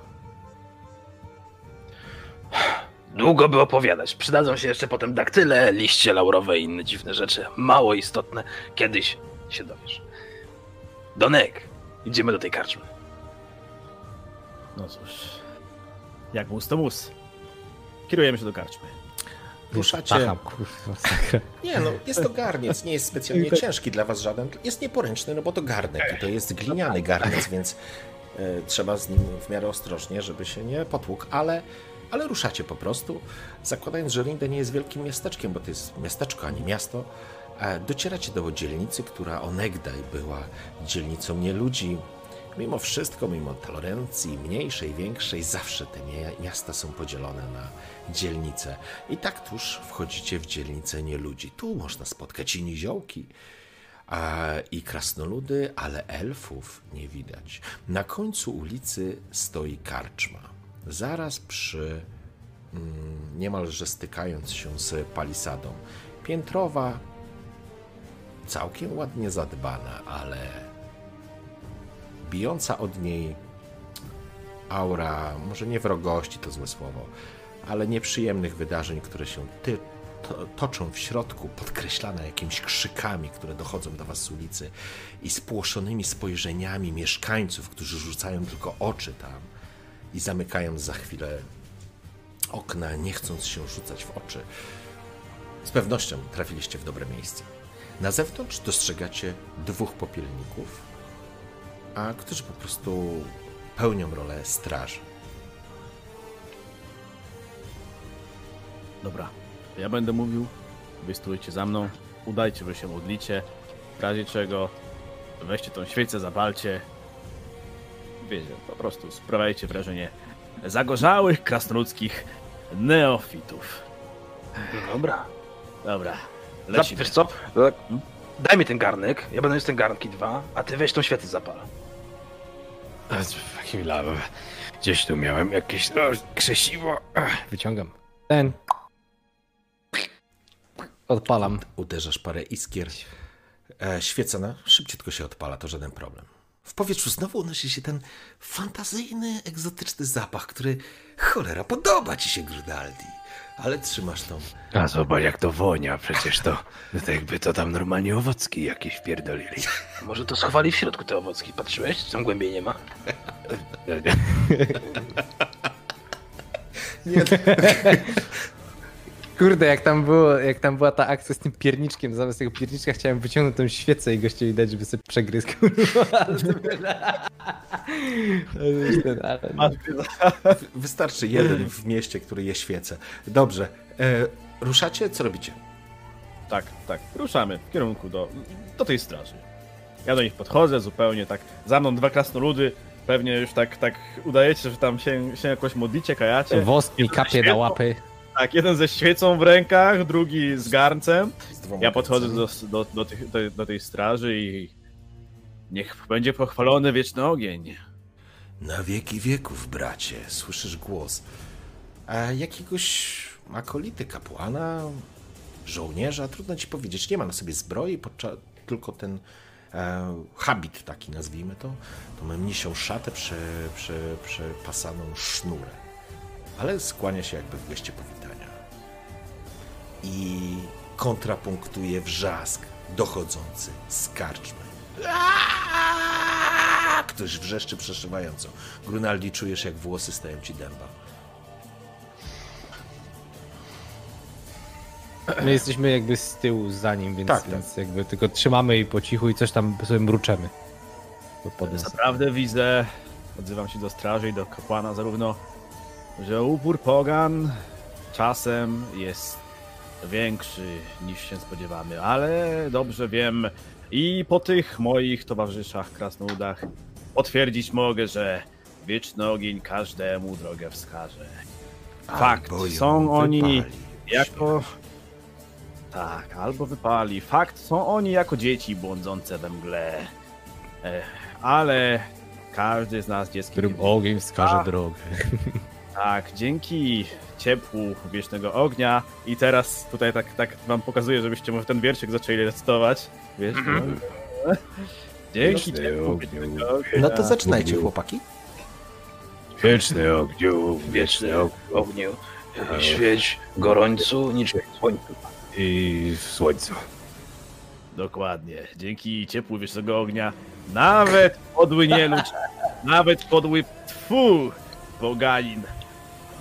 Długo by opowiadać. Przydadzą się jeszcze potem daktyle, liście laurowe i inne dziwne rzeczy. Mało istotne. Kiedyś się dowiesz. Donek, idziemy do tej karczmy. No cóż, jak mus to mus. Kierujemy się do karczmy. ruszacie. Aha, kurwa, sakra. Nie no, jest to garniec, nie jest specjalnie ciężki dla was żaden. Jest nieporęczny, no bo to garnek i to jest gliniany garniec, więc trzeba z nim w miarę ostrożnie, żeby się nie potłukł, ale ruszacie po prostu, zakładając, że Rinde nie jest wielkim miasteczkiem, bo to jest miasteczko, a nie miasto. Docieracie do dzielnicy, która onegdaj była dzielnicą nieludzi. Mimo wszystko, mimo tolerancji mniejszej, większej, zawsze te miasta są podzielone na dzielnice. I tak tuż wchodzicie w dzielnicę nieludzi. Tu można spotkać i niziołki, i krasnoludy, ale elfów nie widać. Na końcu ulicy stoi karczma. Zaraz przy, niemalże stykając się z palisadą. Piętrowa, całkiem ładnie zadbana, ale bijąca od niej aura, może nie wrogości, to złe słowo, ale nieprzyjemnych wydarzeń, które się toczą w środku, podkreślane jakimiś krzykami, które dochodzą do was z ulicy i spłoszonymi spojrzeniami mieszkańców, którzy rzucają tylko oczy tam i zamykają za chwilę okna, nie chcąc się rzucać w oczy. Z pewnością trafiliście w dobre miejsce. Na zewnątrz dostrzegacie 2 popielników, którzy po prostu pełnią rolę straży. Dobra, ja będę mówił, wy stójcie za mną, udajcie, że się modlicie, w razie czego weźcie tą świecę, zapalcie. Wiecie, po prostu sprawiajcie wrażenie zagorzałych, krasnoludzkich neofitów. Dobra. Dobra, lecimy. Wiesz co? Daj mi ten garnek, ja będę mieć ten garnki 2, a ty weź tą świecę zapal. Chwila, gdzieś tu miałem jakieś krzesiwo. Wyciągam. Ten. Odpalam. Uderzasz parę iskier. Świecona szybciutko się odpala, to żaden problem. W powietrzu znowu unosi się ten fantazyjny, egzotyczny zapach, który, cholera, podoba ci się, Grudaldi. Ale trzymasz tą... A zobacz jak to wonia, przecież to jakby to tam normalnie owocki jakieś wpierdolili. Może to schowali w środku te owocki, patrzyłeś? Czy tam głębiej nie ma? Nie, Kurde, jak tam była ta akcja z tym pierniczkiem, zamiast tego pierniczka chciałem wyciągnąć tą świecę i gościowi dać, żeby sobie przegryzł, kurwa. Wystarczy jeden w mieście, który je świecę. Dobrze. Ruszacie? Co robicie? Tak, ruszamy w kierunku do tej straży. Ja do nich podchodzę zupełnie tak, za mną 2 krasnoludy, pewnie już tak udajecie, że tam się jakoś modlicie, kajacie. Wosk mi kapie na łapy. Tak, jeden ze świecą w rękach, drugi z garncem. Ja podchodzę do tej straży i niech będzie pochwalony wieczny ogień. Na wieki wieków, bracie. Słyszysz głos. Jakiegoś akolity, kapłana, żołnierza, trudno ci powiedzieć. Nie ma na sobie zbroi, tylko ten habit taki, nazwijmy to. To ma mnisią szatę przepasaną sznurem. Ale skłania się jakby w geście powitania. I kontrapunktuje wrzask dochodzący z karczmy. Ktoś wrzeszczy przeszywająco. Grunaldi, czujesz, jak włosy stają ci dęba. My jesteśmy jakby z tyłu za nim, więc, tak. więc jakby tylko trzymamy i po cichu i coś tam sobie mruczemy. Naprawdę widzę, odzywam się do straży i do kapłana zarówno, że upór pogan czasem jest większy niż się spodziewamy, ale dobrze wiem i po tych moich towarzyszach krasnoludach potwierdzić mogę, że wieczny ogień każdemu drogę wskaże. Fakt, są oni jako... Tak, albo wypali. Fakt, są oni jako dzieci błądzące we mgle. Ale każdy z nas dzieckiem... Którym ogień wskaże drogę. Tak, dzięki ciepłu wiecznego ognia i teraz tutaj tak wam pokazuję, żebyście może ten wierszyk zaczęli recytować. Wiesz? Dzięki ciepłu wiecznego ognia. No to zaczynajcie, chłopaki. Wieczny ogniu, wieczny Ogniu, świeć gorącu niż słońcu. i w słońcu. Dokładnie. Dzięki ciepłu wiecznego ognia nawet podły nieludź, nawet podły poganin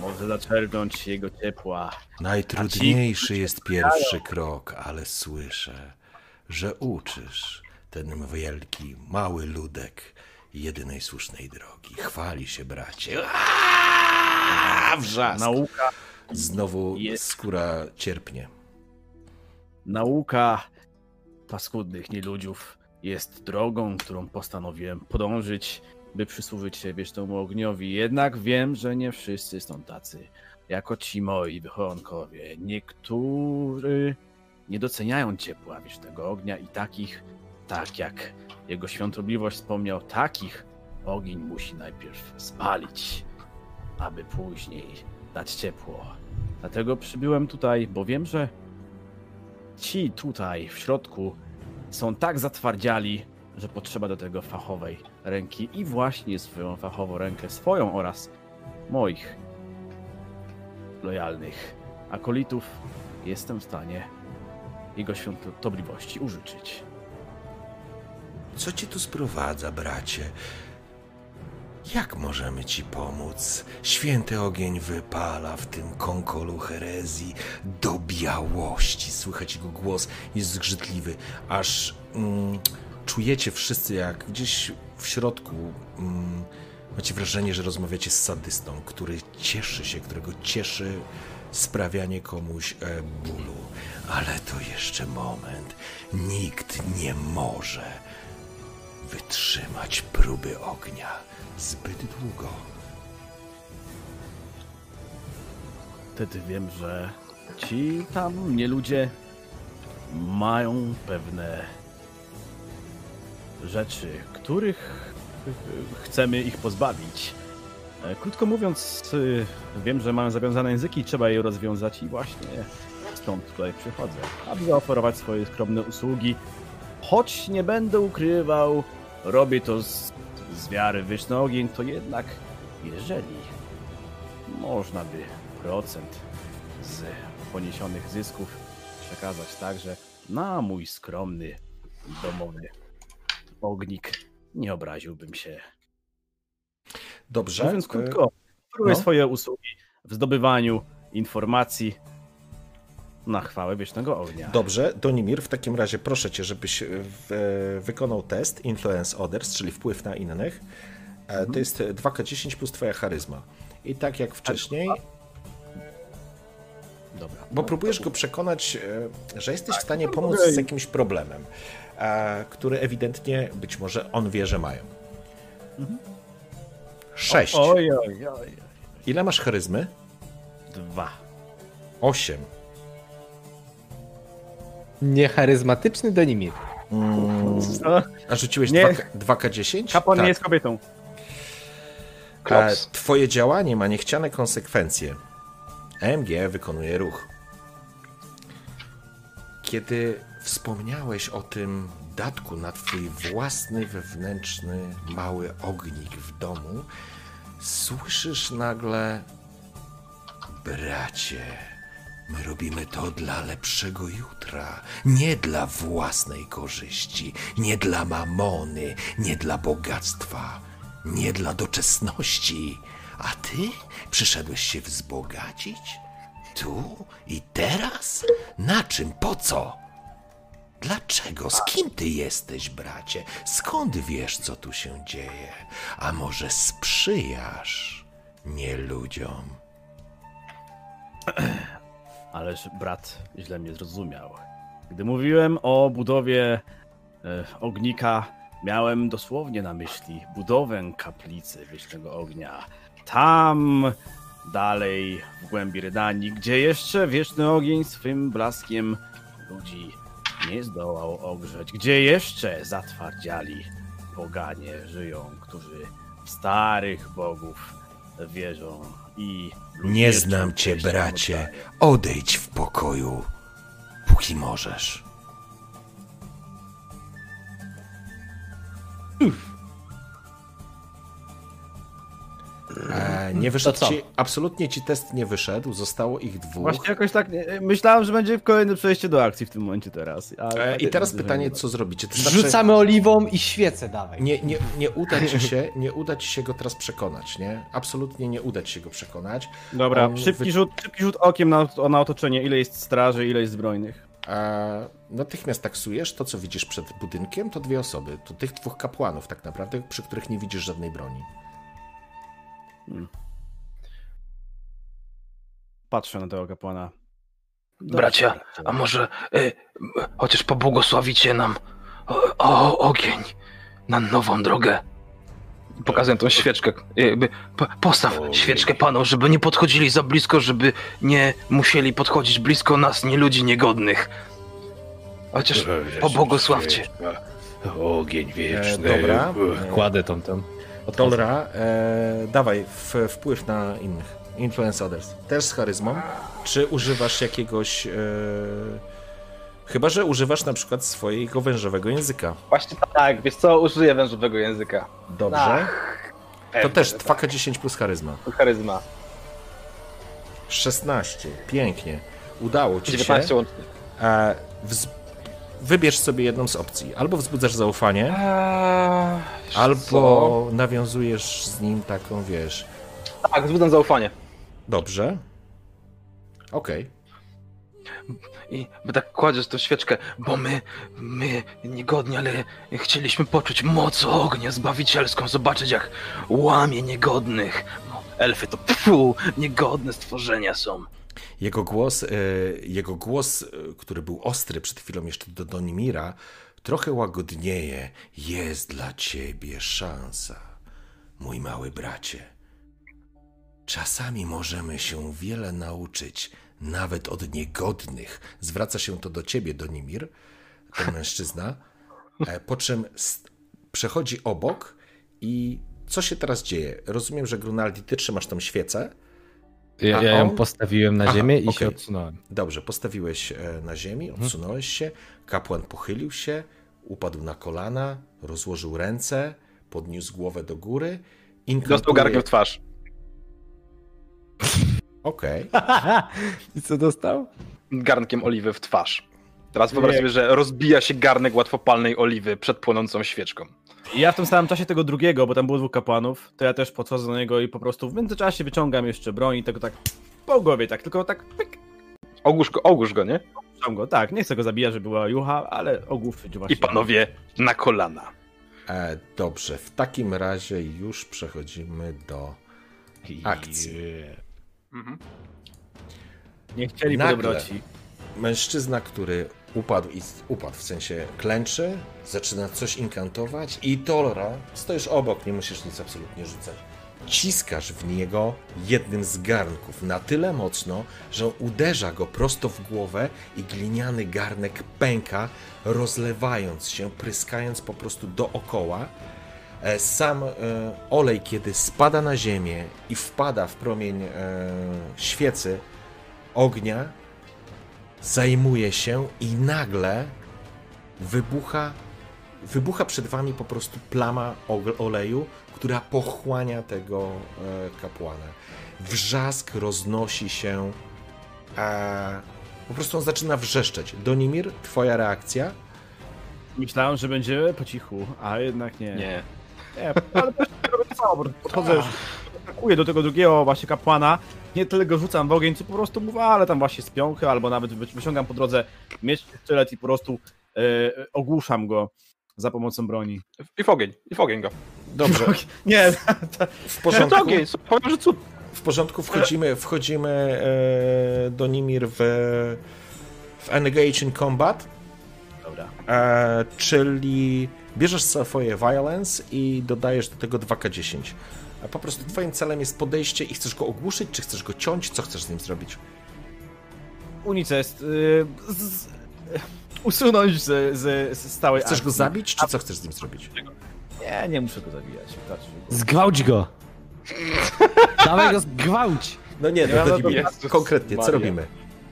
może zaczerpnąć jego ciepła. Najtrudniejszy jest pierwszy krok, ale słyszę, że uczysz ten wielki, mały ludek jedynej słusznej drogi. Chwali się, bracie. Wrzask. Nauka Znowu skóra cierpnie. Nauka paskudnych nieludziów jest drogą, którą postanowiłem podążyć, by przysłużyć się wiecznemu ogniowi. Jednak wiem, że nie wszyscy są tacy. Jako ci moi wychowunkowie, niektórzy nie doceniają ciepła wiecznego ognia i takich, tak jak jego świątobliwość wspomniał, takich ogień musi najpierw spalić, aby później dać ciepło. Dlatego przybyłem tutaj, bo wiem, że ci tutaj w środku są tak zatwardziali, że potrzeba do tego fachowej ręki i właśnie swoją fachową rękę, swoją oraz moich lojalnych akolitów jestem w stanie jego świątobliwości użyczyć. Co cię tu sprowadza, bracie? Jak możemy ci pomóc? Święty ogień wypala w tym konkolu herezji do białości. Słychać jego głos, jest zgrzytliwy, aż czujecie wszyscy, jak gdzieś w środku macie wrażenie, że rozmawiacie z sadystą, który cieszy się, którego cieszy sprawianie komuś bólu. Ale to jeszcze moment. Nikt nie może wytrzymać próby ognia zbyt długo. Wtedy wiem, że ci tam nieludzie mają pewne rzeczy, których chcemy ich pozbawić. Krótko mówiąc, wiem, że mają zawiązane języki i trzeba je rozwiązać i właśnie stąd tutaj przychodzę, aby zaoferować swoje skromne usługi. Choć nie będę ukrywał, robię to z wiary w wieczny ogień, to jednak jeżeli można by procent z poniesionych zysków przekazać także na mój skromny, domowy ognik, nie obraziłbym się. Dobrze. Mówiąc krótko, próbuję swoje usługi w zdobywaniu informacji na chwałę wiecznego ognia. Dobrze, Donimir, w takim razie proszę cię, żebyś wykonał test Influence Others, czyli wpływ na innych. To jest 2K10 plus twoja charyzma. I tak jak wcześniej... Dobra. Bo próbujesz go przekonać, że jesteś w stanie pomóc z jakimś problemem, który ewidentnie, być może on wie, że mają. 6. Oj. Ile masz charyzmy? 2. 8. Niecharyzmatyczny Donimir. A rzuciłeś Nie. 2K10? Kapłan Tak. nie jest kobietą. Twoje działanie ma niechciane konsekwencje. EMG wykonuje ruch. Kiedy wspomniałeś o tym datku na twój własny wewnętrzny mały ognik w domu, słyszysz nagle: bracie, my robimy to dla lepszego jutra, nie dla własnej korzyści, nie dla mamony, nie dla bogactwa, nie dla doczesności. A ty przyszedłeś się wzbogacić? Tu i teraz? Na czym? Po co? Dlaczego? Z kim ty jesteś, bracie? Skąd wiesz, co tu się dzieje? A może sprzyjasz nieludziom? Ależ brat źle mnie zrozumiał. Gdy mówiłem o budowie ognika, miałem dosłownie na myśli budowę kaplicy wiecznego ognia. Tam dalej w głębi Redanii, gdzie jeszcze wieczny ogień swym blaskiem ludzi nie zdołał ogrzeć, gdzie jeszcze zatwardziali poganie żyją, którzy w starych bogów wierzą i Nie znam cię, bracie. Odejdź w pokoju, póki możesz. Nie wyszedł To co? ci, absolutnie ci test nie wyszedł, zostało ich 2. Właśnie jakoś tak, myślałem, że będzie kolejne przejście do akcji w tym momencie teraz. I teraz pytanie, co zrobicie? To znaczy, Rzucamy oliwą i świecę dawaj. nie uda ci się go teraz przekonać, nie? Absolutnie nie uda ci się go przekonać. Dobra, On szybki rzut okiem na otoczenie, ile jest straży, ile jest zbrojnych. Natychmiast taksujesz to, co widzisz przed budynkiem, to 2 osoby. To tych 2 kapłanów tak naprawdę, przy których nie widzisz żadnej broni. Patrzę na tego kapłana. Bracia, a może chociaż pobłogosławicie nam ogień na nową drogę. Pokazuję tą świeczkę. Postaw świeczkę panom, żeby nie podchodzili za blisko, żeby nie musieli podchodzić blisko nas, nie ludzi niegodnych. Chociaż pobłogosławcie. Ogień wieczny. Dobra. Kładę tą tam. Tolra, dawaj wpływ na innych. Influence others. Też z charyzmą. Czy używasz jakiegoś... Chyba, że używasz na przykład swojego wężowego języka. Właśnie tak, wiesz co, użyję wężowego języka. Dobrze. To też 2K10 plus charyzma. Charyzma. 16. Pięknie. Udało ci 19 się. łącznie. Wybierz sobie jedną z opcji. Albo wzbudzasz zaufanie, albo nawiązujesz z nim taką, wiesz... Tak, wzbudzam zaufanie. Dobrze. Okej. I tak kładziesz tą świeczkę, bo my niegodni, ale chcieliśmy poczuć moc ognia zbawicielską, zobaczyć jak łamie niegodnych. Elfy to niegodne stworzenia są. Jego głos, który był ostry przed chwilą jeszcze do Donimira, trochę łagodnieje. Jest dla ciebie szansa, mój mały bracie. Czasami możemy się wiele nauczyć, nawet od niegodnych. Zwraca się to do ciebie, Donimir, ten mężczyzna. Po czym przechodzi obok i co się teraz dzieje? Rozumiem, że Grunaldi, ty trzymasz tą świecę. Ja ją postawiłem na ziemię i się odsunąłem. Dobrze, postawiłeś na ziemi, odsunąłeś się, kapłan pochylił się, upadł na kolana, rozłożył ręce, podniósł głowę do góry. Dostał garnkiem w twarz. Okej. I co dostał? Garnkiem oliwy w twarz. Teraz wyobraź sobie, że rozbija się garnek łatwopalnej oliwy przed płonącą świeczką. I ja w tym samym czasie tego drugiego, bo tam było 2 kapłanów, to ja też podchodzę do niego i po prostu w międzyczasie wyciągam jeszcze broń i tego tak po głowie, tak, tylko tak pyk. Ogłusz go, nie? Ogłuszam go, tak, nie chcę go zabijać, żeby była jucha, ale ogłuszyć właśnie. I panowie na kolana. Dobrze, w takim razie już przechodzimy do akcji. Nie chcieli po Nagle dobroci. mężczyzna, który upadł, w sensie klęczy, zaczyna coś inkantować i Tolra, stoisz obok, nie musisz nic absolutnie rzucać. Ciskasz w niego jednym z garnków na tyle mocno, że uderza go prosto w głowę i gliniany garnek pęka, rozlewając się, pryskając po prostu dookoła. Sam olej, kiedy spada na ziemię i wpada w promień świecy ognia, zajmuje się i nagle wybucha przed wami po prostu plama oleju, która pochłania tego kapłana. Wrzask roznosi się, po prostu on zaczyna wrzeszczeć. Donimir, twoja reakcja? Myślałem, że będzie po cichu, a jednak nie. Nie. Nie, ale też robię to samo, podchodzę już, atakuję do tego drugiego właśnie kapłana, nie tyle go rzucam w ogień, co po prostu mówię, ale tam właśnie z piąchy, albo nawet wyciągam po drodze miecz, sztylet i po prostu ogłuszam go za pomocą broni. I w ogień go. Dobrze. Nie, W porządku. To ogień, powiem, że cud. W porządku, wchodzimy Donimir w Engage in Combat. Dobra. Czyli bierzesz swoje Violence i dodajesz do tego 2K10. Po prostu twoim celem jest podejście i chcesz go ogłuszyć, czy chcesz go ciąć? Co chcesz z nim zrobić? Unicest. Usunąć z stałej Chcesz akcji. go zabić, czy co chcesz z nim zrobić? Nie muszę go zabijać. Wystarczy go. Zgwałć go! Dawaj go zgwałć! No nie, no to nie Jezus konkretnie, co Maria. robimy?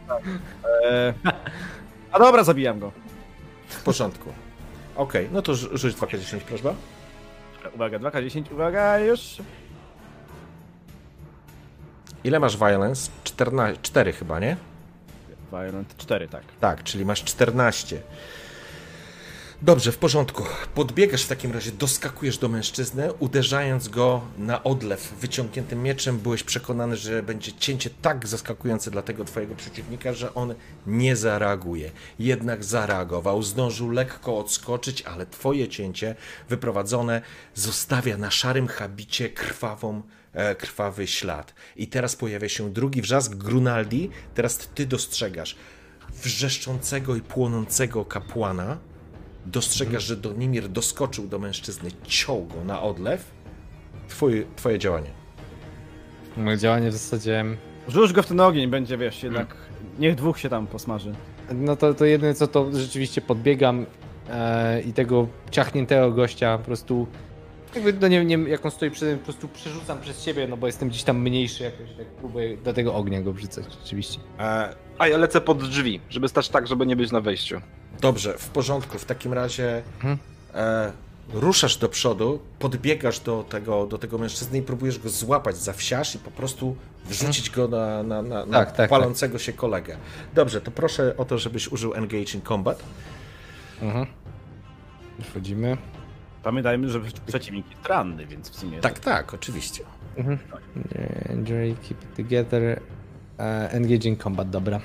A dobra, zabijam go. W porządku. Okej, no to rzuć 2K10, proszę. Uwaga, 2K10, uwaga, już. Ile masz violence? 4 chyba, nie? Violent 4, tak. Tak, czyli masz 14. Dobrze, w porządku. Podbiegasz w takim razie, doskakujesz do mężczyzny, uderzając go na odlew wyciągniętym mieczem. Byłeś przekonany, że będzie cięcie tak zaskakujące dla tego twojego przeciwnika, że on nie zareaguje. Jednak zareagował, zdążył lekko odskoczyć, ale twoje cięcie wyprowadzone zostawia na szarym habicie krwawy ślad. I teraz pojawia się drugi wrzask Grunaldi. Teraz ty dostrzegasz wrzeszczącego i płonącego kapłana. Dostrzegasz, że Donimir doskoczył do mężczyzny, ciął go na odlew. Twoje działanie. Moje działanie w zasadzie... Rzuć go w ten ogień, będzie, wiesz, jednak niech dwóch się tam posmaży. No to jedyne co, to rzeczywiście podbiegam i tego ciachniętego gościa po prostu... Jakby, no nie wiem, jak on stoi przed tym, po prostu przerzucam przez siebie, no bo jestem gdzieś tam mniejszy jakoś, tak próbuję do tego ognia go wrzucać, rzeczywiście. A ja lecę pod drzwi, żeby stać tak, żeby nie być na wejściu. Dobrze, w porządku. W takim razie ruszasz do przodu, podbiegasz do tego mężczyzny i próbujesz go złapać za wsiarz i po prostu wrzucić go na palącego się kolegę. Dobrze, to proszę o to, żebyś użył Engage in Combat. Wchodzimy. Pamiętajmy, że przeciwnik jest ranny, więc w sumie... Tak, oczywiście. Injury, keep it together. Engaging combat, dobra.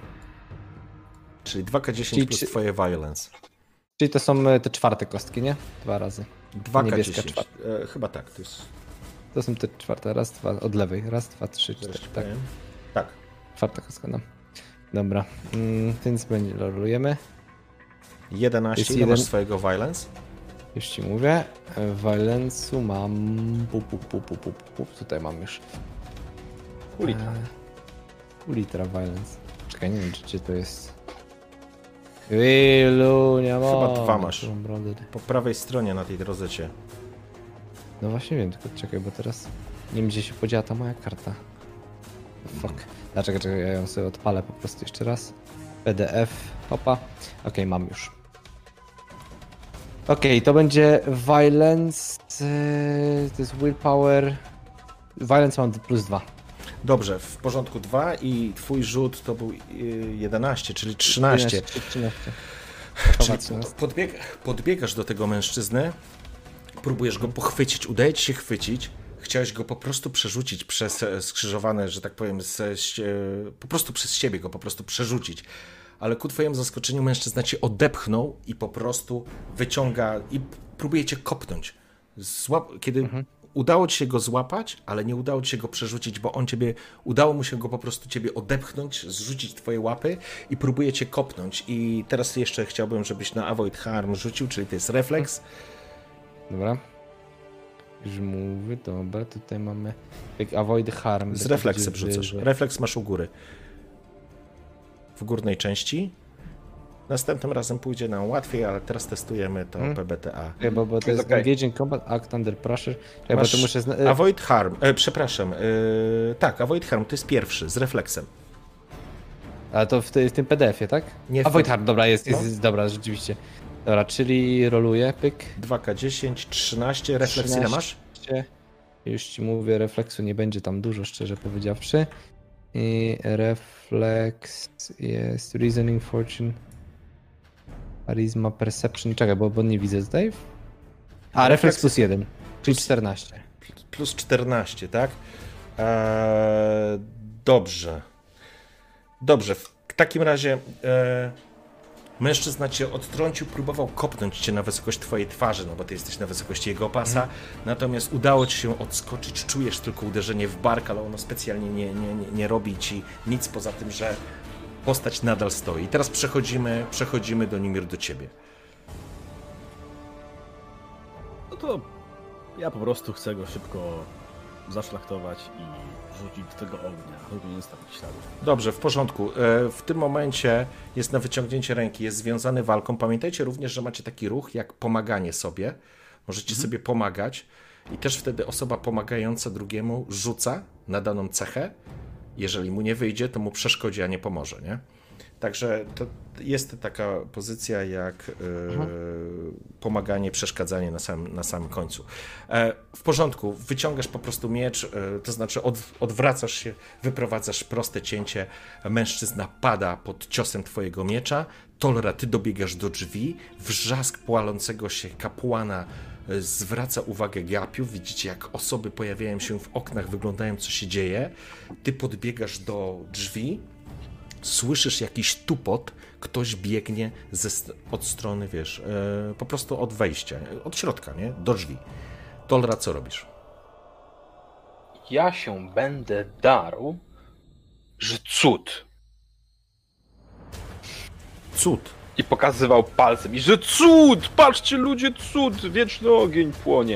Czyli 2K10 plus twoje violence. Czyli to są te czwarte kostki, nie? 2 razy. 2K10. Chyba tak. To są te czwarte. Raz, dwa, od lewej. Raz, dwa, trzy, cztery. Tak. Tak. Czwarta kostka, no. Dobra. Więc rolujemy. 11. Ile masz swojego violence? Już ci mówię. Violence'u mam... Tutaj mam już. Pół litra violence. Czekaj, nie wiem, czy to jest... Ilunia, chyba 2 masz. Po prawej stronie na tej rozecie. No właśnie wiem, tylko czekaj, bo teraz nie wiem, gdzie się podziała ta moja karta. Fuck. Dlaczego ja ją sobie odpalę po prostu jeszcze raz. PDF, hopa. Okej, mam już. Okej, to będzie violence, to jest willpower. Violence mam plus 2. Dobrze, w porządku 2 i twój rzut to był 11, czyli 13. 13. Czyli podbiegasz do tego mężczyzny, próbujesz go pochwycić, udaje ci się chwycić, chciałeś go po prostu przerzucić przez skrzyżowane, że tak powiem, po prostu przez siebie go po prostu przerzucić. Ale ku twojemu zaskoczeniu mężczyzna cię odepchnął i po prostu wyciąga i próbuje cię kopnąć. Kiedy udało ci się go złapać, ale nie udało ci się go przerzucić, bo udało mu się go po prostu ciebie odepchnąć, zrzucić twoje łapy i próbuje cię kopnąć. I teraz jeszcze chciałbym, żebyś na Avoid Harm rzucił, czyli to jest refleks. Dobra. Już mówię, dobra, tutaj mamy Avoid Harm. Z refleksem rzucasz. Refleks masz u góry. W górnej części. Następnym razem pójdzie nam łatwiej, ale teraz testujemy to PBTA. Bo to jest Engaging Combat, Act Under Pressure. Bo to muszę Avoid Harm, przepraszam. Tak, Avoid Harm to jest pierwszy, z refleksem. A to w tym PDF-ie, tak? Nie. Avoid Harm, dobra, jest dobra, rzeczywiście. Dobra, czyli roluję, pyk. 2K10, 13, refleks ile masz? Już ci mówię, refleksu nie będzie tam dużo, szczerze powiedziawszy. I refleks jest Reasoning, Fortune, Charisma, Perception. Czekaj, bo nie widzę tutaj. Refleks plus 1, czyli 14. Plus 14, tak? Dobrze. Dobrze, w takim razie mężczyzna cię odtrącił, próbował kopnąć cię na wysokość twojej twarzy, no bo ty jesteś na wysokości jego pasa, natomiast udało ci się odskoczyć, czujesz tylko uderzenie w bark, ale ono specjalnie nie robi ci nic poza tym, że postać nadal stoi. I teraz przechodzimy Donimir do ciebie. No to ja po prostu chcę go szybko zaszlachtować i rzucić do tego ognia, żeby nie zostawić śladów. Dobrze, w porządku. W tym momencie jest na wyciągnięcie ręki, jest związany walką. Pamiętajcie również, że macie taki ruch jak pomaganie sobie. Możecie sobie pomagać i też wtedy osoba pomagająca drugiemu rzuca na daną cechę. Jeżeli mu nie wyjdzie, to mu przeszkodzi, a nie pomoże, nie? Także to jest taka pozycja jak pomaganie, przeszkadzanie na samym końcu. W porządku, wyciągasz po prostu miecz, to znaczy odwracasz się, wyprowadzasz proste cięcie, mężczyzna pada pod ciosem twojego miecza, Tolra, ty dobiegasz do drzwi, wrzask palącego się kapłana zwraca uwagę gapiów, widzicie jak osoby pojawiają się w oknach, wyglądają co się dzieje, ty podbiegasz do drzwi, słyszysz jakiś tupot, ktoś biegnie od strony, wiesz, po prostu od wejścia, od środka, nie? Do drzwi. Tolra, co robisz? Ja się będę darł, że cud. Cud. I pokazywał palcem. I że cud! Patrzcie ludzie, cud! Wieczny ogień płonie.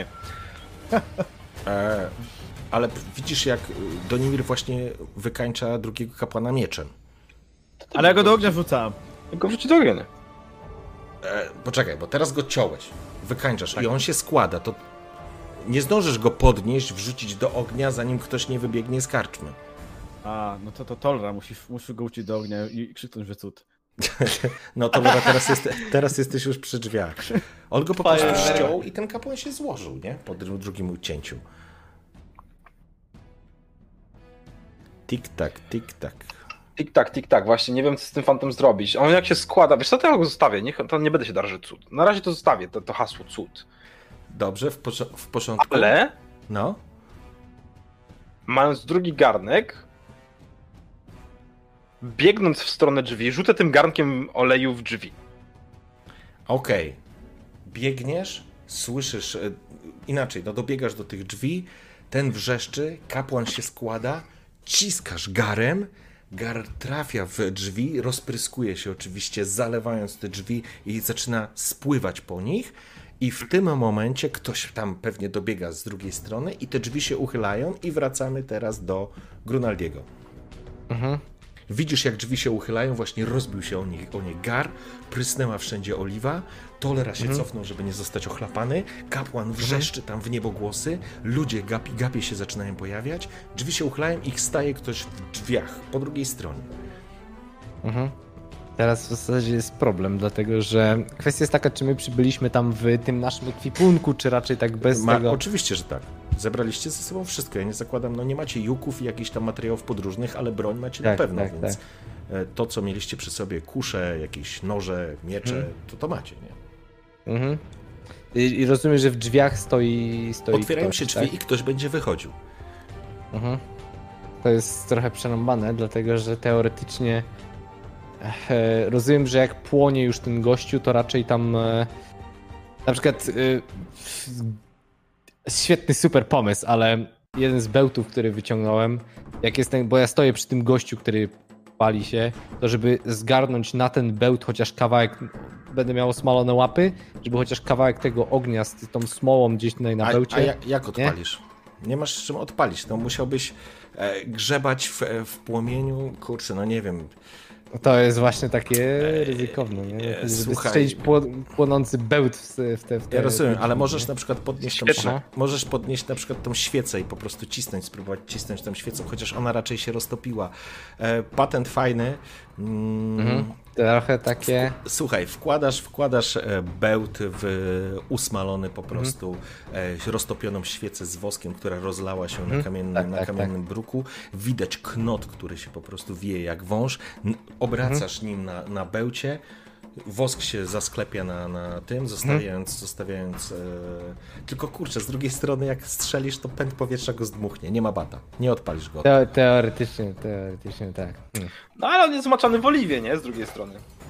Ale widzisz jak Donimir właśnie wykańcza drugiego kapłana mieczem. Ale ja go do ognia wrzucam. Jak go wrzuci do ognia. Poczekaj, bo teraz go ciąłeś, wykańczasz i on się składa, to nie zdążysz go podnieść, wrzucić do ognia, zanim ktoś nie wybiegnie z karczmy. A, no to Tolra musi go ucić do ognia i krzyknąć, że cud. No to chyba teraz jesteś już przy drzwiach. On go po prostu ściął i ten kapłan się złożył, nie? Po drugim ucięciu. Tik-tak, tik-tak. Tik-tak, tik-tak. Właśnie nie wiem, co z tym fantem zrobić. On jak się składa, wiesz co, to ja go zostawię. To nie będę się darzył cud. Na razie to zostawię, to hasło cud. Dobrze, w porządku. Ale No. mając drugi garnek, biegnąc w stronę drzwi, rzucę tym garnkiem oleju w drzwi. Okej. Biegniesz, słyszysz, inaczej, no dobiegasz do tych drzwi, ten wrzeszczy, kapłan się składa, ciskasz garem, gar trafia w drzwi, rozpryskuje się oczywiście, zalewając te drzwi i zaczyna spływać po nich. I w tym momencie ktoś tam pewnie dobiega z drugiej strony i te drzwi się uchylają i wracamy teraz do Grunaldiego. Widzisz, jak drzwi się uchylają, właśnie rozbił się o nie gar, prysnęła wszędzie oliwa, Tolera się cofnął, żeby nie zostać ochlapany, kapłan wrzeszczy tam w niebogłosy, ludzie gapie się zaczynają pojawiać, drzwi się uchylają i staje ktoś w drzwiach po drugiej stronie. Teraz w zasadzie jest problem, dlatego że kwestia jest taka, czy my przybyliśmy tam w tym naszym ekwipunku, czy raczej tak bez tego... Oczywiście, że tak. Zebraliście ze sobą wszystko. Ja nie zakładam, no nie macie juków i jakichś tam materiałów podróżnych, ale broń macie na pewno, więc to, co mieliście przy sobie, kusze, jakieś noże, miecze, to macie, nie? I rozumiem, że w drzwiach stoi Otwierają ktoś, się drzwi i ktoś będzie wychodził. To jest trochę przerąbane, dlatego że teoretycznie rozumiem, że jak płonie już ten gościu, to raczej tam na przykład świetny, super pomysł, ale jeden z bełtów, który wyciągnąłem, jak jest ten, bo ja stoję przy tym gościu, który pali się, to żeby zgarnąć na ten bełt chociaż kawałek, będę miał smalone łapy, żeby chociaż kawałek tego ognia z tą smołą gdzieś tutaj na bełcie. A jak odpalisz? Nie masz czym odpalić, no musiałbyś grzebać w płomieniu, kurczę, no nie wiem. To jest właśnie takie ryzykowne, nie? Żeby strzelić płonący bełt w te... Ja rozumiem, ale możesz na przykład podnieść na przykład tą świecę i po prostu spróbować cisnąć tą świecą, chociaż ona raczej się roztopiła. Patent fajny. Trochę takie... Słuchaj, wkładasz bełt w usmalony po prostu roztopioną świecę z woskiem, która rozlała się na kamiennym bruku. Widać knot, który się po prostu wieje jak wąż. Obracasz nim na bełcie. Wosk się zasklepia na tym, zostawiając tylko kurczę, z drugiej strony jak strzelisz, to pęd powietrza go zdmuchnie. Nie ma bata. Nie odpalisz go. Teoretycznie tak. No ale on jest zmaczany w oliwie, nie? Z drugiej strony.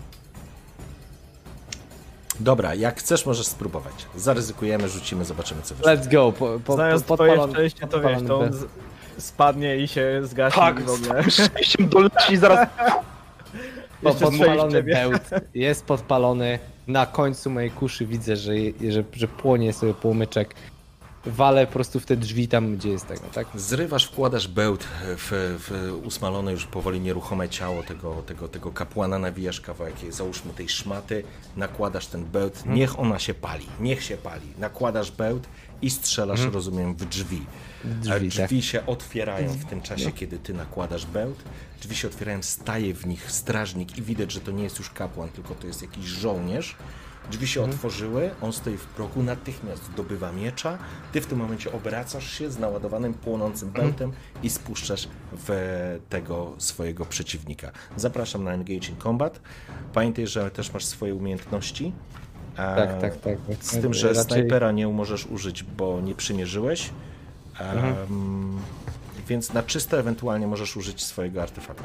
Dobra, jak chcesz, możesz spróbować. Zaryzykujemy, rzucimy, zobaczymy co wyjdzie. Let's go. Znając twoje szczęście, to wiesz, to on spadnie i się zgasi Tak, w ogóle. z szczęściem doleci zaraz... Podpalony bełt jest podpalony. Na końcu mojej kuszy widzę, że płonie sobie płomyczek. walę po prostu w te drzwi tam, gdzie jest tego, tak? Zrywasz, wkładasz bełt w usmalone już powoli nieruchome ciało tego kapłana, nawijasz kawałek, załóżmy tej szmaty, nakładasz ten bełt, niech ona się pali, niech się pali. Nakładasz bełt i strzelasz, rozumiem, w drzwi. Drzwi się otwierają w tym czasie, kiedy ty nakładasz bełt. Drzwi się otwierają, staje w nich strażnik i widać, że to nie jest już kapłan, tylko to jest jakiś żołnierz. Drzwi się otworzyły, on stoi w progu, natychmiast zdobywa miecza. Ty w tym momencie obracasz się z naładowanym, płonącym bełtem i spuszczasz w tego swojego przeciwnika. Zapraszam na Engage in Combat. Pamiętaj, że też masz swoje umiejętności. Tak. Z tym, że snajpera nie możesz użyć, bo nie przymierzyłeś. Więc na czysto ewentualnie możesz użyć swojego artefaktu.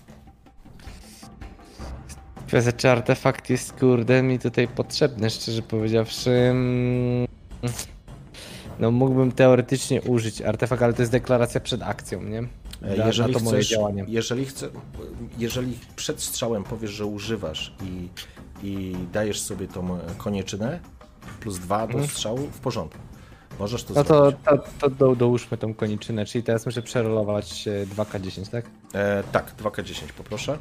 Kwestia, czy artefakt jest, kurde, mi tutaj potrzebny, szczerze powiedziawszy. No mógłbym teoretycznie użyć artefakt, ale to jest deklaracja przed akcją, nie? Jeżeli to moje działanie. Jeżeli przed strzałem powiesz, że używasz i dajesz sobie tą konieczynę, +2 do strzału, w porządku. Możesz to zrobić. To dołóżmy tą koniczynę, czyli teraz muszę przerolować 2K10, tak? Tak, 2K10 poproszę.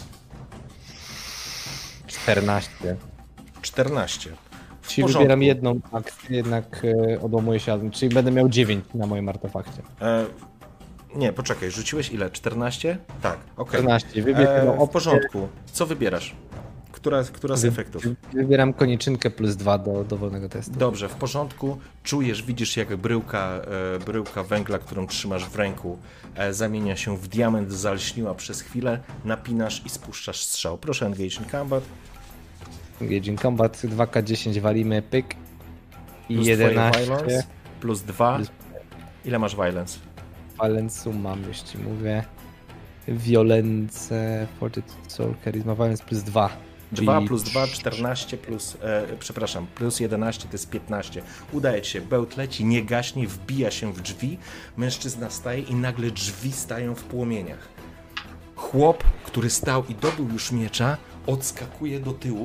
14. Czyli wybieram jedną akcję, jednak odłamuję się, czyli będę miał 9 na moim artefakcie. Nie, poczekaj, rzuciłeś ile? 14? Tak, okej. 14, wybieram w porządku. Co wybierasz? Która z efektów? Wybieram koniczynkę +2 do dowolnego testu. Dobrze, w porządku. Czujesz, widzisz jak bryłka węgla, którą trzymasz w ręku, zamienia się w diament, zalśniła przez chwilę, napinasz i spuszczasz strzał. Proszę Engage in Combat. Engage in Combat, 2K10 walimy, pyk. I Plus 11. Violence, +2. Ile masz Violence? Violence'u mam, już ci mówię. Violence, Fortitude, Soul, Charisma, Violence +2. 2 plus 2, 14 plus, plus 11 to jest 15. Udaje ci się, bełt leci, nie gaśnie, wbija się w drzwi, mężczyzna staje i nagle drzwi stają w płomieniach. Chłop, który stał i dobył już miecza, odskakuje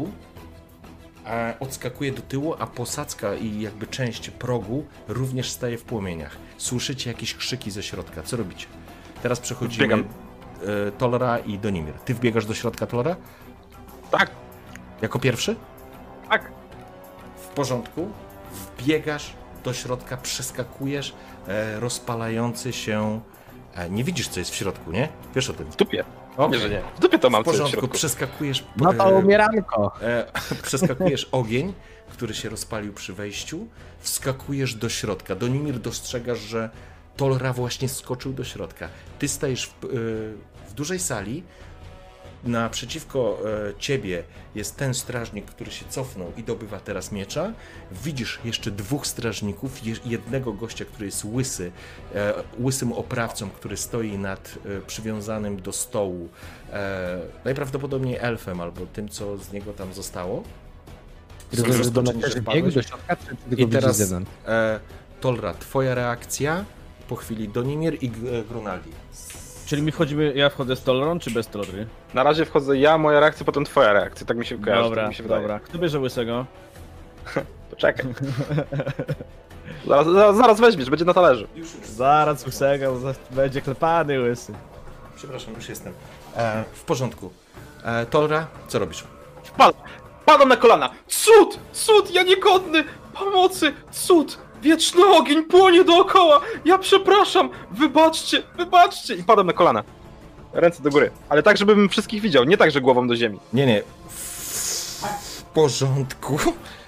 do tyłu, a posadzka i jakby część progu również staje w płomieniach. Słyszycie jakieś krzyki ze środka. Co robicie? Teraz przechodzimy Tolra i Donimir. Ty wbiegasz do środka, Tolra? Tak. Jako pierwszy? Tak. W porządku. Wbiegasz do środka, przeskakujesz rozpalający się... nie widzisz, co jest w środku, nie? Wiesz o tym. W dupie. Okay. Nie, że nie. W dupie to mam. W porządku, przeskakujesz... No to umieranko. Przeskakujesz ogień, który się rozpalił przy wejściu, wskakujesz do środka. Donimir, dostrzegasz, że Tolra właśnie skoczył do środka. Ty stajesz w dużej sali. Naprzeciwko ciebie jest ten strażnik, który się cofnął i dobywa teraz miecza. Widzisz jeszcze dwóch strażników, jednego gościa, który jest łysym oprawcą, który stoi nad przywiązanym do stołu, najprawdopodobniej elfem albo tym, co z niego tam zostało. I teraz Tolra, twoja reakcja, po chwili Donimir i Grunaldi. Czyli ja wchodzę z Tolrą, czy bez Tolry? Na razie wchodzę ja, moja reakcja, potem twoja reakcja, tak mi się kojarzy, dobra, tak mi się wydaje. Dobra, kto bierze łysego? Poczekaj. zaraz weźmiesz, będzie na talerzu. Zaraz łysego, będzie klepany łysy. Przepraszam, już jestem. W porządku. Tolra, co robisz? Padam na kolana. Cud, ja niegodny, pomocy, cud. Wieczny ogień płonie dookoła! Ja przepraszam! Wybaczcie! I padam na kolana. Ręce do góry. Ale tak, żebym wszystkich widział, nie tak, że głową do ziemi. Nie. W porządku.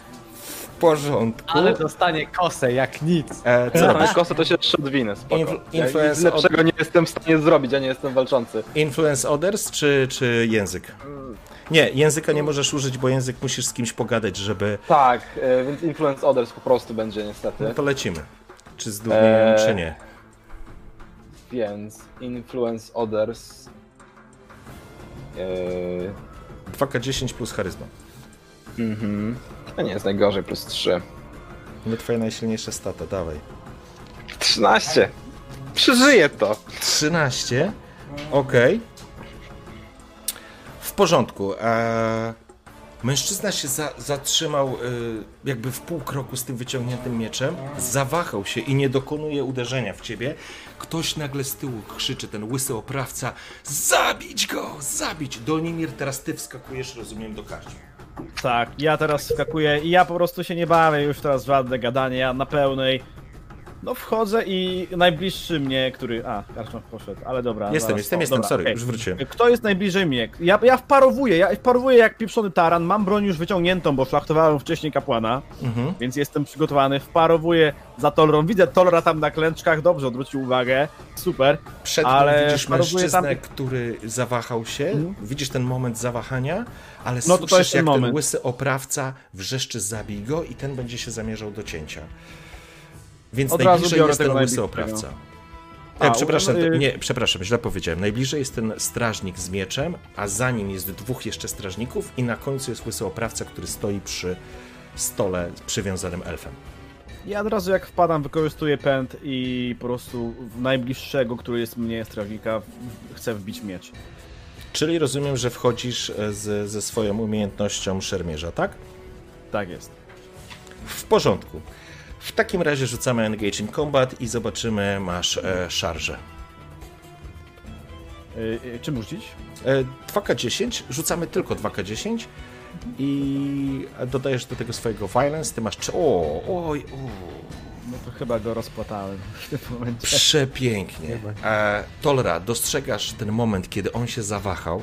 Ale dostanie kosę, jak nic. Co robisz? Kosę to się jeszcze odwinę, spoko. Nic lepszego nie jestem w stanie zrobić, ja nie jestem walczący. Influence others czy język? Nie, języka nie możesz użyć, bo język musisz z kimś pogadać, żeby... Tak, więc influence others po prostu będzie niestety. No to lecimy. Czy zdumieją, czy nie. Więc influence others... 2K10 plus charyzma. To nie jest najgorzej, plus 3. No twoja najsilniejsza stata, dawaj. 13! Przeżyję to! 13? Okej. W porządku. Mężczyzna się zatrzymał jakby w pół kroku z tym wyciągniętym mieczem, zawahał się i nie dokonuje uderzenia w ciebie. Ktoś nagle z tyłu krzyczy, ten łysy oprawca, zabić go, zabić! Donimir, teraz ty wskakujesz, rozumiem, do karczmy. Tak, ja teraz wskakuję i ja po prostu się nie bawię już teraz w żadne gadanie, ja na pełnej. No wchodzę i najbliższy mnie, który... Karczma poszedł, ale dobra. Jestem, dobra, sorry, okay. już wróciłem. Kto jest najbliżej mnie? Ja wparowuję jak pieprzony taran, mam broń już wyciągniętą, bo szlachtowałem wcześniej kapłana, więc jestem przygotowany, wparowuję za Tolrą, widzę Tolra tam na klęczkach, dobrze, odwrócił uwagę, super, Przed ale widzisz mężczyznę, który zawahał się, widzisz ten moment zawahania, ale no słyszysz jak ten łysy oprawca wrzeszczy zabij go i ten będzie się zamierzał do cięcia. Więc od najbliżej razu jest ten łysy oprawca. Przepraszam, źle powiedziałem. Najbliżej jest ten strażnik z mieczem, a za nim jest 2 jeszcze strażników i na końcu jest łysy oprawca, który stoi przy stole przywiązanym elfem. Ja od razu jak wpadam, wykorzystuję pęd i po prostu w najbliższego, który jest mnie, strażnika, chcę wbić miecz. Czyli rozumiem, że wchodzisz ze swoją umiejętnością szermierza, tak? Tak jest. W porządku. W takim razie rzucamy Engage in Combat i zobaczymy, masz szarżę. Czym rzucić? 2K10, rzucamy tylko 2K10 i dodajesz do tego swojego Violence, ty masz... No to chyba go rozpłatałem w tym momencie. Przepięknie. Tolra, dostrzegasz ten moment, kiedy on się zawahał.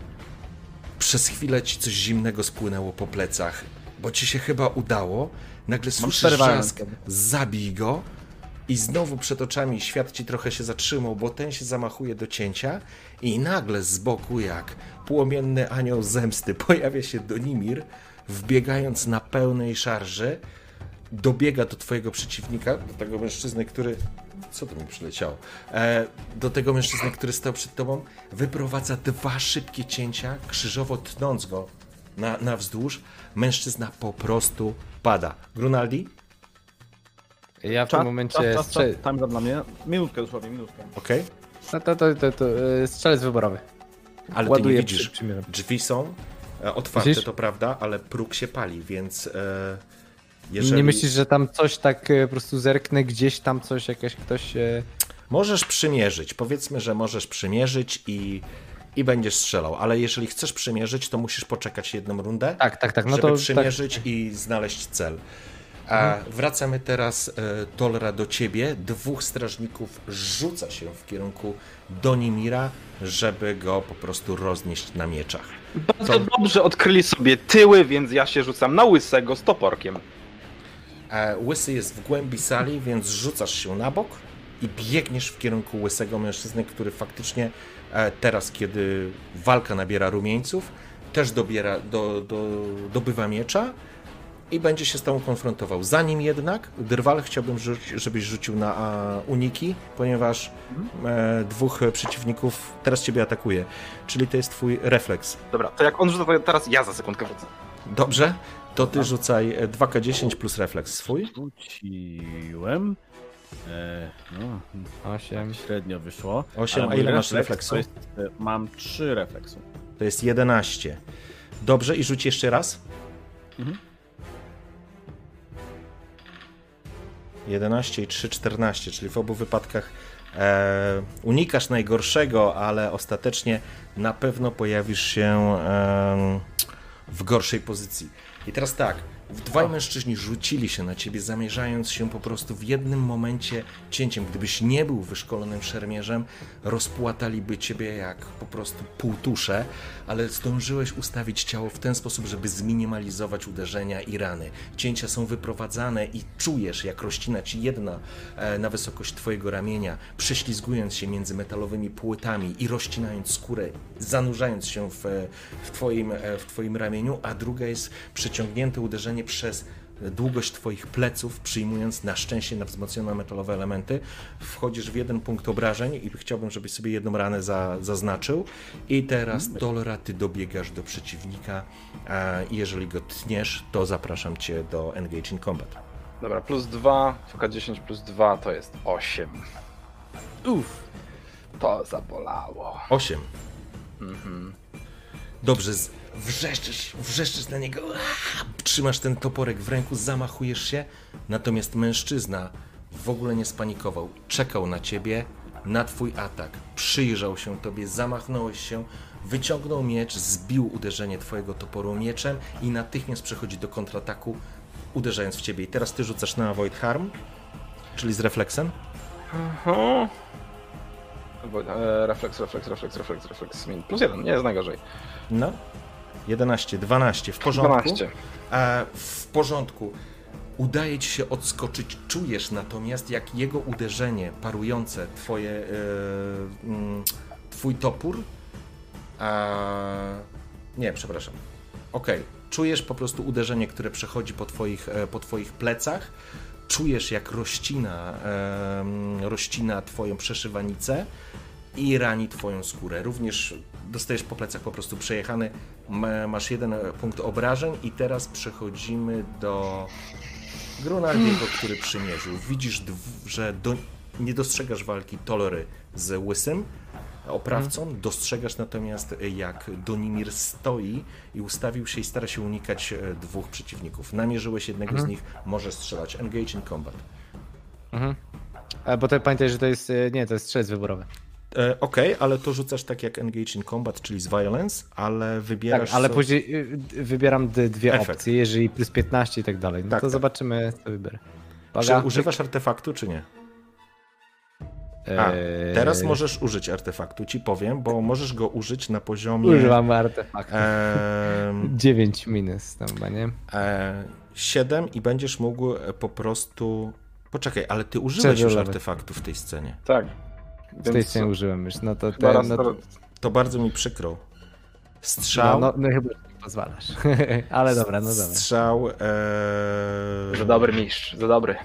Przez chwilę ci coś zimnego spłynęło po plecach, bo ci się chyba udało. Nagle słyszysz trzask, zabij go i znowu przed oczami świat ci trochę się zatrzymał, bo ten się zamachuje do cięcia i nagle z boku jak płomienny anioł zemsty pojawia się Donimir, wbiegając na pełnej szarży, dobiega do twojego przeciwnika, do tego mężczyzny, który... Co to mi przyleciało? Do tego mężczyzny, który stał przed tobą, wyprowadza 2 szybkie cięcia, krzyżowo tnąc go na wzdłuż. Mężczyzna po prostu pada. Grunaldi? Ja w tym momencie... Tam dla mnie. Minutkę dosłownie, minutkę. Okej. To strzelec wyborowy. Ale ładuję, ty nie widzisz. Drzwi są otwarte, widzisz? To prawda, ale próg się pali, więc jeżeli... Nie myślisz, że tam coś tak po prostu zerknę, gdzieś tam coś, ktoś... Możesz przymierzyć. Powiedzmy, że możesz przymierzyć i będziesz strzelał, ale jeżeli chcesz przymierzyć, to musisz poczekać 1 rundę, tak. No żeby to przymierzyć i znaleźć cel. Wracamy teraz, Tolra, do ciebie. 2 strażników rzuca się w kierunku Donimira, żeby go po prostu roznieść na mieczach. Bardzo dobrze odkryli sobie tyły, więc ja się rzucam na łysego z toporkiem. Łysy jest w głębi sali, więc rzucasz się na bok i biegniesz w kierunku łysego mężczyzny, który faktycznie teraz, kiedy walka nabiera rumieńców, też dobywa miecza i będzie się z tobą konfrontował. Zanim jednak, Drwal, chciałbym, żebyś rzucił na uniki, ponieważ 2 przeciwników teraz ciebie atakuje, czyli to jest twój refleks. Dobra, to jak on rzuca, to teraz ja za sekundkę wrócę. Dobrze, to ty rzucaj 2K10 plus refleks swój. Rzuciłem. 8. Średnio wyszło. 8, a ile masz refleksu? Mam 3 refleksu. To jest 11. Dobrze, i rzuć jeszcze raz. 11 i 3, 14, czyli w obu wypadkach unikasz najgorszego, ale ostatecznie na pewno pojawisz się w gorszej pozycji. I teraz tak, 2 mężczyźni rzucili się na ciebie, zamierzając się po prostu w jednym momencie cięciem. Gdybyś nie był wyszkolonym szermierzem, rozpłataliby ciebie jak po prostu półtusze, ale zdążyłeś ustawić ciało w ten sposób, żeby zminimalizować uderzenia i rany. Cięcia są wyprowadzane i czujesz, jak rozcina ci jedna na wysokość twojego ramienia, prześlizgując się między metalowymi płytami i rozcinając skórę, zanurzając się w twoim ramieniu, a druga jest przeciągnięte uderzenie przez długość twoich pleców, przyjmując na szczęście na wzmocnione metalowe elementy. Wchodzisz w 1 punkt obrażeń i chciałbym, żebyś sobie 1 ranę zaznaczył. I teraz, Tolra, ty dobiegasz do przeciwnika i jeżeli go tniesz, to zapraszam cię do Engage in Combat. Dobra, plus 2, FK10 plus 2 to jest 8. To zabolało. 8. Dobrze, wrzeszczysz na niego, trzymasz ten toporek w ręku, zamachujesz się, natomiast mężczyzna w ogóle nie spanikował, czekał na ciebie, na twój atak, przyjrzał się tobie, zamachnąłeś się, wyciągnął miecz, zbił uderzenie twojego toporu mieczem i natychmiast przechodzi do kontrataku, uderzając w ciebie. I teraz ty rzucasz na Avoid Harm, czyli z refleksem. Refleks. +1, nie jest najgorzej. No. 11, 12, w porządku. 12. W porządku. Udaje ci się odskoczyć, czujesz natomiast jak jego uderzenie parujące twój topór. Nie, przepraszam. Okej. Czujesz po prostu uderzenie, które przechodzi po twoich plecach. Czujesz jak rozcina twoją przeszywanicę i rani twoją skórę. Również dostajesz po plecach po prostu przejechany. Masz 1 punkt obrażeń i teraz przechodzimy do Grunaldiego, który przymierzył. Widzisz, że nie dostrzegasz walki Tolory z Łysym oprawcą, dostrzegasz natomiast jak Donimir stoi i ustawił się i stara się unikać 2 przeciwników. Namierzyłeś jednego z nich, możesz strzelać. Engage in combat. Bo to pamiętaj, że to jest, nie, to jest strzelec wyborowy. Okej, ale to rzucasz tak jak Engage in combat, czyli z violence, ale wybierasz... Tak, ale później wybieram 2 opcje, jeżeli plus 15 i tak dalej. No tak, to tak. Zobaczymy, co wybiorę. Czy używasz artefaktu, czy nie? Teraz możesz użyć artefaktu, ci powiem, bo możesz go użyć na poziomie... Używam artefaktu. 9 minus tam chyba, nie? 7 i będziesz mógł po prostu... Poczekaj, ale ty użyłeś już artefaktu w tej scenie. Tak. W tej scenie użyłem już, no to... To bardzo mi przykro. Strzał... No chyba nie pozwalasz. Ale dobra, no dobra. Strzał... Za dobry mistrz, za dobry.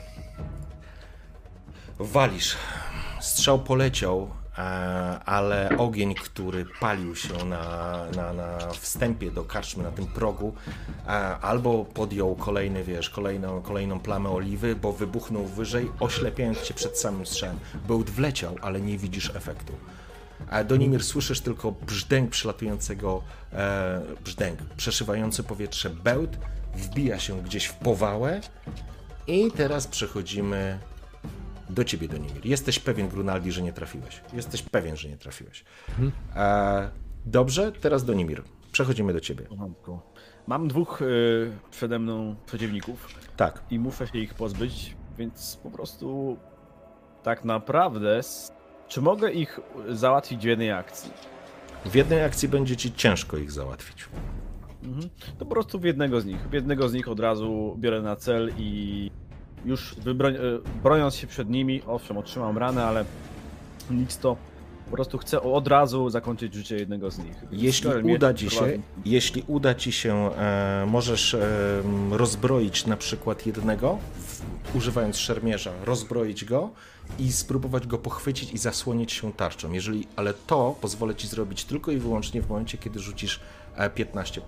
Walisz. Strzał poleciał, ale ogień, który palił się na wstępie do karczmy, na tym progu, albo podjął kolejną plamę oliwy, bo wybuchnął wyżej, oślepiając cię przed samym strzałem. Bełt wleciał, ale nie widzisz efektu. Donimir, słyszysz tylko brzdęk przelatującego, przeszywający powietrze bełt, wbija się gdzieś w powałę i teraz przechodzimy do ciebie, Donimir. Jesteś pewien, Grunaldi, że nie trafiłeś. Jesteś pewien, że nie trafiłeś. Dobrze, teraz Donimir. Przechodzimy do ciebie. Mam 2 przede mną przeciwników. Tak. I muszę się ich pozbyć, więc po prostu tak naprawdę... Czy mogę ich załatwić w jednej akcji? W jednej akcji będzie ci ciężko ich załatwić. To po prostu w jednego z nich od razu biorę na cel i już broniąc się przed nimi, owszem, otrzymam ranę, ale nic to po prostu chcę od razu zakończyć życie jednego z nich. Jeśli uda ci się, możesz rozbroić na przykład jednego, używając szermierza, rozbroić go i spróbować go pochwycić i zasłonić się tarczą. Ale to pozwolę ci zrobić tylko i wyłącznie w momencie, kiedy rzucisz 15+.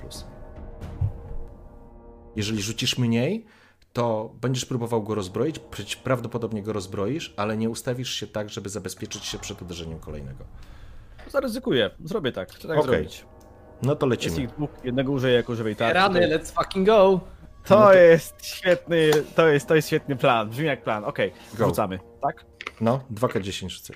Jeżeli rzucisz mniej, to będziesz próbował go rozbroić, prawdopodobnie go rozbroisz, ale nie ustawisz się tak, żeby zabezpieczyć się przed uderzeniem kolejnego. Zaryzykuję, zrobię tak. Chcę tak zrobić. No to lecimy. Jest ich 2, jednego użyję jako żywej tarczy. Rany, let's fucking go! To jest świetny, to jest świetny plan, brzmi jak plan. Okej, rzucamy, tak? No, 2K10 rzucę.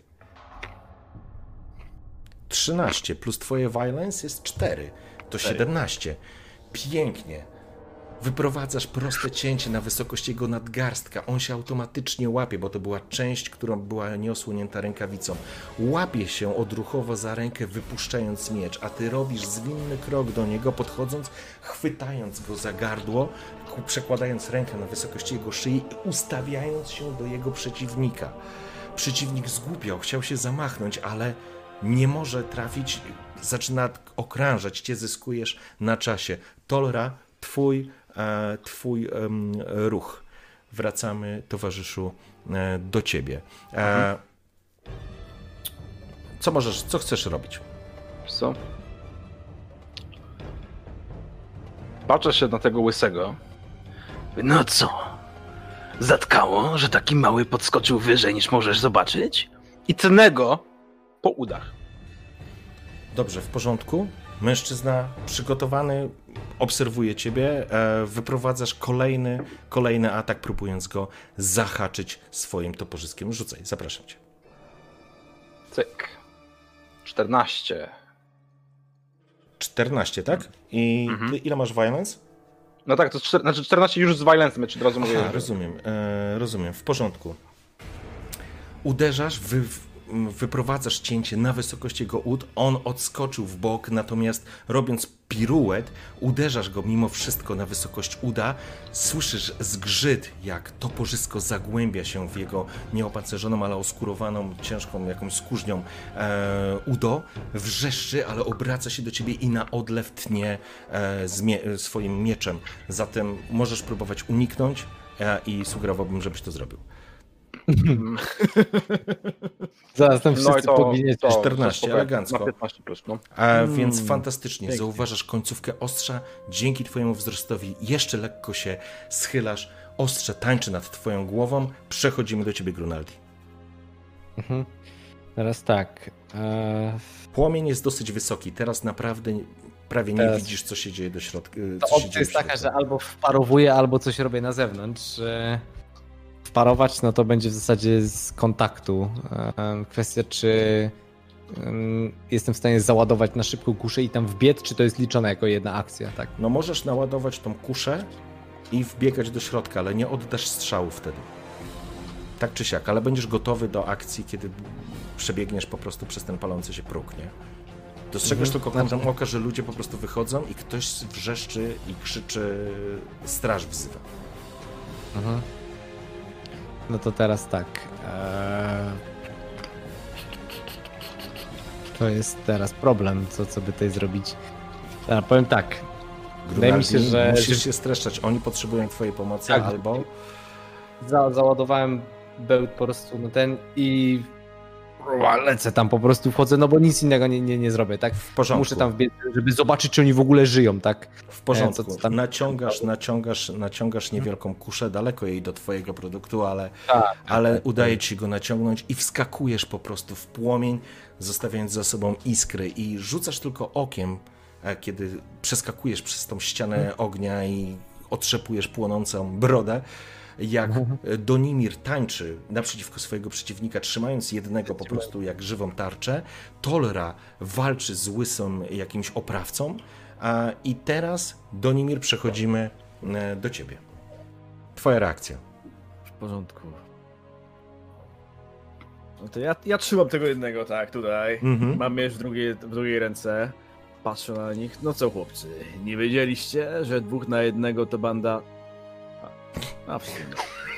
13 plus twoje violence jest 4, to 17. Pięknie. Wyprowadzasz proste cięcie na wysokość jego nadgarstka. On się automatycznie łapie, bo to była część, która była nieosłonięta rękawicą. Łapie się odruchowo za rękę, wypuszczając miecz, a ty robisz zwinny krok do niego, podchodząc, chwytając go za gardło, przekładając rękę na wysokości jego szyi i ustawiając się do jego przeciwnika. Przeciwnik zgłupiał, chciał się zamachnąć, ale nie może trafić, zaczyna okrążać cię, zyskujesz na czasie. Tolra, twój ruch. Wracamy, towarzyszu, do ciebie. Co chcesz robić? Co? Patrzę się na tego łysego. No co? Zatkało, że taki mały podskoczył wyżej niż możesz zobaczyć? I tnę go po udach. Dobrze, w porządku. Mężczyzna przygotowany obserwuje ciebie, wyprowadzasz kolejny atak, próbując go zahaczyć swoim toporzyskiem. Rzucaj, zapraszam cię. Cyk. 14. 14, tak? I ty ile masz violence? No tak, to znaczy 14 już z violence'em, czy od razu mówię. Rozumiem, w porządku. Uderzasz, wyprowadzasz cięcie na wysokość jego ud, on odskoczył w bok, natomiast robiąc piruet, uderzasz go mimo wszystko na wysokość uda, słyszysz zgrzyt, jak toporzysko zagłębia się w jego nieopancerzoną, ale oskurowaną, ciężką jakąś skórznią udo, wrzeszczy, ale obraca się do ciebie i na odlew tnie swoim mieczem. Zatem możesz próbować uniknąć i sugerowałbym, żebyś to zrobił. Zaraz tam wszyscy powinniście. 14, elegancko. Na 15 plus, no. Więc fantastycznie, zauważasz końcówkę ostrza, dzięki twojemu wzrostowi jeszcze lekko się schylasz, ostrze tańczy nad twoją głową, przechodzimy do ciebie, Grunaldi. Teraz tak. Płomień jest dosyć wysoki, teraz naprawdę prawie nie widzisz, co się dzieje do środka. Opcja jest taka, że albo wparowuję, albo coś robię na zewnątrz. Wparować, no to będzie w zasadzie z kontaktu. Kwestia, czy jestem w stanie załadować na szybko kuszę i tam wbiec, czy to jest liczone jako jedna akcja, tak? No możesz naładować tą kuszę i wbiegać do środka, ale nie oddasz strzału wtedy. Tak czy siak, ale będziesz gotowy do akcji, kiedy przebiegniesz po prostu przez ten palący się próg, nie? Dostrzegasz tylko kątem oka, że ludzie po prostu wychodzą i ktoś wrzeszczy i krzyczy, straż wzywa. No to teraz tak. To jest teraz problem, co by tutaj zrobić. Powiem tak. Wydaje mi się, że musisz się streszczać. Oni potrzebują twojej pomocy, tak, albo... Załadowałem bełt po prostu na ten i lecę tam, po prostu wchodzę, no bo nic innego nie zrobię, tak? W porządku. Muszę tam wbiec, żeby zobaczyć, czy oni w ogóle żyją, tak? W porządku. Co tam... Naciągasz niewielką kuszę, daleko jej do twojego produktu, ale udaje ci go naciągnąć i wskakujesz po prostu w płomień, zostawiając za sobą iskry i rzucasz tylko okiem, kiedy przeskakujesz przez tą ścianę ognia i otrzepujesz płonącą brodę, jak Donimir tańczy naprzeciwko swojego przeciwnika, trzymając jednego po prostu jak żywą tarczę. Tolra walczy z łysym jakimś oprawcą. I teraz, Donimir, przechodzimy do ciebie. Twoja reakcja. W porządku. No to ja trzymam tego jednego, tak, tutaj. Mam miecz w drugiej ręce. Patrzę na nich. No co, chłopcy, nie wiedzieliście, że 2 na 1 to banda... A w sumie.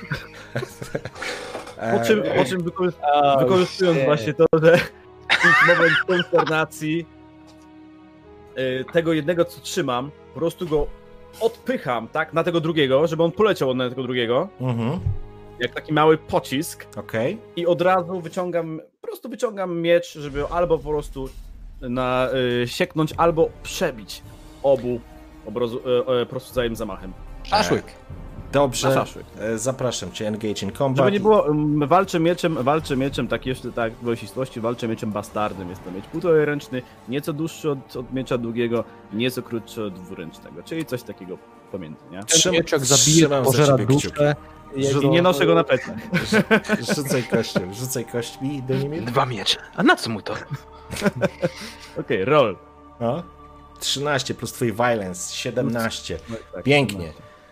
Po czym wykorzystując właśnie to, że w moment konsternacji tego jednego, co trzymam, po prostu go odpycham, tak, na tego drugiego, żeby on poleciał na tego drugiego. Jak taki mały pocisk. I od razu wyciągam miecz, żeby albo po prostu sieknąć, albo przebić obu po prostu wzajemnym zamachem. Szaszłyk. Dobrze, zapraszam cię, engage in combat. Żeby nie było, walczę mieczem, tak jeszcze tak w ścisłości, walczę mieczem bastardem. Jest to miecz półtoraręczny, nieco dłuższy od miecza długiego, nieco krótszy od dwuręcznego, czyli coś takiego pomiędzy, nie? Ten mieczek zabije, pożera duszę. I nie noszę go na plecach. Rzucaj kośćmi, Donimir. 2 miecze. A na co mu to? Okej, roll. 13 plus twój violence, 17. Tak, Pięknie.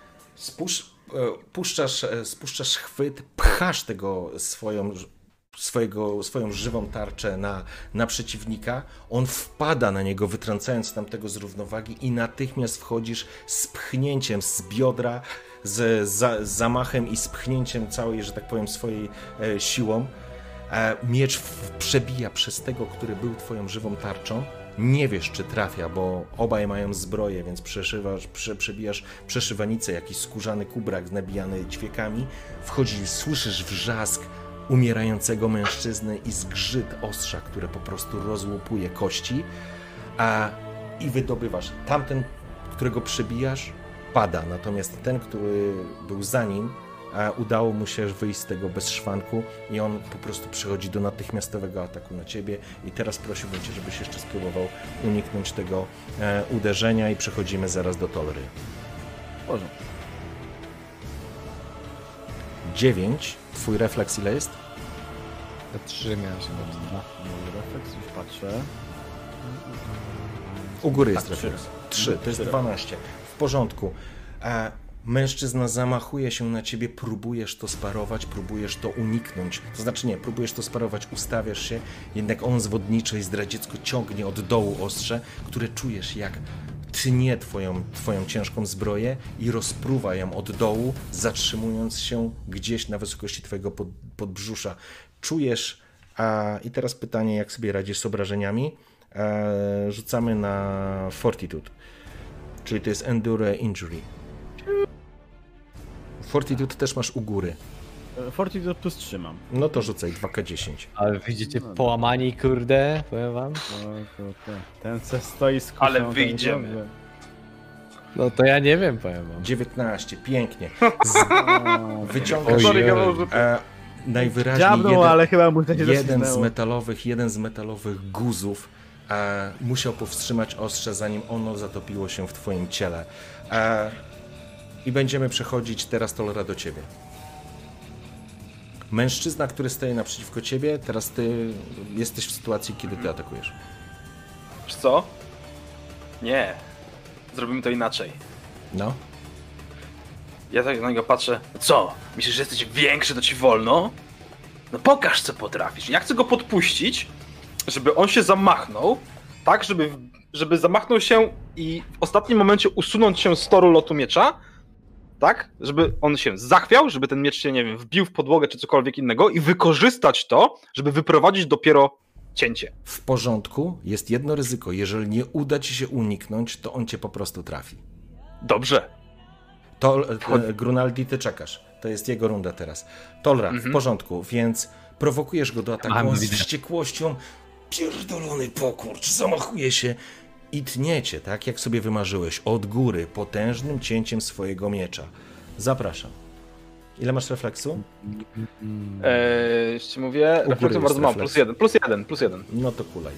Spuszczasz chwyt, pchasz tego swoją żywą tarczę na przeciwnika, on wpada na niego, wytrącając tamtego z równowagi i natychmiast wchodzisz z pchnięciem z biodra, z zamachem i z pchnięciem całej, że tak powiem, swojej siłą. Miecz przebija przez tego, który był twoją żywą tarczą. Nie wiesz, czy trafia, bo obaj mają zbroję, więc przebijasz przeszywanicę, jakiś skórzany kubrak nabijany ćwiekami. Wchodzisz, słyszysz wrzask umierającego mężczyzny i zgrzyt ostrza, które po prostu rozłupuje kości. I wydobywasz. Tamten, którego przebijasz, pada, natomiast ten, który był za nim, udało mu się wyjść z tego bez szwanku i on po prostu przechodzi do natychmiastowego ataku na ciebie i teraz prosiłbym cię, żebyś jeszcze spróbował uniknąć tego uderzenia i przechodzimy zaraz do Tolry. W porządku. 9. Twój refleks ile jest? To 3 miałem się dobrze. Mój refleks, już patrzę. U góry jest Tak, refleks. 3. 3, to jest 12. W porządku. Mężczyzna zamachuje się na ciebie, próbujesz to sparować, próbujesz to uniknąć. To znaczy nie, próbujesz to sparować, ustawiasz się, jednak on zwodniczo i zdradziecko ciągnie od dołu ostrze, które czujesz jak tnie twoją ciężką zbroję i rozpruwa ją od dołu, zatrzymując się gdzieś na wysokości twojego podbrzusza. Czujesz, i teraz pytanie, jak sobie radzisz z obrażeniami? Rzucamy na Fortitude, czyli to jest Endure Injury. Fortitude też masz u góry. Fortitude plus 3 mam. No to rzucaj 2K10. Ale widzicie, połamani, kurde, powiem wam. Ten se stoi z kusią, Ale ten wyjdziemy. dobrze. No to ja nie wiem, powiem wam. 19, pięknie. Wyciągasz Ojej. najwyraźniej Dziabnął, ale chyba mu to się jeden z metalowych guzów musiał powstrzymać ostrze, zanim ono zatopiło się w twoim ciele. I będziemy przechodzić teraz, Tolra, do ciebie. Mężczyzna, który stoi naprzeciwko ciebie, teraz ty jesteś w sytuacji, kiedy ty atakujesz. Wiesz co? Nie. Zrobimy to inaczej. No. Ja tak na niego patrzę. Co? Myślisz, że jesteś większy, to ci wolno? No pokaż, co potrafisz. Ja chcę go podpuścić, żeby on się zamachnął, tak, żeby zamachnął się i w ostatnim momencie usunąć się z toru lotu miecza, tak, żeby on się zachwiał, żeby ten miecz się, nie wiem, wbił w podłogę czy cokolwiek innego i wykorzystać to, żeby wyprowadzić dopiero cięcie. W porządku, jest jedno ryzyko. Jeżeli nie uda ci się uniknąć, to on cię po prostu trafi. Dobrze. To Grunaldi, ty czekasz. To jest jego runda teraz. Tolra, w porządku, więc prowokujesz go do ataku, on z wściekłością, pierdolony pokurcz, zamachuje się i tniecie, tak jak sobie wymarzyłeś, od góry, potężnym cięciem swojego miecza. Zapraszam. Ile masz refleksu? Jeszcze mówię, refleksu bardzo mało, plus jeden. No to kulaj.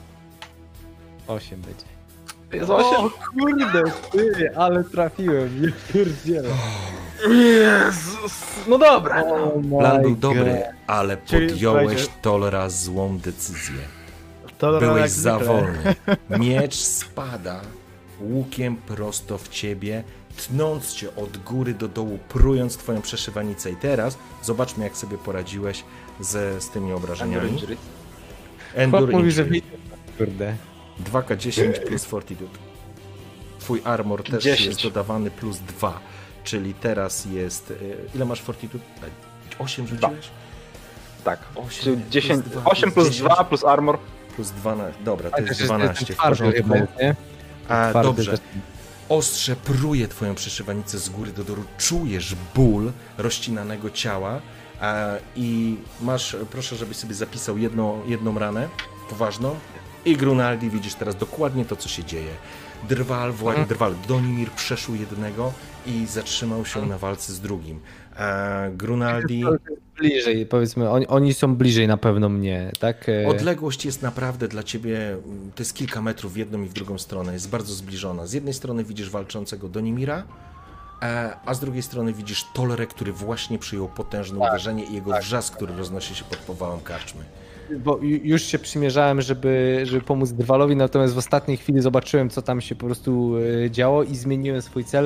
8 będzie. Jest 8? O kurde, ty, ale trafiłem, nie pierdzielę. Jezus, no dobra. Plan był dobry, ale Czyli, podjąłeś, słuchajcie, Tolra, złą decyzję. Tolra Byłeś jak za zwykle. wolny. Miecz spada łukiem prosto w ciebie, tnąc cię od góry do dołu, prując twoją przeszywanicę. I teraz zobaczmy, jak sobie poradziłeś z tymi obrażeniami. Endure Chłop mówi, że Injury. kurde. 2K10 plus Fortitude. Twój armor też 10. jest dodawany plus 2, czyli teraz jest... Ile masz Fortitude? 8 rzuciłeś? Tak. 8 Czyli 10, plus 2 8 plus 10. 2 plus armor. Plus 12. Dobra, to Ale jest też 12. W twardy porządku. chyba jest, nie? Twardy Dobrze. też. Ostrze pruje twoją przeszywanicę z góry do dołu. Czujesz ból rozcinanego ciała i masz, proszę, żebyś sobie zapisał jedną ranę poważną. I Grunaldi, widzisz teraz dokładnie to, co się dzieje. Drwal, Donimir przeszył jednego i zatrzymał się na walce z drugim. Grunaldi... Bliżej, powiedzmy, oni są bliżej na pewno mnie, tak? Odległość jest naprawdę dla ciebie, to jest kilka metrów w jedną i w drugą stronę, jest bardzo zbliżona. Z jednej strony widzisz walczącego Donimira, a z drugiej strony widzisz Tolrę, który właśnie przyjął potężne uderzenie i jego wrzask, który roznosi się pod powałem karczmy. Bo już się przymierzałem, żeby pomóc Drwalowi, natomiast w ostatniej chwili zobaczyłem, co tam się po prostu działo i zmieniłem swój cel.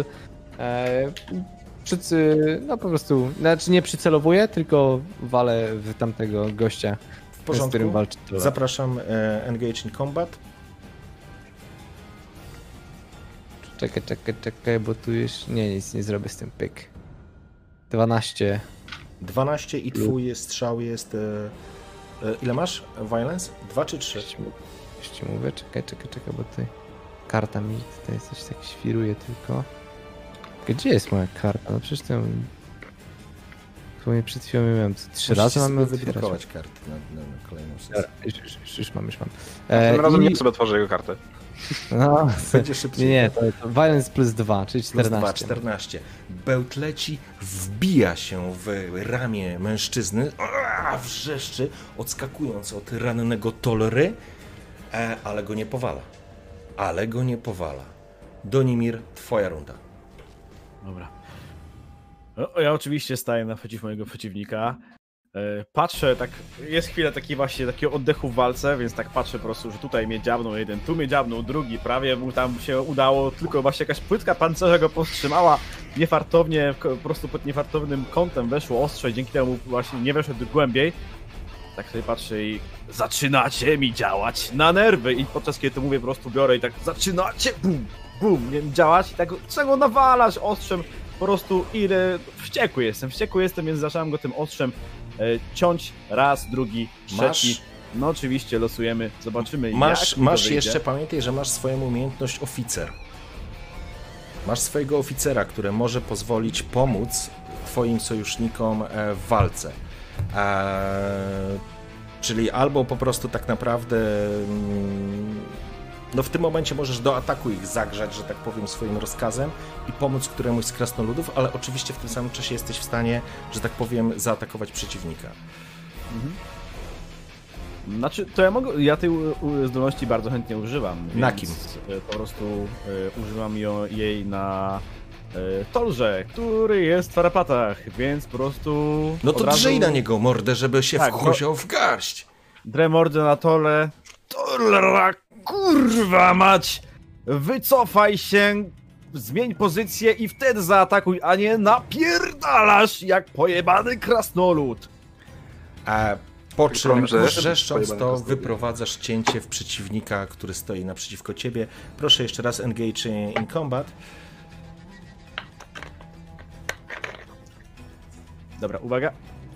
No po prostu, znaczy nie przycelowuję, tylko walę w tamtego gościa, W z porządku, którym walczy. zapraszam Engage in Combat. Czekaj, bo tu już... Nie, nic nie zrobię z tym, pyk. 12. 12 i twój strzał jest... ile masz? Violence? 2 czy 3? Już ci mówię, czekaj, bo tutaj karta mi tutaj coś tak świruje tylko. Gdzie jest moja karta? No przecież to... Słowie przed chwilą miałem 3 razy mamy otwierać. wydrukować karty na kolejną sesję. Dobra, już mam. Tym razem I nie sobie otworzę jego kartę. No, Będzie szybciej. nie, to violence plus 2, czyli Plus 14. 2, 14. Bełt leci, wbija się w ramię mężczyzny, wrzeszczy, odskakując od rannego Tolry, ale go nie powala. Donimir, twoja runda. Dobra. No, ja oczywiście staję naprzeciw mojego przeciwnika. Patrzę, tak, jest chwila takiego oddechu w walce, więc tak patrzę po prostu, że tutaj mnie dziabnął jeden, tu mnie dziabnął drugi, prawie mu tam się udało, tylko właśnie jakaś płytka pancerza go powstrzymała, niefartownie, po prostu pod niefartownym kątem weszło ostrze, dzięki temu właśnie nie weszedł głębiej. Tak sobie patrzę i zaczynacie mi działać na nerwy i podczas kiedy to mówię, po prostu biorę i tak zaczynacie, bum, bum, nie, działać i tak, czego nawalasz ostrzem, po prostu ile, wściekły jestem, więc zacząłem go tym ostrzem ciąć raz, drugi, trzeci. No oczywiście losujemy, zobaczymy Masz jeszcze, pamiętaj, że masz swoją umiejętność oficer. Masz swojego oficera, który może pozwolić pomóc twoim sojusznikom w walce. Czyli albo po prostu tak naprawdę no w tym momencie możesz do ataku ich zagrzać, że tak powiem, swoim rozkazem i pomóc któremuś z krasnoludów, ale oczywiście w tym samym czasie jesteś w stanie, że tak powiem, zaatakować przeciwnika. Znaczy, to ja tej zdolności bardzo chętnie używam. Na kim? Po prostu używam jej na Tolrze, który jest w tarapatach, więc po prostu... No to drzyj na niego mordę, żeby się wchodził w garść. Drę mordę na Tolę. Tola, kurwa mać! Wycofaj się, zmień pozycję i wtedy zaatakuj, a nie napierdalasz jak pojebany krasnolud. Po czym, wrzeszcząc to, wyprowadzasz cięcie w przeciwnika, który stoi naprzeciwko ciebie. Proszę jeszcze raz engage in combat. Dobra, uwaga.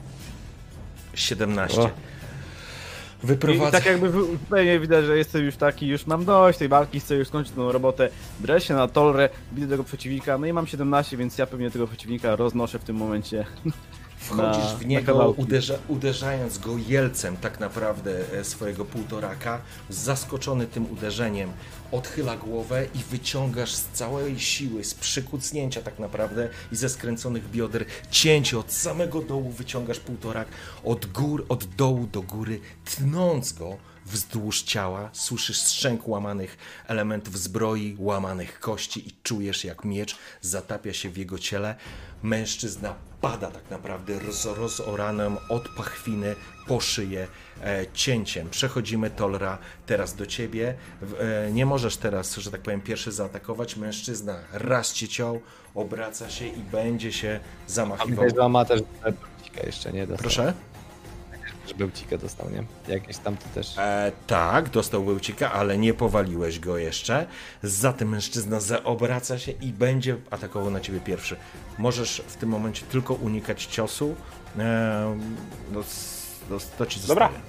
17. I tak jakby pewnie widać, że jestem już taki, już mam dość tej walki, chcę już skończyć tą robotę. Drę się na Tolrę, widzę tego przeciwnika, no i mam 17, więc ja pewnie tego przeciwnika roznoszę w tym momencie. Wchodzisz w niego, uderzając go jelcem tak naprawdę swojego półtoraka, zaskoczony tym uderzeniem, odchyla głowę i wyciągasz z całej siły, z przykucnięcia tak naprawdę i ze skręconych bioder cięcie od samego dołu, wyciągasz półtorak od dołu do góry, tnąc go wzdłuż ciała, słyszysz strzęk łamanych elementów zbroi, łamanych kości i czujesz, jak miecz zatapia się w jego ciele. Mężczyzna pada tak naprawdę rozoranem od pachwiny po szyję cięciem. Przechodzimy, Tolra, teraz do ciebie. Nie możesz teraz, że tak powiem, pierwszy zaatakować. Mężczyzna raz cię ciął, obraca się i będzie się zamachiwał. Ma też bełcika jeszcze, nie? Dostał. Proszę? Bełcika dostał, nie? Jakieś tam to też... Tak, dostał bełcika, ale nie powaliłeś go jeszcze. Zatem mężczyzna obraca się i będzie atakował na ciebie pierwszy. Możesz w tym momencie tylko unikać ciosu. To ci zostaje. Dobra.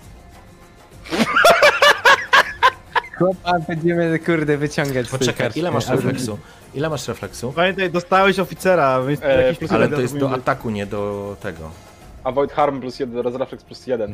Chłopa, będziemy, kurde, wyciągać. Poczekaj, ile masz refleksu? Ile masz refleksu? Pamiętaj, dostałeś oficera, więc jakiś Ale to jest do ataku, nie do tego. Avoid harm plus 1, refleks plus 1.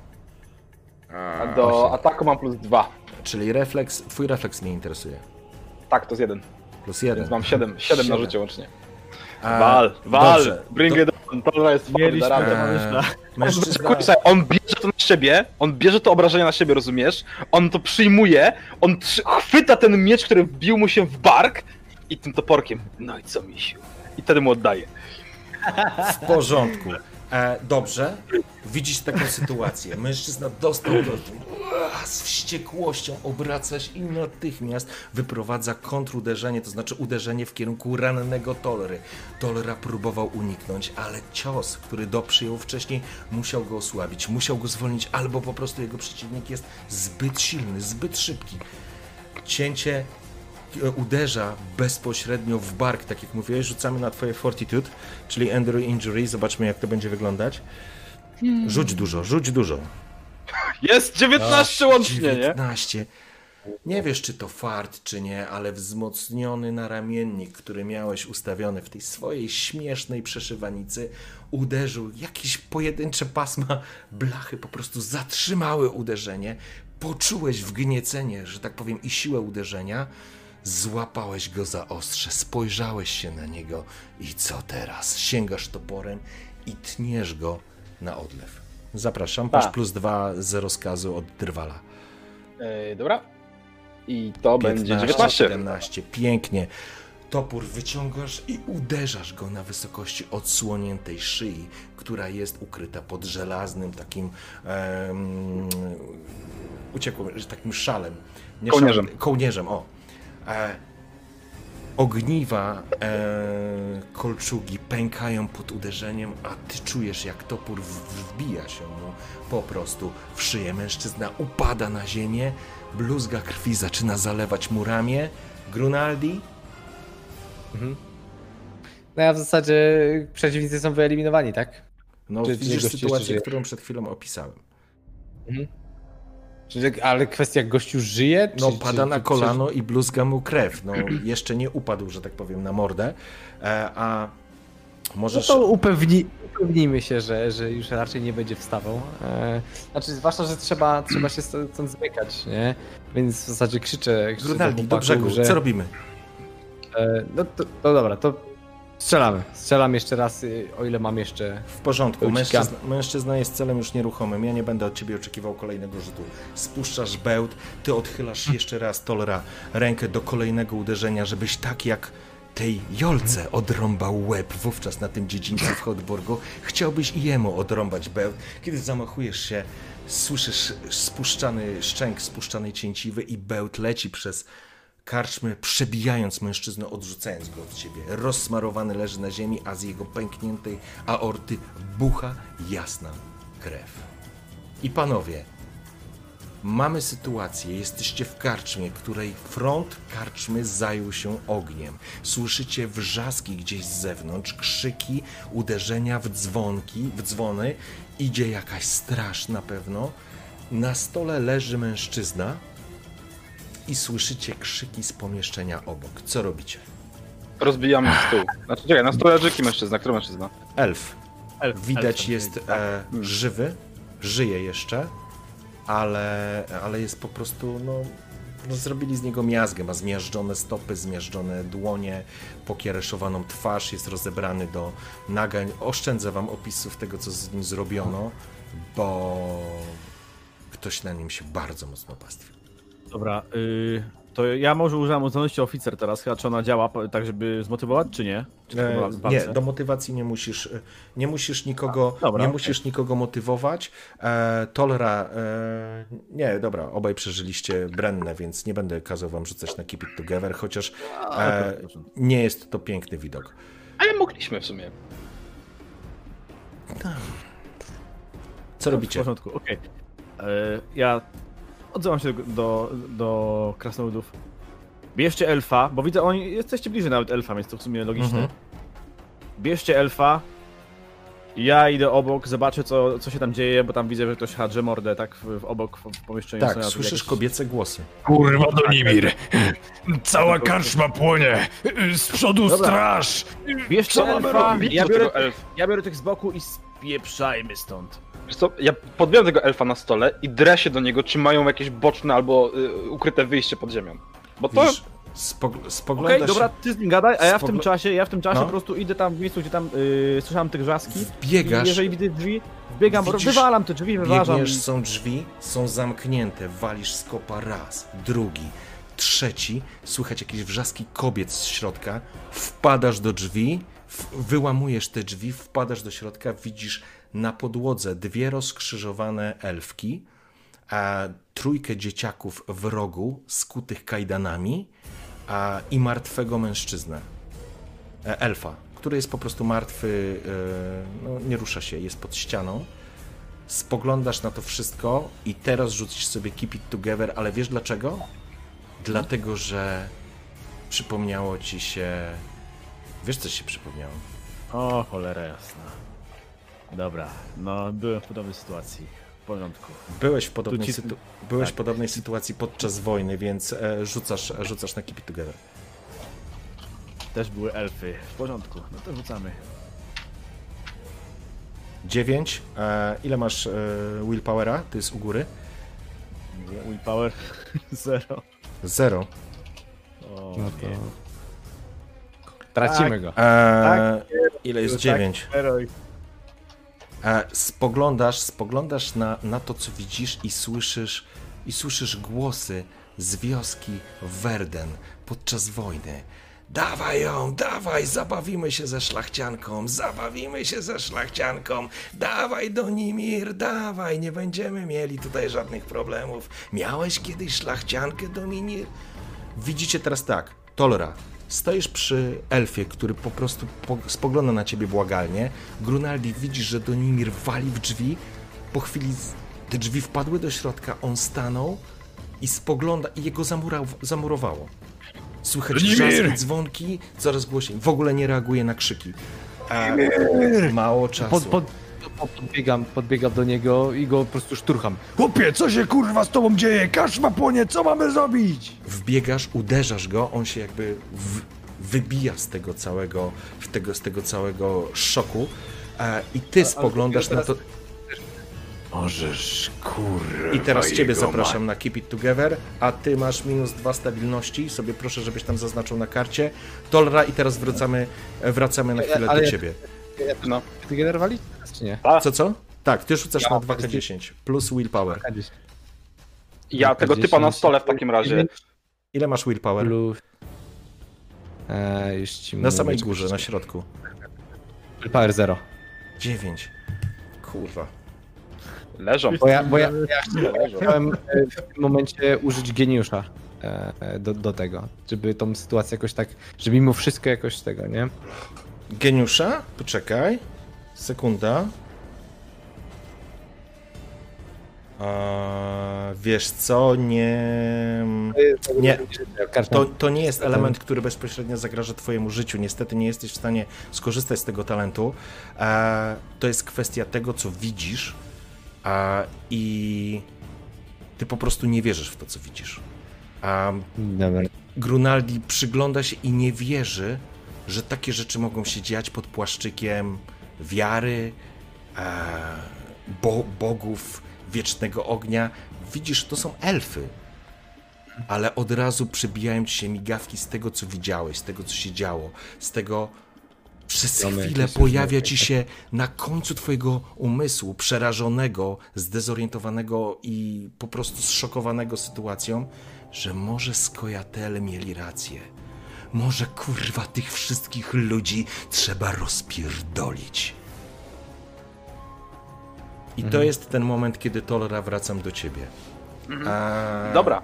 A do ataku mam plus 2. Czyli twój refleks mnie interesuje. Tak, to jest 1. Plus 1. Więc mam 7 na życie łącznie. Wal! Bring it on, Tolra jest twardy, Mężczyzna... On bierze to na siebie, on bierze to obrażenie na siebie, rozumiesz? On to przyjmuje, on chwyta ten miecz, który wbił mu się w bark i tym toporkiem, no i co, misiu? I wtedy mu oddaje. W porządku. Dobrze, widzisz taką sytuację. Mężczyzna dostał go z wściekłością, obraca się i natychmiast wyprowadza kontruderzenie, to znaczy uderzenie w kierunku rannego Tolry. Tolra próbował uniknąć, ale cios, który przyjął wcześniej, musiał go osłabić, musiał go zwolnić, albo po prostu jego przeciwnik jest zbyt silny, zbyt szybki. Cięcie uderza bezpośrednio w bark, tak jak mówiłeś, rzucamy na twoje fortitude, czyli endure injury, zobaczmy jak to będzie wyglądać. Rzuć dużo. Jest 19 łącznie, 19. Nie wiesz, czy to fart, czy nie, ale wzmocniony naramiennik, który miałeś ustawiony w tej swojej śmiesznej przeszywanicy, uderzył. Jakieś pojedyncze pasma blachy po prostu zatrzymały uderzenie. poczułeś wgniecenie, że tak powiem, i siłę uderzenia, złapałeś go za ostrze, spojrzałeś się na niego i co teraz? Sięgasz toporem i tniesz go na odlew. Zapraszam, masz +2 z rozkazu od Drwala. Dobra. I to 15, będzie 19. 17, pięknie. Topór wyciągasz i uderzasz go na wysokości odsłoniętej szyi, która jest ukryta pod żelaznym takim takim szalem. Nie Kołnierzem. Szalem, kołnierzem, o. Ogniwa kolczugi pękają pod uderzeniem, a ty czujesz, jak topór wbija się mu po prostu w szyję. Mężczyzna upada na ziemię, bluzga krwi zaczyna zalewać mu ramię. Grunaldi? No ja w zasadzie przeciwnicy są wyeliminowani, tak? No Czy widzisz gościu sytuację, żyje? którą przed chwilą opisałem. Ale kwestia, jak gościu żyje? No pada na kolano i bluzga mu krew. No jeszcze nie upadł, że tak powiem, na mordę, a możesz... No to upewnijmy się, że już raczej nie będzie wstawał. Znaczy, zwłaszcza, że trzeba się stąd zmykać, nie? Więc w zasadzie krzyczę Grunaldi, do chłopaków, brzegu, że... co robimy? No to dobra, to strzelamy. Strzelam jeszcze raz, o ile mam jeszcze... W porządku, Uciekam. mężczyzna jest celem już nieruchomym. Ja nie będę od ciebie oczekiwał kolejnego rzutu. Spuszczasz bełt, ty odchylasz jeszcze raz, Tolera, rękę do kolejnego uderzenia, żebyś tak jak tej Jolce odrąbał łeb wówczas na tym dziedzińcu w Hotburgu. Chciałbyś i jemu odrąbać bełt. Kiedy zamachujesz się, słyszysz spuszczany szczęk spuszczanej cięciwy i bełt leci przez karczmy, przebijając mężczyznę, odrzucając go od ciebie. Rozsmarowany leży na ziemi, a z jego pękniętej aorty bucha jasna krew. I panowie, mamy sytuację, jesteście w karczmie, której front karczmy zajął się ogniem. Słyszycie wrzaski gdzieś z zewnątrz, krzyki, uderzenia w dzwony. Idzie jakaś straż na pewno. Na stole leży mężczyzna i słyszycie krzyki z pomieszczenia obok. Co robicie? Rozbijamy stół. Znaczy, czekaj, na stole leży mężczyzna. Który mężczyzna? Elf. Widać elf jest żywy, żyje jeszcze, ale jest po prostu, no zrobili z niego miazgę. Ma zmiażdżone stopy, zmiażdżone dłonie, pokiereszowaną twarz, jest rozebrany do nagań. Oszczędzę wam opisów tego, co z nim zrobiono, bo ktoś na nim się bardzo mocno pastwił. Dobra, to ja może używam zdolności oficer teraz, chyba czy ona działa tak, żeby zmotywować, czy nie? Czy nie, do motywacji nie musisz nikogo, dobra, musisz nikogo motywować. Tolera, nie, dobra, obaj przeżyliście brenne, więc nie będę kazał wam rzucać na Keep It Together, chociaż nie jest to piękny widok. Ale mogliśmy w sumie. Co robicie? W porządku, okej. Ja odzywam się do krasnoludów. Bierzcie elfa, bo widzę, jesteście bliżej nawet elfa, więc to w sumie logiczne. Bierzcie elfa. Ja idę obok, zobaczę co się tam dzieje, bo tam widzę, że ktoś hadrze mordę, tak, obok w pomieszczeniu. Tak, słyszysz kobiece głosy. Kurwa, Donimir! Cała karczma płonie! Z przodu straż! Bierzcie elfa, elf? ja biorę tych z boku i spieprzajmy stąd. Wiesz co, ja podbieram tego elfa na stole i drę się do niego, czy mają jakieś boczne albo ukryte wyjście pod ziemią. Bo to... Widzisz, spoglądasz... Okej, dobra, ty z nim gadaj, a ja w tym czasie No. po prostu idę tam w miejscu, gdzie tam słyszałem te wrzaski. Biegasz. I jeżeli widzę drzwi, wbiegam, Widzisz, wywalam te drzwi, wyważam. Biegniesz, są drzwi, są zamknięte, walisz z kopa raz, drugi, trzeci, słychać jakieś wrzaski kobiet z środka, wpadasz do drzwi, wyłamujesz te drzwi, wpadasz do środka, widzisz na podłodze 2 rozkrzyżowane elfki, a 3 dzieciaków w rogu skutych kajdanami i martwego mężczyznę, elfa, który jest po prostu martwy, nie rusza się, jest pod ścianą. Spoglądasz na to wszystko i teraz rzucisz sobie Keep It Together, ale wiesz dlaczego? Dlatego, że przypomniało ci się... Wiesz, co się przypomniało? O, cholera jasna. Dobra, no byłem w podobnej sytuacji. W porządku. Byłeś w podobnej sytuacji podczas wojny, więc rzucasz na Keep It Together. Też były elfy. W porządku, no to rzucamy. 9. Ile masz willpowera? To jest u góry. Willpower 0. 0. O, No to... nie. Tracimy go. Ile jest? 9. Spoglądasz na to, co widzisz i słyszysz głosy z wioski Werden podczas wojny. Dawaj ją, dawaj, zabawimy się ze szlachcianką, dawaj Donimir, dawaj, nie będziemy mieli tutaj żadnych problemów. Miałeś kiedyś szlachciankę, Donimir? Widzicie teraz tak, Tolra, stoisz przy elfie, który po prostu spogląda na ciebie błagalnie. Grunaldi, widzisz, że Donimir wali w drzwi. Po chwili te drzwi wpadły do środka, on stanął i spogląda i jego zamurowało. Słychać trzask i dzwonki, coraz głośniej. W ogóle nie reaguje na krzyki. Mało czasu. Podbiegam do niego i go po prostu szturcham. Chłopie, co się kurwa z tobą dzieje? Karczma płonie, co mamy zrobić? Wbiegasz, uderzasz go, on się jakby wybija z tego całego szoku i ty spoglądasz na to. Możesz, kurwa. I teraz ciebie zapraszam na Keep It Together, a ty masz -2 stabilności, sobie proszę, żebyś tam zaznaczył na karcie. Tolra i teraz wracamy na chwilę do ciebie. No. Ty generowali czy nie? Co? Tak, ty rzucasz na 2K10 plus willpower. Ja tego typa na stole w takim razie. Ile masz willpower? Już ci Na samej górze, na środku. Willpower 0. 9. Kurwa. Leżą. Bo ja chciałem w tym momencie użyć geniusza do tego, żeby tą sytuację jakoś tak, żeby mimo wszystko jakoś tego, nie? Geniusza? Poczekaj. Sekunda. Wiesz co? Nie. To nie jest element, który bezpośrednio zagraża twojemu życiu. Niestety nie jesteś w stanie skorzystać z tego talentu. To jest kwestia tego, co widzisz i ty po prostu nie wierzysz w to, co widzisz. Dobra. Grunaldi przygląda się i nie wierzy, że takie rzeczy mogą się dziać pod płaszczykiem wiary, bogów, wiecznego ognia. Widzisz, to są elfy, ale od razu przybijają ci się migawki z tego, co widziałeś, z tego, co się działo, z tego przez chwilę pojawia ci się na końcu twojego umysłu, przerażonego, zdezorientowanego i po prostu zszokowanego sytuacją, że może Skojatel mieli rację. Może kurwa tych wszystkich ludzi trzeba rozpierdolić. I to jest ten moment, kiedy Tolra, wracam do ciebie. Dobra.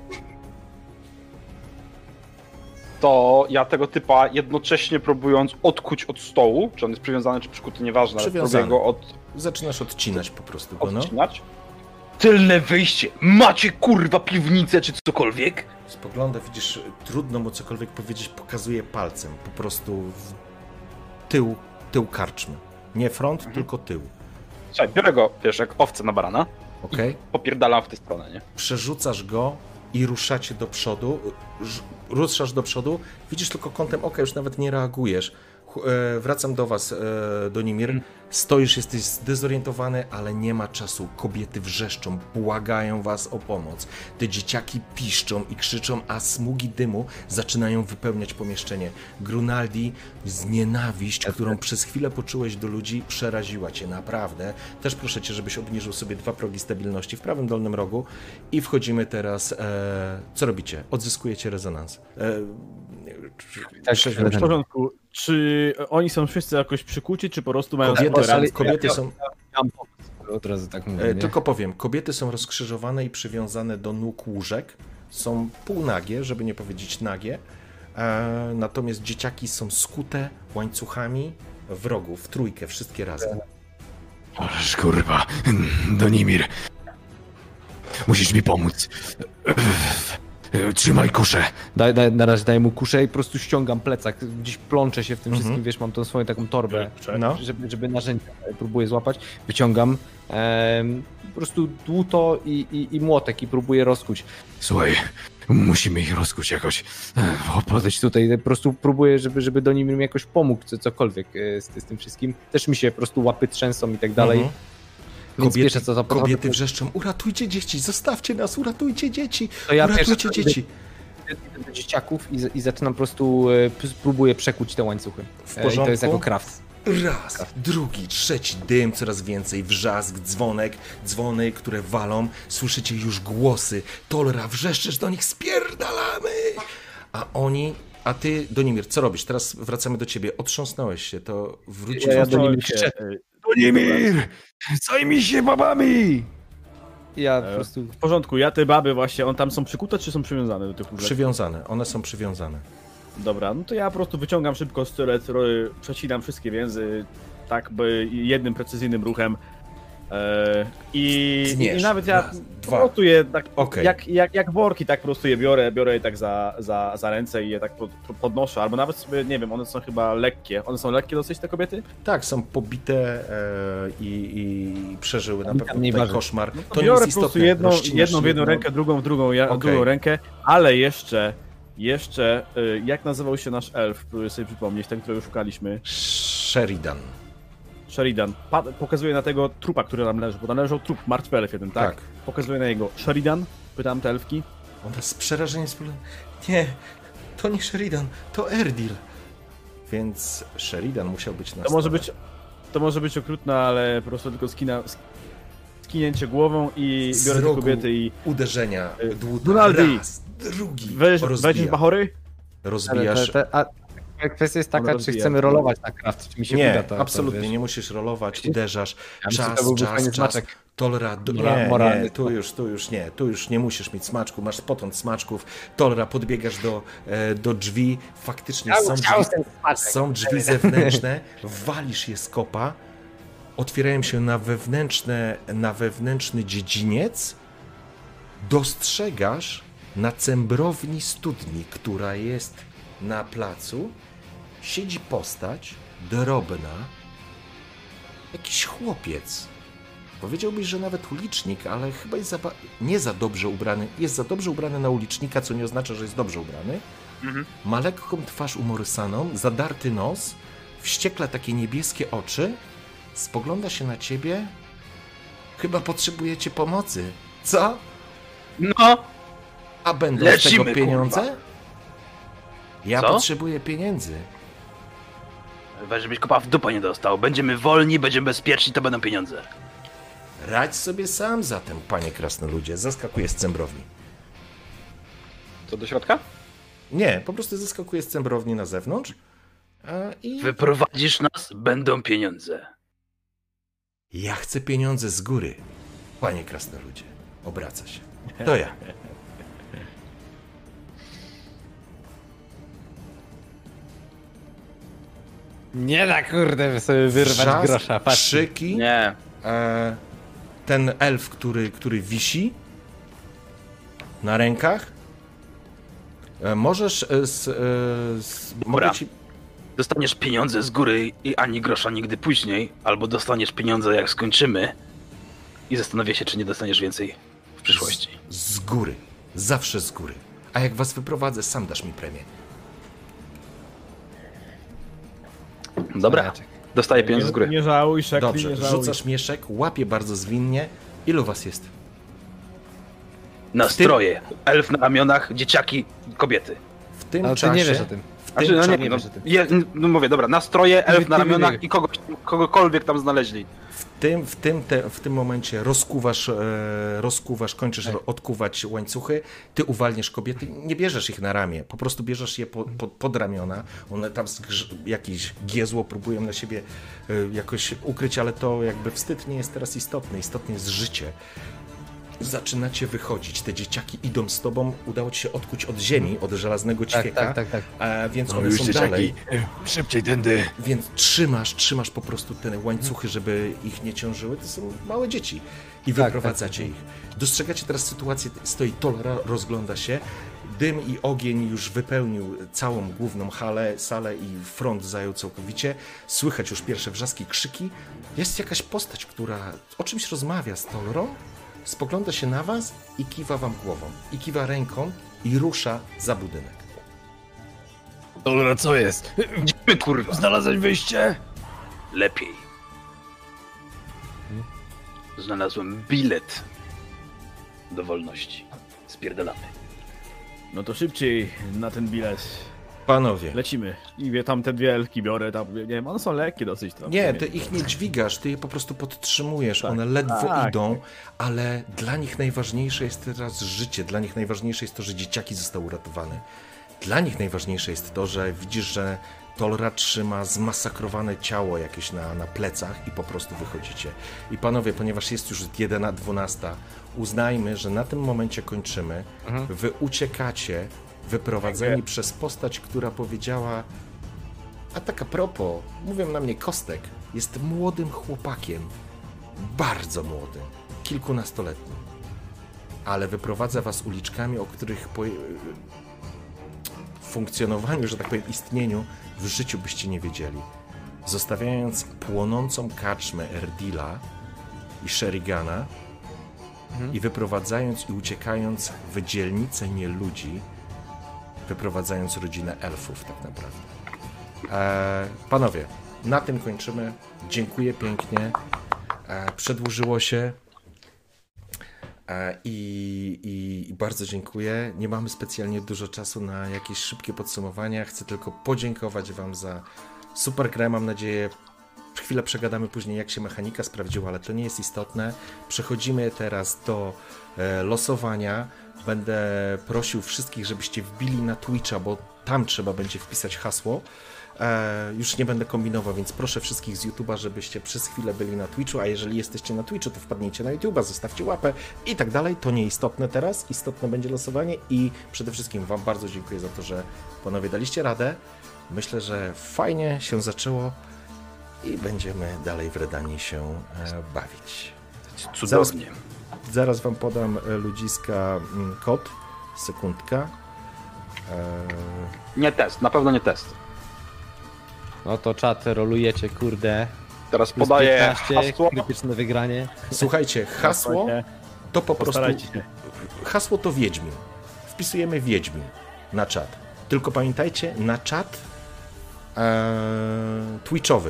To ja tego typa jednocześnie próbując odkuć od stołu, czy on jest przywiązany, czy przykuty, nieważne, ale próbuję go Zaczynasz odcinać po prostu go, no. odcinać. Tylne wyjście! Macie kurwa piwnicę, czy cokolwiek? Spogląda, widzisz, trudno mu cokolwiek powiedzieć, pokazuje palcem, po prostu w tył karczmy. Nie front, tylko tył. Słuchaj, biorę go, wiesz, jak owce na barana. Okej. Popierdalam w tę stronę, nie? Przerzucasz go i ruszacie do przodu. Ruszasz do przodu, widzisz tylko kątem oka, już nawet nie reagujesz. Wracam do was, Donimir. Stoisz, jesteś zdezorientowany, ale nie ma czasu. Kobiety wrzeszczą, błagają was o pomoc. Te dzieciaki piszczą i krzyczą, a smugi dymu zaczynają wypełniać pomieszczenie. Grunaldi, z nienawiść, którą przez chwilę poczułeś do ludzi, przeraziła cię, naprawdę. Też proszę cię, żebyś obniżył sobie 2 progi stabilności w prawym dolnym rogu i wchodzimy teraz... co robicie? Odzyskujecie rezonans. W porządku. Czy oni są wszyscy jakoś przykuci, czy po prostu mają... Kobiety są... Od razu tak mówię, tylko powiem, kobiety są rozkrzyżowane i przywiązane do nóg łóżek. Są półnagie, żeby nie powiedzieć nagie. Natomiast dzieciaki są skute łańcuchami w rogu, w trójkę, wszystkie razem. Możesz, kurwa. Donimir. Musisz mi pomóc. Trzymaj kuszę. Na razie daję mu kuszę i po prostu ściągam plecak, gdzieś plączę się w tym wszystkim, wiesz, mam tą swoją taką torbę, No. żeby narzędzia próbuję złapać, wyciągam po prostu dłuto i młotek i próbuję rozkuć. Słuchaj, musimy ich rozkuć jakoś. Podejdź tutaj, po prostu próbuję, żeby do nim jakoś pomógł, cokolwiek z tym wszystkim. Też mi się po prostu łapy trzęsą i tak dalej. Więc pierwsze co to kobiety wrzeszczą, uratujcie dzieci, zostawcie nas, uratujcie dzieci, To ja uratujcie pierwsze- dzieci. do dzieciaków i zaczynam po prostu, próbuję przekuć te łańcuchy. W I to porządku? jest jako craft. Raz, drugi, trzeci, dym, coraz więcej, wrzask, dzwony, które walą, słyszycie już głosy, Tolra, wrzeszczesz do nich, spierdalamy! A ty, Donimir, co robisz? Teraz wracamy do ciebie, otrząsnąłeś się, to wrócił Ja do do nim Donimir! Zajmij się babami! Ja po prostu... W porządku, ja te baby właśnie, on tam są przykute czy są przywiązane do tych łóżek? Przywiązane, one są przywiązane. Dobra, no to ja po prostu wyciągam szybko sztylet, przecinam wszystkie więzy, tak by jednym precyzyjnym ruchem. I nawet ja raz, po dwa. prostu je tak, Okej. jak worki, tak po prostu je biorę je tak za ręce i je tak podnoszę, albo nawet sobie, nie wiem, one są chyba lekkie. One są lekkie dosyć, te kobiety? Tak, są pobite i przeżyły na pewno nie tutaj waży. koszmar. No To nie biorę jest po prostu istotne. jedną w jedną rękę, drugą w drugą rękę, ale jeszcze, jak nazywał się nasz elf, próbuję sobie przypomnieć, ten, którego szukaliśmy? Sheridan. Sheridan. Pokazuje na tego trupa, który tam leży, bo tam leżał trup, martwy elf jeden, tak? Tak. Pokazuje na jego. Sheridan? Pytam te elfki. Ona z przerażeniem spogląda. Nie, to nie Sheridan, to Erdil. Więc Sheridan musiał być na stole. To może być okrutne, ale po prostu tylko skinięcie głową i Z biorę te rogu kobiety i... uderzenia dłuta. Donaldi! Raz, drugi. Weźmiesz bachory? Rozbijasz. Kwestia jest taka, czy rozbija. chcemy rolować na craft, czy mi się Nie, uda to. absolutnie, wiesz. nie musisz rolować, uderzasz. Ja myślę, że to byłby fajny Czas. smaczek. Tolra, Moralny nie, tu już nie musisz mieć smaczku, masz potąd smaczków. Tolra, podbiegasz do drzwi, faktycznie są drzwi zewnętrzne, walisz je z kopa, otwierają się na wewnętrzny dziedziniec, dostrzegasz na cembrowni studni, która jest na placu, siedzi postać drobna, jakiś chłopiec. Powiedziałbyś, że nawet ulicznik, ale chyba jest nie za dobrze ubrany. Jest za dobrze ubrany na ulicznika, co nie oznacza, że jest dobrze ubrany. Ma lekką twarz umorysaną, zadarty nos, wściekle takie niebieskie oczy. Spogląda się na ciebie. Chyba potrzebujecie pomocy. Co? No, A będą Lecimy, z tego pieniądze? kurwa. Ja Co? potrzebuję pieniędzy. żebyś kopa w dupę nie dostał. Będziemy wolni, będziemy bezpieczni, to będą pieniądze. Radź sobie sam zatem, panie krasnoludzie. Zaskakuje z cembrowni. Co do środka? Nie, po prostu zaskakuje z cembrowni na zewnątrz. I Wyprowadzisz nas, będą pieniądze. ja chcę pieniądze z góry. Panie krasnoludzie. Obraca się. To ja. Nie da kurde sobie wyrwać Wrzask, grosza, patrz. krzyki. Nie. Ten elf, który wisi na rękach. Możesz mogę ci... Dostaniesz pieniądze z góry i ani grosza nigdy później, albo dostaniesz pieniądze jak skończymy i zastanowię się, czy nie dostaniesz więcej w przyszłości. Z góry. Zawsze z góry. A jak was wyprowadzę, sam dasz mi premię. Dobra, dostaję pieniądze z góry. Nie żałuj, szekli, Dobrze, nie żałuj. rzucasz mieszek, łapie bardzo zwinnie. Ilu was jest? Nastroje, elf na ramionach, dzieciaki, kobiety. W tym Ale ty czasie... nie wiesz o tym. W tym Znaczy, no czasie nie, no mówię, dobra, nastroje, elf na ramionach i kogokolwiek tam znaleźli. w tym momencie rozkuwasz, kończysz odkuwać łańcuchy, ty uwalniasz kobiety, nie bierzesz ich na ramię, po prostu bierzesz je pod ramiona, one tam jakieś giezło próbują na siebie jakoś ukryć, ale to jakby wstyd nie jest teraz istotny jest życie. Zaczynacie wychodzić, te dzieciaki idą z tobą, udało ci się odkuć od ziemi, od żelaznego ćwieka, Tak. więc No one już są dzieciaki, dalej. szybciej tędy. Więc trzymasz po prostu te łańcuchy, żeby ich nie ciążyły. To są małe dzieci. I wyprowadzacie ich. Dostrzegacie teraz sytuację, stoi Tolra, rozgląda się. Dym i ogień już wypełnił całą główną salę i front zajął całkowicie. Słychać już pierwsze wrzaski, krzyki. Jest jakaś postać, która o czymś rozmawia z Tolrą, spogląda się na was i kiwa wam głową. I kiwa ręką i rusza za budynek. Dobra, co jest? Idziemy, kurwa. Znalazłeś wyjście? Lepiej. znalazłem bilet do wolności. Spierdalamy. No to szybciej na ten bilet. Panowie. Lecimy. I tam te wielki biorę, tam, nie wiem, one są lekkie dosyć. Tam, Nie, ty ich nie dźwigasz, ty je po prostu podtrzymujesz, Tak. one ledwo Tak. idą, ale dla nich najważniejsze jest teraz życie, dla nich najważniejsze jest to, że dzieciaki zostały uratowane. Dla nich najważniejsze jest to, że widzisz, że Tolra trzyma zmasakrowane ciało jakieś na plecach i po prostu wychodzicie. I panowie, ponieważ jest już 11:12, uznajmy, że na tym momencie kończymy. Wy uciekacie, wyprowadzeni przez postać, która powiedziała: a tak a propos, mówią na mnie Kostek, jest młodym chłopakiem, bardzo młodym, kilkunastoletnim, ale wyprowadza was uliczkami, o których po funkcjonowaniu, że tak powiem, istnieniu w życiu byście nie wiedzieli. Zostawiając płonącą karczmę Erdila i Sherigana i wyprowadzając i uciekając w dzielnicę nieludzi, wyprowadzając rodzinę elfów tak naprawdę. Panowie, na tym kończymy. Dziękuję pięknie. Przedłużyło się i bardzo dziękuję. Nie mamy specjalnie dużo czasu na jakieś szybkie podsumowania. Chcę tylko podziękować wam za super grę. Mam nadzieję, chwilę przegadamy później, jak się mechanika sprawdziła, ale to nie jest istotne. Przechodzimy teraz do losowania. Będę prosił wszystkich, żebyście wbili na Twitcha, bo tam trzeba będzie wpisać hasło. Już nie będę kombinował, więc proszę wszystkich z YouTube'a, żebyście przez chwilę byli na Twitchu, a jeżeli jesteście na Twitchu, to wpadnijcie na YouTube'a, zostawcie łapę i tak dalej. To nieistotne teraz, istotne będzie losowanie i przede wszystkim wam bardzo dziękuję za to, że panowie daliście radę. Myślę, że fajnie się zaczęło i będziemy dalej w Redanii się bawić. Cudownie. Zaraz wam podam ludziska kod. Sekundka. Nie test, na pewno nie test. No to czat, rolujecie, kurde. Teraz Plus podaję 15, hasło. krytyczne wygranie. Słuchajcie, hasło to po prostu... Postarajcie się. Hasło to Wiedźmin. Wpisujemy Wiedźmin na czat. Tylko pamiętajcie, na czat Twitchowy.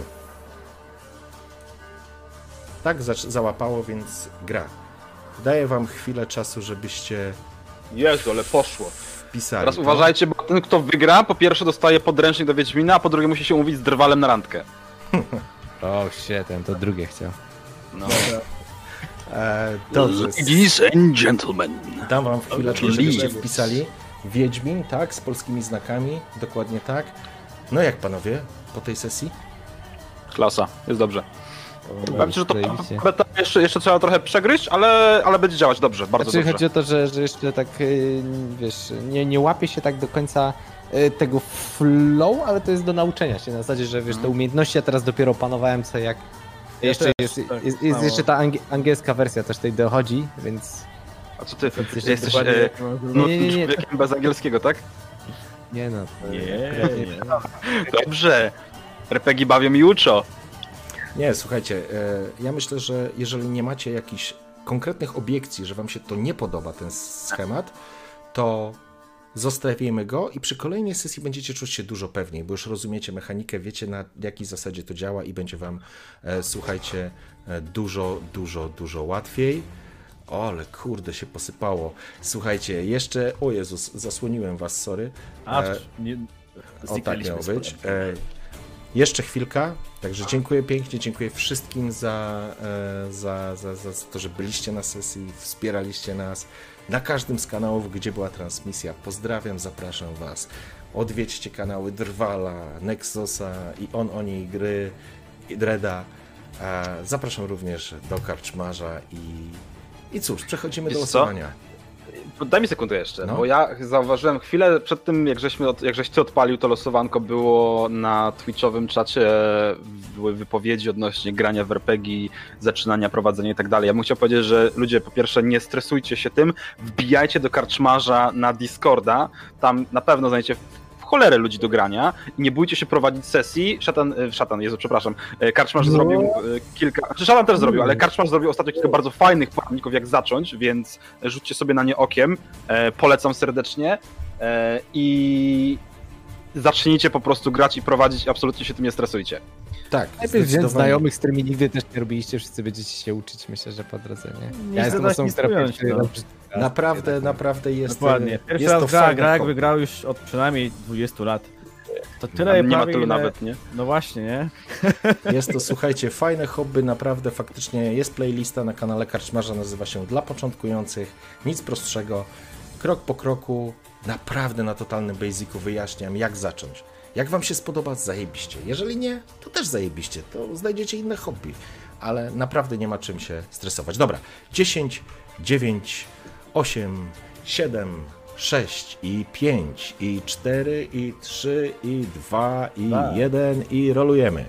Tak załapało, więc gra. Daję wam chwilę czasu, żebyście Jezu, ale poszło. wpisali. Teraz uważajcie, bo ten, kto wygra, po pierwsze dostaje podręcznik do Wiedźmina, a po drugie musi się umówić z drwalem na randkę. O, ten to drugie chciał. No. Dobrze. Ladies and gentlemen. Dam wam chwilę, żebyście Please. wpisali. Wiedźmin, tak, z polskimi znakami, dokładnie tak. No jak panowie, po tej sesji? Klasa, jest dobrze. Powiem ci, że to zajebiście. beta jeszcze trzeba trochę przegryźć, ale będzie działać dobrze, bardzo Znaczy, dobrze. chodzi o to, że jeszcze tak, wiesz, nie łapie się tak do końca tego flow, ale to jest do nauczenia się. Na zasadzie, że wiesz, te umiejętności ja teraz dopiero opanowałem co jak... Jeszcze też, jest, tak jest samo. jeszcze ta angielska wersja też tutaj dochodzi, więc... A co ty, jeszcze jesteś dokładnie- Nie. człowiekiem bez angielskiego, tak? Nie no. Nie. Dobrze. RPG bawią i uczą. Nie, słuchajcie, ja myślę, że jeżeli nie macie jakichś konkretnych obiekcji, że wam się to nie podoba, ten schemat, to zostawimy go i przy kolejnej sesji będziecie czuć się dużo pewniej, bo już rozumiecie mechanikę, wiecie na jakiej zasadzie to działa i będzie wam, słuchajcie, dużo łatwiej. O, ale kurde, się posypało. Słuchajcie, jeszcze... O Jezus, zasłoniłem was, sorry. A, nie... O tak zniknęliśmy miało z być. powrotem. Jeszcze chwilka, także dziękuję pięknie, dziękuję wszystkim za to, że byliście na sesji, wspieraliście nas na każdym z kanałów, gdzie była transmisja. Pozdrawiam, zapraszam was. Odwiedźcie kanały Drwala, Nexosa i Oni Gry, i Dreda. Zapraszam również do Karczmarza i cóż, przechodzimy do Wiesz co? losowania. Daj mi sekundę jeszcze, No. bo ja zauważyłem chwilę przed tym, jak żeś ty odpalił to losowanko, było na twitchowym czacie, były wypowiedzi odnośnie grania w RPG, zaczynania, prowadzenia i tak dalej. Ja bym chciał powiedzieć, że ludzie, po pierwsze, nie stresujcie się tym, wbijajcie do Karczmarza na Discorda, tam na pewno znajdziecie w cholerę ludzi do grania i nie bójcie się prowadzić sesji. Karczmarz zrobił kilka, Szatan też zrobił, ale Karczmarz zrobił ostatnio kilka bardzo fajnych poradników, jak zacząć, więc rzućcie sobie na nie okiem, polecam serdecznie i zacznijcie po prostu grać i prowadzić, absolutnie się tym nie stresujcie. Tak, Najpierw wziąć znajomych, z którymi nigdy też nie robiliście, wszyscy będziecie się uczyć, myślę, że po drodze, nie? Ja jestem osobą, która Naprawdę jest... Dokładnie. Pierwszy jest raz to gra jak hobby. wygrał już od przynajmniej 20 lat. To tyle Nie ma prawie, tylu ile... nawet, nie? No właśnie, nie? Jest to, słuchajcie, fajne hobby, naprawdę faktycznie jest playlista na kanale Karczmarza, nazywa się Dla Początkujących, nic prostszego, krok po kroku, naprawdę na totalnym basicu wyjaśniam, jak zacząć. Jak wam się spodoba, zajebiście. Jeżeli nie, to też zajebiście, to znajdziecie inne hobby, ale naprawdę nie ma czym się stresować. Dobra, 10, 9, 8, 7, 6 i 5 i 4 i 3 i 2 i 1 i rolujemy.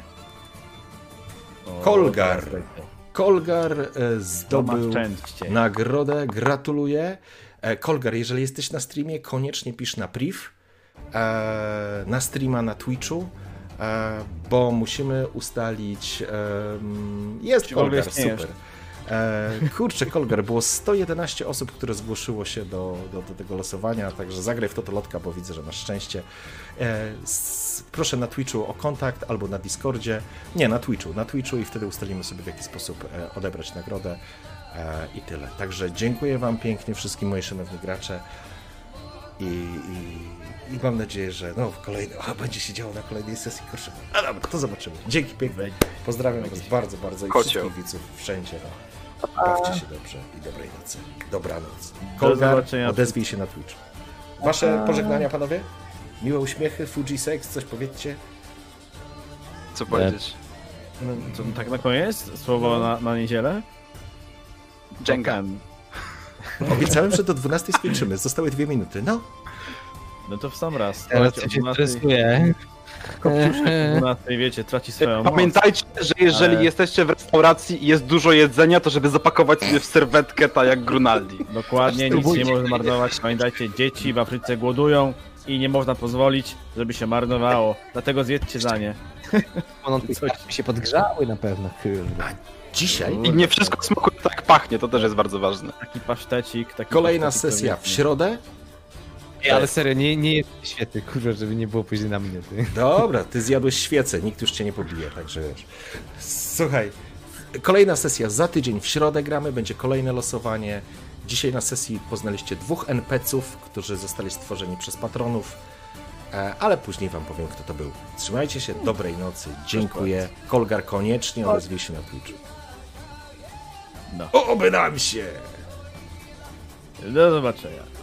Kolgar zdobył nagrodę, gratuluję. Kolgar, jeżeli jesteś na streamie, koniecznie pisz na priv, na streama na Twitchu, bo musimy ustalić... Jest Kolgar, super. Kurczę, Kolgar, było 111 osób, które zgłosiło się do tego losowania, także zagraj w Totolotka, bo widzę, że masz szczęście. Proszę na Twitchu o kontakt albo na Discordzie. Nie, na Twitchu i wtedy ustalimy sobie, w jaki sposób odebrać nagrodę i tyle. Także dziękuję wam pięknie, wszystkim moi szanowni gracze i mam nadzieję, że będzie się działo na kolejnej sesji. Kurczę, a dobra, to zobaczymy. Dzięki pięknie. Pozdrawiam was bardzo, bardzo i wszystkich widzów wszędzie. Bawcie się dobrze i dobrej nocy. Dobranoc. Kolgar, odezwij się na Twitch. Wasze pożegnania, panowie? Miłe uśmiechy, Fuji Sex, coś powiedzcie? Co powiedzieć? No, to tak na koniec? Słowo na niedzielę? Jenga. Obiecałem, że do 12 skończymy. Zostały 2 minuty. No to w sam raz. Teraz się stresuje. Kopciuszek o 12, wiecie, traci swoją moc. Pamiętajcie, że jeżeli jesteście w restauracji i jest dużo jedzenia, to żeby zapakować sobie w serwetkę, tak jak Grunaldi. Dokładnie, nic nie można marnować. Pamiętajcie, dzieci w Afryce głodują i nie można pozwolić, żeby się marnowało. Dlatego zjedzcie za nie. One się podgrzały na pewno. Dzisiaj? I nie wszystko smakuje tak jak pachnie, to też jest bardzo ważne. Taki pasztecik. Kolejna sesja w środę. Ale serio, nie jest świetny, kurwa, żeby nie było później na mnie. Ty. Dobra, ty zjadłeś świecę, nikt już cię nie pobije, także wiesz. Słuchaj, kolejna sesja za tydzień w środę gramy, będzie kolejne losowanie. Dzisiaj na sesji poznaliście 2 NPC-ów, którzy zostali stworzeni przez patronów, ale później wam powiem, kto to był. Trzymajcie się, dobrej nocy, dziękuję. Kolgar, koniecznie odezwij się na Twitchu. No. Oby nam się! Do zobaczenia.